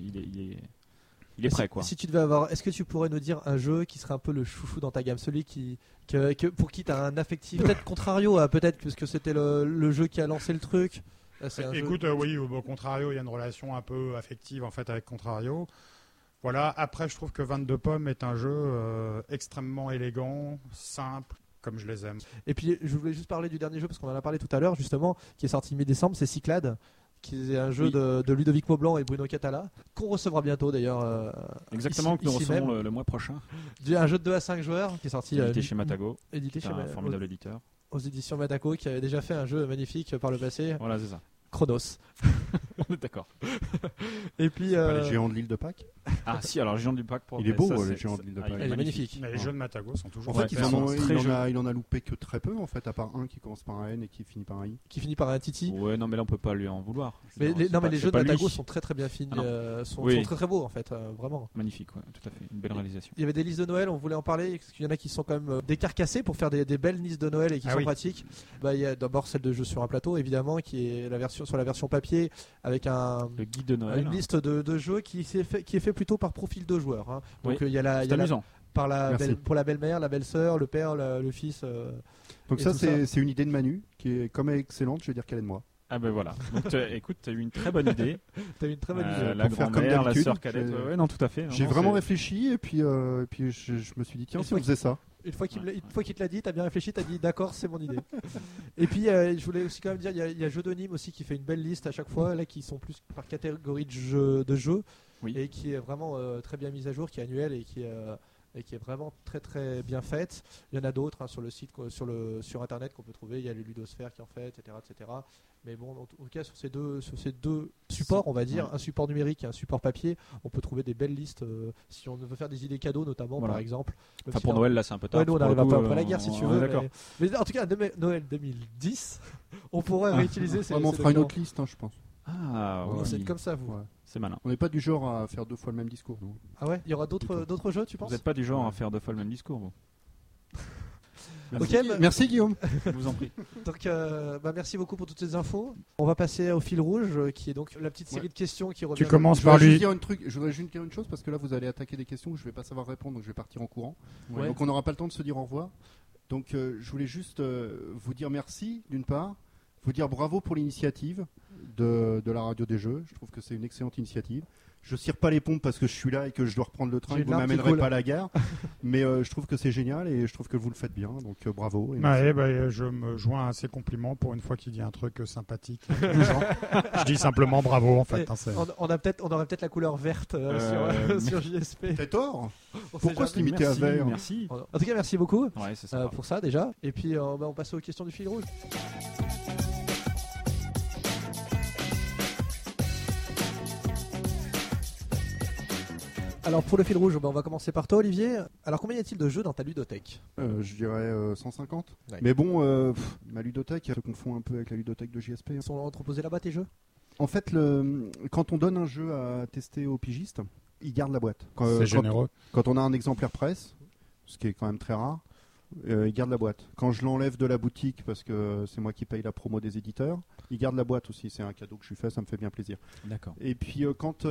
Il est prêt, quoi. Si tu devais avoir, est-ce que tu pourrais nous dire un jeu qui serait un peu le chouchou dans ta gamme, celui pour qui tu as un affectif, peut-être contrario, peut-être parce que c'était le jeu qui a lancé le truc. C'est un jeu- Écoute, oui, au Contrario, il y a une relation un peu affective en fait avec Contrario. Voilà. Après, je trouve que 22 pommes est un jeu extrêmement élégant, simple, comme je les aime. Et puis je voulais juste parler du dernier jeu parce qu'on en a parlé tout à l'heure justement, qui est sorti mi-décembre, c'est Cyclades, qui est un jeu Oui. de Ludovic Maublanc et Bruno Catala, qu'on recevra bientôt d'ailleurs. Exactement, que nous ici recevons même. le mois prochain. Un jeu de 2 à 5 joueurs qui est sorti Édité chez Matago. édité C'est chez un formidable éditeur. aux éditions Mataco, qui avait déjà fait un jeu magnifique par le passé, Voilà, c'est ça. Chronos. On est d'accord. Et puis Pas les géants de l'île de Pâques. Ah, si, alors, Géant du Pâques. Il est beau, les géants de l'île de Pâques. il est magnifique. Mais les jeux de Matago sont toujours. En fait, Ouais, il très en a loupé que très peu, en fait, à part un qui commence par un N et qui finit par un I. qui finit par un Titi. Ouais, non, mais là, on peut pas lui en vouloir. Je veux Mais dire, c'est pas- les c'est jeux de pas lui. Matago sont très très bien finis, Ah non. sont Oui. très très beaux en fait, vraiment. Magnifique, ouais, tout à fait. Une belle réalisation. Il y avait des listes de Noël, on voulait en parler, parce qu'il y en a qui sont quand même décarcassés pour faire des belles listes de Noël et qui Ah sont oui. pratiques. Bah, il y a d'abord celle de jeux sur un plateau, évidemment, qui est sur la version papier, avec Le guide de Noël. une liste de jeux qui est fait plutôt par profil de joueur. Hein. Donc Oui. il y a C'est amusant. Merci. pour la belle-mère, la belle-sœur, le père, le fils. Donc Et ça, tout c'est une idée de Manu, qui est comme elle est excellente, je vais dire qu'elle est de moi. Ah ben voilà. Donc, écoute, t'as eu une très bonne idée. T'as eu une très bonne idée. La Pour faire comme grand-mère, la d'habitude, sœur cadette. j'ai- Ouais, non, tout à fait. J'ai Non, vraiment c'est- réfléchi et puis je me suis dit, tiens, Une si on fois faisait ça. Une fois qu'il te l'a dit, t'as bien réfléchi, t'as dit d'accord, c'est mon idée. Et puis je voulais aussi quand même dire, il y a Jeux de Nîmes aussi qui fait une belle liste à chaque fois, là qui sont plus par catégorie de jeux, Oui. et qui est vraiment très bien mise à jour, qui est annuelle et qui est vraiment très très bien faite. Il y en a d'autres hein, sur le site, sur internet qu'on peut trouver. Il y a le Ludosphère qui en fait, etc. Mais bon, en tout cas sur ces deux supports, on va dire, Ouais. un support numérique et un support papier, on peut trouver des belles listes. Si on veut faire des idées cadeaux notamment, Voilà. par exemple. Même Enfin, si pour là, Noël, là, c'est un peu tard. Ouais, nous on Pour le arrive un peu coup, après la guerre si tu on est veux. D'accord. Mais en tout cas, Noël 2010, on pourrait réutiliser ces. Ouais, mais on ces fera une documents. autre liste, hein, je pense. Ah, Vous oui. êtes comme ça, vous. Ouais. C'est malin. On n'est pas du genre à faire 2 fois le même discours, nous. Ah ouais. Il y aura d'autres jeux, tu penses? Vous n'êtes pas du genre à faire deux fois le même discours, vous. Merci Guillaume. Je vous en prie. Donc, merci beaucoup pour toutes ces infos. On va passer au fil rouge, qui est donc la petite série de questions qui revient. Tu commences Je par voudrais lui. je voudrais juste dire une chose parce que là vous allez attaquer des questions où je vais pas savoir répondre, donc je vais partir en courant. Ouais. Donc on n'aura pas le temps de se dire au revoir. Donc je voulais juste vous dire merci d'une part, vous dire bravo pour l'initiative de la radio des jeux. Je trouve que c'est une excellente initiative. Je cire pas les pompes parce que je suis là et que je dois reprendre le train J'ai et que une vous larme qui m'amènerez coule. pas à la gare. Mais je trouve que c'est génial et je trouve que vous le faites bien. Donc bravo. Et Je me joins à ses compliments pour une fois qu'il dit un truc sympathique. Je dis simplement bravo en fait. On aurait peut-être la couleur verte sur JSP. T'as tort. On sait Pourquoi se jamais. limiter à vert? Merci. En tout cas, merci beaucoup Ouais, c'est ça. pour ça déjà. Et puis, on passe aux questions du fil rouge. Alors, pour le fil rouge, on va commencer par toi, Olivier. Alors, combien y a-t-il de jeux dans ta ludothèque? Je dirais 150. Ouais. Mais bon, ma ludothèque se confond un peu avec la ludothèque de JSP. Ils sont entreposés là-bas, tes jeux? En fait, quand on donne un jeu à tester aux pigistes, ils gardent la boîte. C'est généreux. Quand on a un exemplaire presse, ce qui est quand même très rare, ils gardent la boîte. Quand je l'enlève de la boutique, parce que c'est moi qui paye la promo des éditeurs, ils gardent la boîte aussi. C'est un cadeau que je lui fais, ça me fait bien plaisir. D'accord. Et puis quand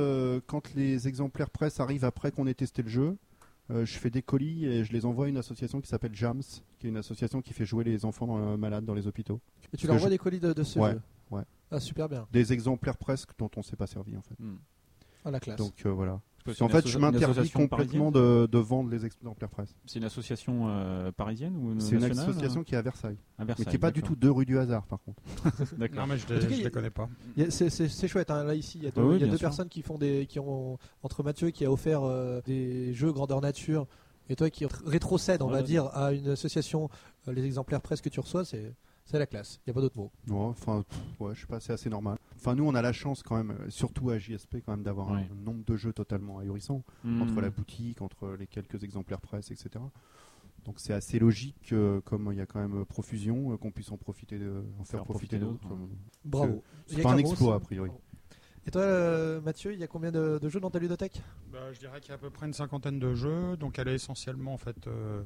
les exemplaires presse arrivent après qu'on ait testé le jeu, je fais des colis et je les envoie à une association qui s'appelle JAMS, qui est une association qui fait jouer les enfants malades dans les hôpitaux. Et tu leur envoies des colis de ce Ouais, jeu? ouais. Ah, super bien. Des exemplaires presque dont on ne s'est pas servi en fait. Ah, la classe. Donc voilà. C'est En une fait, je une m'interdis association complètement de vendre les exemplaires presse. C'est une association parisienne ou C'est une nationale, association qui est à Versailles. à Versailles, Mais qui n'est pas du d'accord. tout 2 rue du Hasard par contre. D'accord. Non mais je En tout cas, les connais pas. C'est chouette, hein. Là ici il y a deux, Oui, il y a bien deux sûr. personnes qui ont entre Mathieu qui a offert des jeux grandeur nature et toi qui rétrocède, on va Ouais. dire, à une association, les exemplaires presse que tu reçois, c'est la classe. Il n'y a pas d'autre mot. Ouais, enfin, ouais, je sais pas, c'est assez normal. Enfin, nous, on a la chance quand même, surtout à JSP, quand même, d'avoir Ouais. un nombre de jeux totalement ahurissant entre la boutique, entre les quelques exemplaires presse, etc. Donc c'est assez logique, comme il y a quand même profusion, qu'on puisse en faire profiter d'autres. Bravo. C'est pas un exploit a priori. Et toi, Mathieu, il y a combien de jeux dans ta ludothèque? Je dirais qu'il y a à peu près une cinquantaine de jeux, donc elle est essentiellement en fait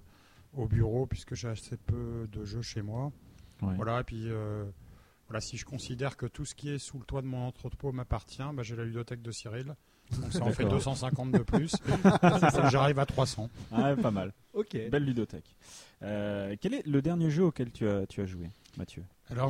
au bureau puisque j'ai assez peu de jeux chez moi. Ouais. Voilà, et puis voilà, si je considère que tout ce qui est sous le toit de mon entrepôt m'appartient, j'ai la ludothèque de Cyril. Donc ça en fait D'accord. 250 de plus. Donc j'arrive à 300. Ah, pas mal. Ok. Belle ludothèque. Quel est le dernier jeu auquel tu as joué, Mathieu? Alors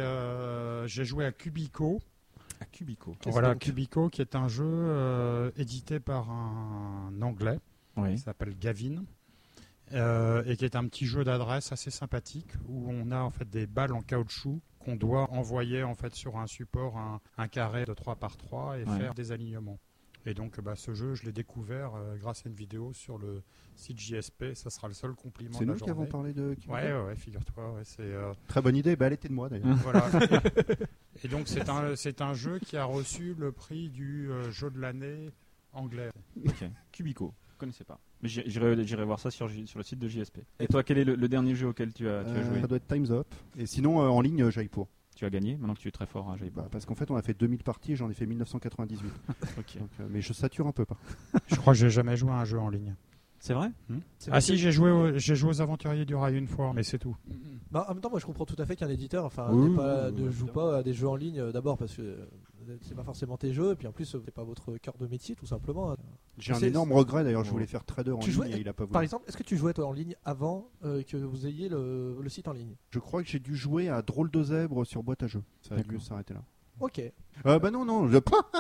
j'ai joué à Cubico. À Cubico. Voilà, Cubico qui est un jeu édité par un Anglais Oui. qui s'appelle Gavin. Et qui est un petit jeu d'adresse assez sympathique où on a en fait des balles en caoutchouc qu'on doit envoyer en fait sur un support, un carré de 3 par 3 et Ouais. faire des alignements. Et donc ce jeu, je l'ai découvert grâce à une vidéo sur le site JSP. Ça sera le seul compliment C'est de la nous qui avons journée. parlé de Cubico. Ouais, figure-toi. Ouais, c'est Très bonne idée, elle était de moi d'ailleurs. voilà. Et donc c'est un jeu qui a reçu le prix du jeu de l'année anglais. Ok. Cubico. Je connaissais pas. Mais j'irai voir ça sur le site de JSP. Et toi, quel est le dernier jeu auquel tu as joué? Ça doit être Time's Up. Et sinon, en ligne, j'aille pour. Tu as gagné, maintenant que tu es très fort à Jaipur. Parce qu'en fait, on a fait 2000 parties et j'en ai fait 1998. Ok. Donc, mais je sature un peu pas. Je crois que j'ai jamais joué à un jeu en ligne. C'est vrai? Ah si, j'ai joué aux Aventuriers du Rail une fois, mais c'est tout. En même temps, moi je comprends tout à fait qu'un éditeur Oui, ne joue pas à des jeux en ligne d'abord parce que c'est pas forcément tes jeux et puis en plus c'est pas votre cœur de métier tout simplement. J'ai un C'est- énorme regret d'ailleurs, je Ouais. voulais faire trader en Tu ligne jouais- et il a pas voulu. Par exemple, est-ce que tu jouais toi en ligne avant que vous ayez le site en ligne? Je crois que j'ai dû jouer à Drôle de zèbre sur boîte à jeux. Ça a dû D'accord. s'arrêter là. Ok. Bah non,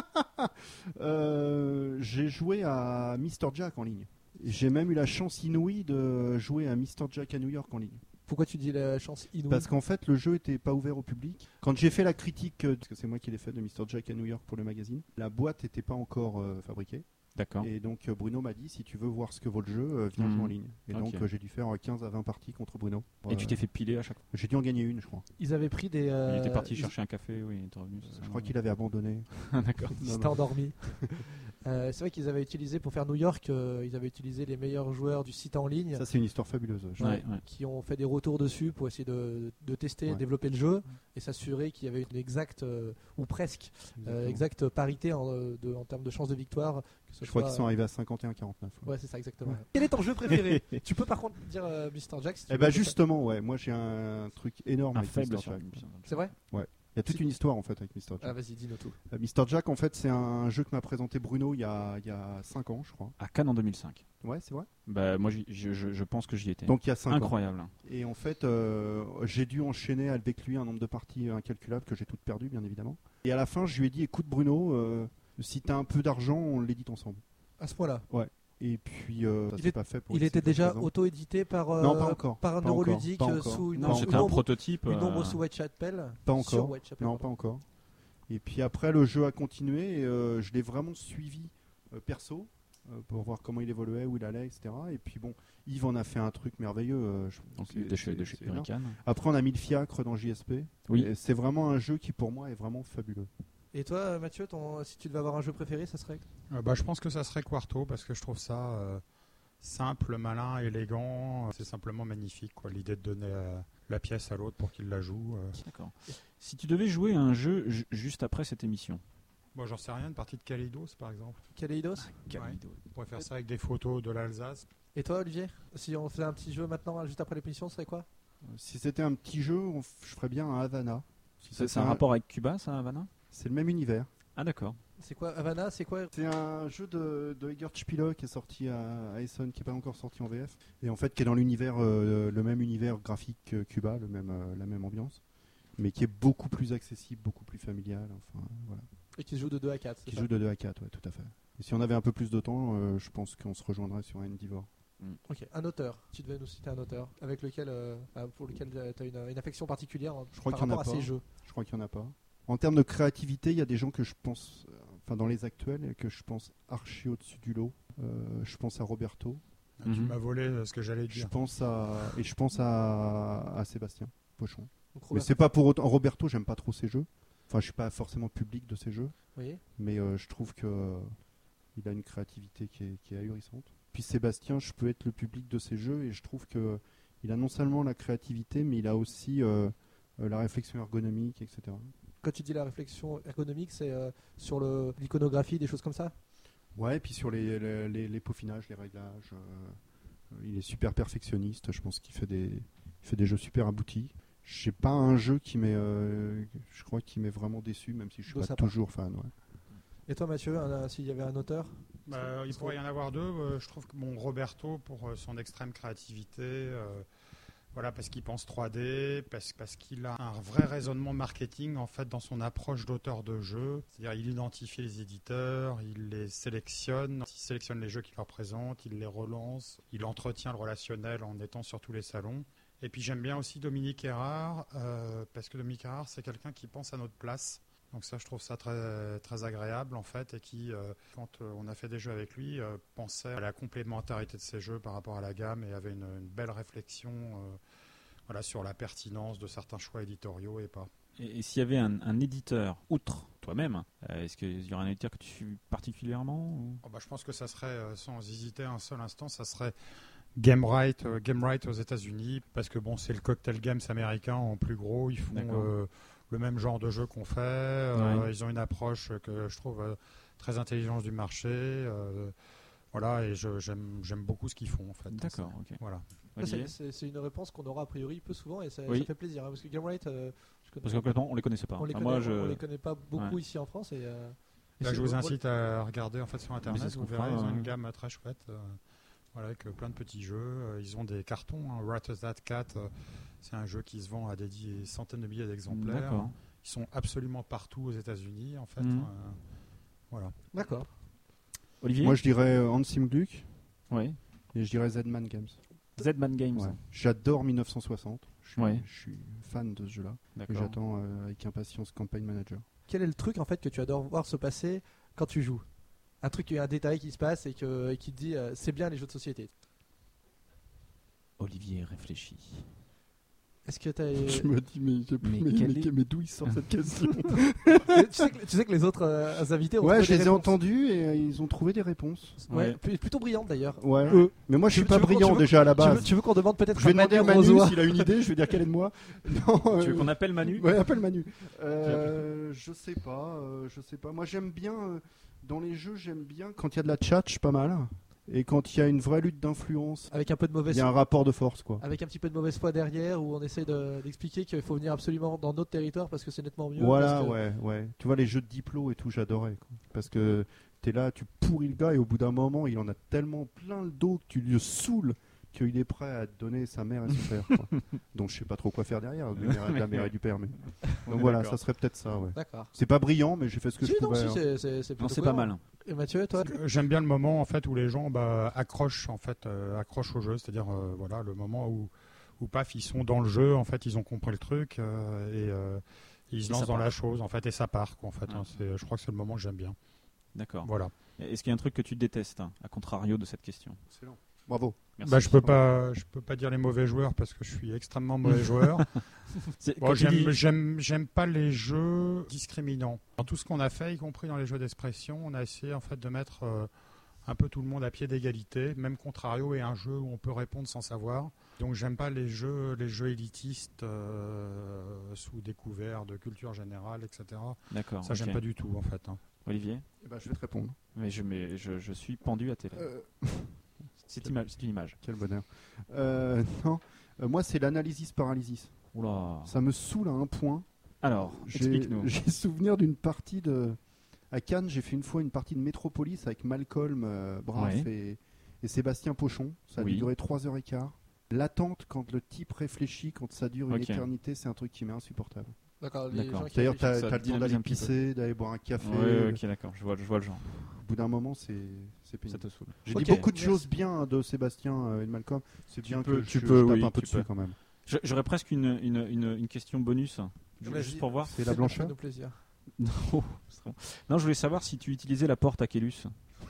j'ai joué à Mr. Jack en ligne. J'ai même eu la chance inouïe de jouer à Mr. Jack à New York en ligne. Pourquoi tu dis la chance inouïe? Parce qu'en fait, le jeu était pas ouvert au public. Quand j'ai fait la critique, parce que c'est moi qui l'ai fait de Mr. Jack à New York pour le magazine, la boîte n'était pas encore fabriquée. D'accord. Et donc Bruno m'a dit, si tu veux voir ce que vaut le jeu, viens jouer en ligne. Et Ok. donc j'ai dû faire 15 à 20 parties contre Bruno. Et tu t'es fait piler à chaque fois? J'ai dû en gagner une, je crois. Ils avaient pris des. Il était parti chercher un café, oui, il était revenu. c'est ça, Je crois non? qu'il avait abandonné. D'accord. Ils Non, s'étaient non. endormis. C'est vrai qu'ils avaient utilisé pour faire New York, ils avaient utilisé les meilleurs joueurs du site en ligne. Ça, c'est une histoire fabuleuse. Qui ont fait des retours dessus pour essayer de tester, développer le jeu et s'assurer qu'il y avait une exacte ou presque exacte parité en termes de chances de victoire. Je crois qu'ils sont arrivés à 51-49. Ouais, c'est ça exactement. Quel est ton jeu préféré? Tu peux par contre dire Mr. Jack. Si justement, moi j'ai un truc énorme avec Mr. Jack. C'est vrai? Ouais. Il y a toute une histoire en fait avec Mr. Jack. Ah vas-y, dis-nous tout. Mr. Jack en fait c'est un jeu que m'a présenté Bruno il y a 5 ans je crois. À Cannes en 2005. Ouais, c'est vrai. Bah moi je pense que j'y étais. Donc il y a 5 ans. Incroyable. Et en fait j'ai dû enchaîner avec lui un nombre de parties incalculable que j'ai toutes perdues bien évidemment. Et à la fin je lui ai dit écoute Bruno, si t'as un peu d'argent on l'édite ensemble. À ce point-là. Ouais. Et puis ça s'est pas fait pour il était déjà auto-édité par non, pas encore. Par Neuroludic sous une c'était un prototype. Une ombre sous Whitechapel. Pas encore. Non, pas encore. Et puis après le jeu a continué et je l'ai vraiment suivi perso pour voir comment il évoluait, où il allait, etc. Et puis bon, Yves en a fait un truc merveilleux. De chez Hurricane. Après on a mis le fiacre dans JSP. Oui. Et c'est vraiment un jeu qui pour moi est vraiment fabuleux. Et toi, Mathieu, si tu devais avoir un jeu préféré, ça serait je pense que ça serait Quarto parce que je trouve ça simple, malin, élégant. C'est simplement magnifique, quoi. L'idée de donner la pièce à l'autre pour qu'il la joue. D'accord. Si tu devais jouer à un jeu juste après cette émission. Bon, j'en sais rien, une partie de Kaleidos par exemple. Kaleidos. Kaleidos. On pourrait faire ça avec des photos de l'Alsace. Et toi, Olivier, si on faisait un petit jeu maintenant, juste après l'émission, ce serait quoi? Si c'était un petit jeu, je ferais bien un Havana. C'est un rapport avec Cuba, ça, Havana? C'est le même univers. Ah d'accord. C'est quoi Havana? C'est quoi? C'est un jeu de Egert Spiele qui est sorti à Essen, qui n'est pas encore sorti en VF, et en fait qui est dans l'univers, le même univers graphique que Cuba, la même ambiance, mais qui est beaucoup plus accessible, beaucoup plus familial. Enfin voilà. Et qui se joue de 2 à 4. Qui joue de 2 à 4, ouais, tout à fait. Et si on avait un peu plus de temps, je pense qu'on se rejoindrait sur un Endeavor. Ok, un auteur. Tu devais nous citer un auteur avec lequel, pour lequel tu as une affection particulière par rapport à ces jeux. Je crois qu'il n'y en a pas. En termes de créativité, il y a des gens que je pense, dans les actuels, que je pense archi au-dessus du lot. Je pense à Roberto. Tu m'as volé ce que j'allais dire. Je pense à Sébastien Pochon. Donc, mais c'est pas pour autant. Roberto, j'aime pas trop ses jeux. Enfin, je suis pas forcément public de ses jeux. Oui. Mais je trouve que il a une créativité qui est ahurissante. Puis Sébastien, je peux être le public de ses jeux et je trouve que il a non seulement la créativité, mais il a aussi la réflexion ergonomique, etc. Quand tu dis la réflexion ergonomique, c'est sur l'iconographie, des choses comme ça? Ouais, et puis sur les peaufinages, les réglages. Il est super perfectionniste, je pense qu'il fait des jeux super aboutis. J'ai pas un jeu je crois qui m'est vraiment déçu, même si je suis pas toujours fan. Ouais. Et toi Mathieu, s'il y avait un auteur? Il pourrait y en avoir deux. Je trouve que Roberto, pour son extrême créativité, parce qu'il pense 3D, parce qu'il a un vrai raisonnement marketing en fait dans son approche d'auteur de jeu. C'est-à-dire il identifie les éditeurs, il les sélectionne, il sélectionne les jeux qu'il leur présente, il les relance, il entretient le relationnel en étant sur tous les salons. Et puis j'aime bien aussi Dominique Erard, parce que Dominique Erard c'est quelqu'un qui pense à notre place. Donc ça, je trouve ça très, très agréable en fait, et qui, quand on a fait des jeux avec lui, pensait à la complémentarité de ses jeux par rapport à la gamme et avait une belle réflexion sur la pertinence de certains choix éditoriaux et pas. Et s'il y avait un éditeur, outre toi-même, est-ce qu'il y aurait un éditeur que tu suis particulièrement ou... Je pense que ça serait, sans hésiter un seul instant, ça serait Gamewright aux États-Unis, parce que c'est le Cocktail Games américain en plus gros, ils font le même genre de jeu qu'on fait. Ils ont une approche que je trouve très intelligente du marché. Et j'aime beaucoup ce qu'ils font en fait. D'accord, ok. Voilà. C'est une réponse qu'on aura a priori peu souvent et ça fait plaisir. Parce que Gamewright, parce que concrètement, on les connaissait pas. On les connaît pas beaucoup ici en France. Je vous incite à regarder en fait sur internet. Vous verrez, ils ont une gamme très chouette. Avec plein de petits jeux. Ils ont des cartons. Rat That Cat, c'est un jeu qui se vend à des centaines de milliers d'exemplaires. D'accord. Ils sont absolument partout aux États-Unis, en fait. Voilà. D'accord. Olivier? Moi, je dirais Hans im Glück. Oui. Et je dirais Z-Man Games. Z-Man Games. Ouais. J'adore 1960. Je suis fan de ce jeu-là. D'accord. Et j'attends avec impatience Campaign Manager. Quel est le truc en fait que tu adores voir se passer quand tu joues? Un truc, un détail qui se passe et qui te dit c'est bien les jeux de société. Olivier réfléchit. Est-ce que t'as... Je me dis, mais d'où il sort cette question? tu sais que les autres invités ont Ouais, trouvé je des les ai réponses. entendus et ils ont trouvé des réponses. Ouais, plutôt brillantes d'ailleurs. Ouais. Mais moi, je suis Tu pas veux qu'on- brillant tu veux- déjà à la base. Tu veux qu'on demande peut-être Je vais demander à Manu Rosoy s'il a une idée. Je vais dire quelle est de moi. Non, Tu veux qu'on appelle Manu? Ouais, appelle Manu. Je sais pas. Moi, j'aime bien dans les jeux. J'aime bien quand il y a de la tchatch, pas mal. Et quand il y a une vraie lutte d'influence, avec un peu de il mauvaise y a un rapport de force, quoi. avec un petit peu de mauvaise foi derrière, où on essaie d'expliquer qu'il faut venir absolument dans notre territoire parce que c'est nettement mieux. Voilà, parce que- ouais. Tu vois, les jeux de diplo et tout, j'adorais. Quoi. Parce que t'es là, tu pourris le gars et au bout d'un moment, il en a tellement plein le dos que tu le saoules qu'il est prêt à te donner sa mère et son père. Quoi. Donc je sais pas trop quoi faire derrière, de la mère et du père. Mais... Donc voilà, ça serait peut-être ça, ouais. D'accord. C'est pas brillant, mais j'ai fait ce que Si, je non, pouvais. si, hein. c'est Non, plutôt c'est pas cohérent. mal. Et Mathieu, toi J'aime bien le moment en fait où les gens accrochent accrochent au jeu, c'est-à-dire voilà le moment où paf ils sont dans le jeu, en fait ils ont compris le truc et ils se Et lancent ça dans part. la chose en fait et ça part quoi, en fait. Ah. Je crois que c'est le moment que j'aime bien. D'accord. Voilà. Est-ce qu'il y a un truc que tu détestes, à contrario de cette question? Excellent. Bravo. Merci. Bah, je peux pas dire les mauvais joueurs parce que je suis extrêmement mauvais joueur. Bon, Quand tu dis- j'aime pas les jeux discriminants. Dans tout ce qu'on a fait, y compris dans les jeux d'expression, on a essayé en fait de mettre un peu tout le monde à pied d'égalité. Même Contrario est un jeu où on peut répondre sans savoir. Donc j'aime pas les jeux élitistes sous découvert de culture générale, etc. D'accord. Ça j'aime ok. pas du tout en fait. Hein. Olivier? Eh ben, je vais te répondre. Mais je suis pendu à tes lèvres. C'est une image. Quel bonheur. Non, moi c'est l'analysis paralysis. Oula. Ça me saoule à un point. Alors, explique-nous. J'ai souvenir d'une partie à Cannes, j'ai fait une fois une partie de Metropolis avec Malcolm Braff et Sébastien Pochon. Ça a Oui. duré 3h15. L'attente quand le type réfléchit, quand ça dure une Ok. éternité, c'est un truc qui m'est insupportable. D'accord. D'accord. D'ailleurs, Ça t'as le temps dynamise d'aller un petit peu. pisser, d'aller boire un café. Ouais, ok, d'accord. Je vois le genre. Au bout d'un moment, c'est Ça pénible. te saoule. J'ai Ok, dit beaucoup de merci. choses bien de Sébastien et de Malcolm. C'est bien peux- que tu je peux, tape oui, un peu tu dessus peux. quand même. J'aurais presque une question bonus, Vas-y. juste pour voir. C'est la blancheur. Fais-nous plaisir. Non, c'est bon. Non, je voulais savoir si tu utilisais la porte Akélus.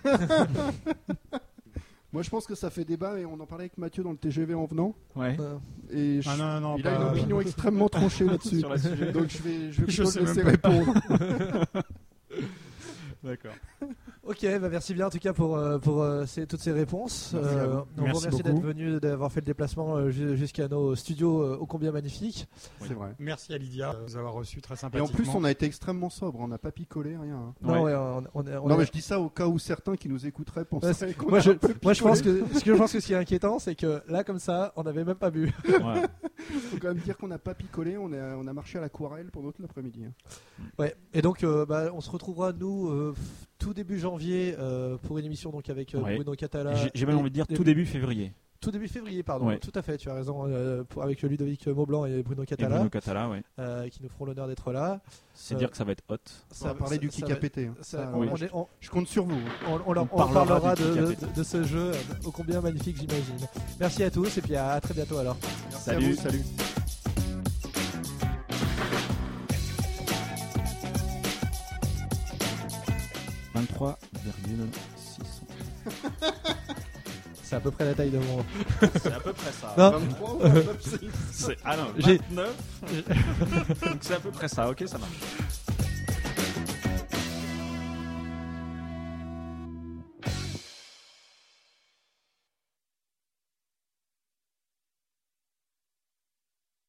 Moi, je pense que ça fait débat et on en parlait avec Mathieu dans le TGV en venant. Ouais. Et Ah non, il a une opinion extrêmement tranchée là-dessus. Sur la sujet. Donc je vais Je plutôt sais le laisser même pas. répondre. D'accord. Ok, bah merci bien en tout cas pour toutes ces réponses. Merci à vous. On vous Merci remercie d'être beaucoup. venu, d'avoir fait le déplacement jusqu'à nos studios ô combien magnifiques. C'est vrai. Merci à Lydia de nous avoir reçus très Et sympathiquement. en plus, on a été extrêmement sobre. On n'a pas picolé, rien. hein. Non, Ouais. ouais, on Non, est- mais je dis ça au cas où certains qui nous écouteraient penseraient qu'on moi, a un peu moi, je pense picolé. que ce qui est inquiétant, c'est que là, comme ça, on n'avait même pas bu. Ouais. Faut quand même dire qu'on n'a pas picolé. On a marché à l'aquarelle pendant tout l'après-midi. hein. Ouais. Et donc, on se retrouvera nous tout début janvier pour une émission donc avec Ouais. Bruno Catala. J'ai même et- envie de dire et- tout début février. Tout début février, pardon. Ouais. Tout à fait, tu as raison. Avec Ludovic Maublanc et Bruno Et Catala, Bruno Catala, ouais. qui nous feront l'honneur d'être là. C'est dire que ça va être hot. On va parler du ça kick va- à péter. hein. ça- Ça, on, alors là, est- on- je compte sur vous. on leur On parlera parlera du kick à péter. de ce jeu ô combien magnifique, j'imagine. Merci à tous et puis à très bientôt alors. Merci Salut. à vous. Salut. – 23,6. C'est à peu près la taille de mon. C'est à peu près ça. Non. 23 ou 29, c'est- Ah non, J'ai- 29. Donc c'est à peu près ça, ok, ça marche.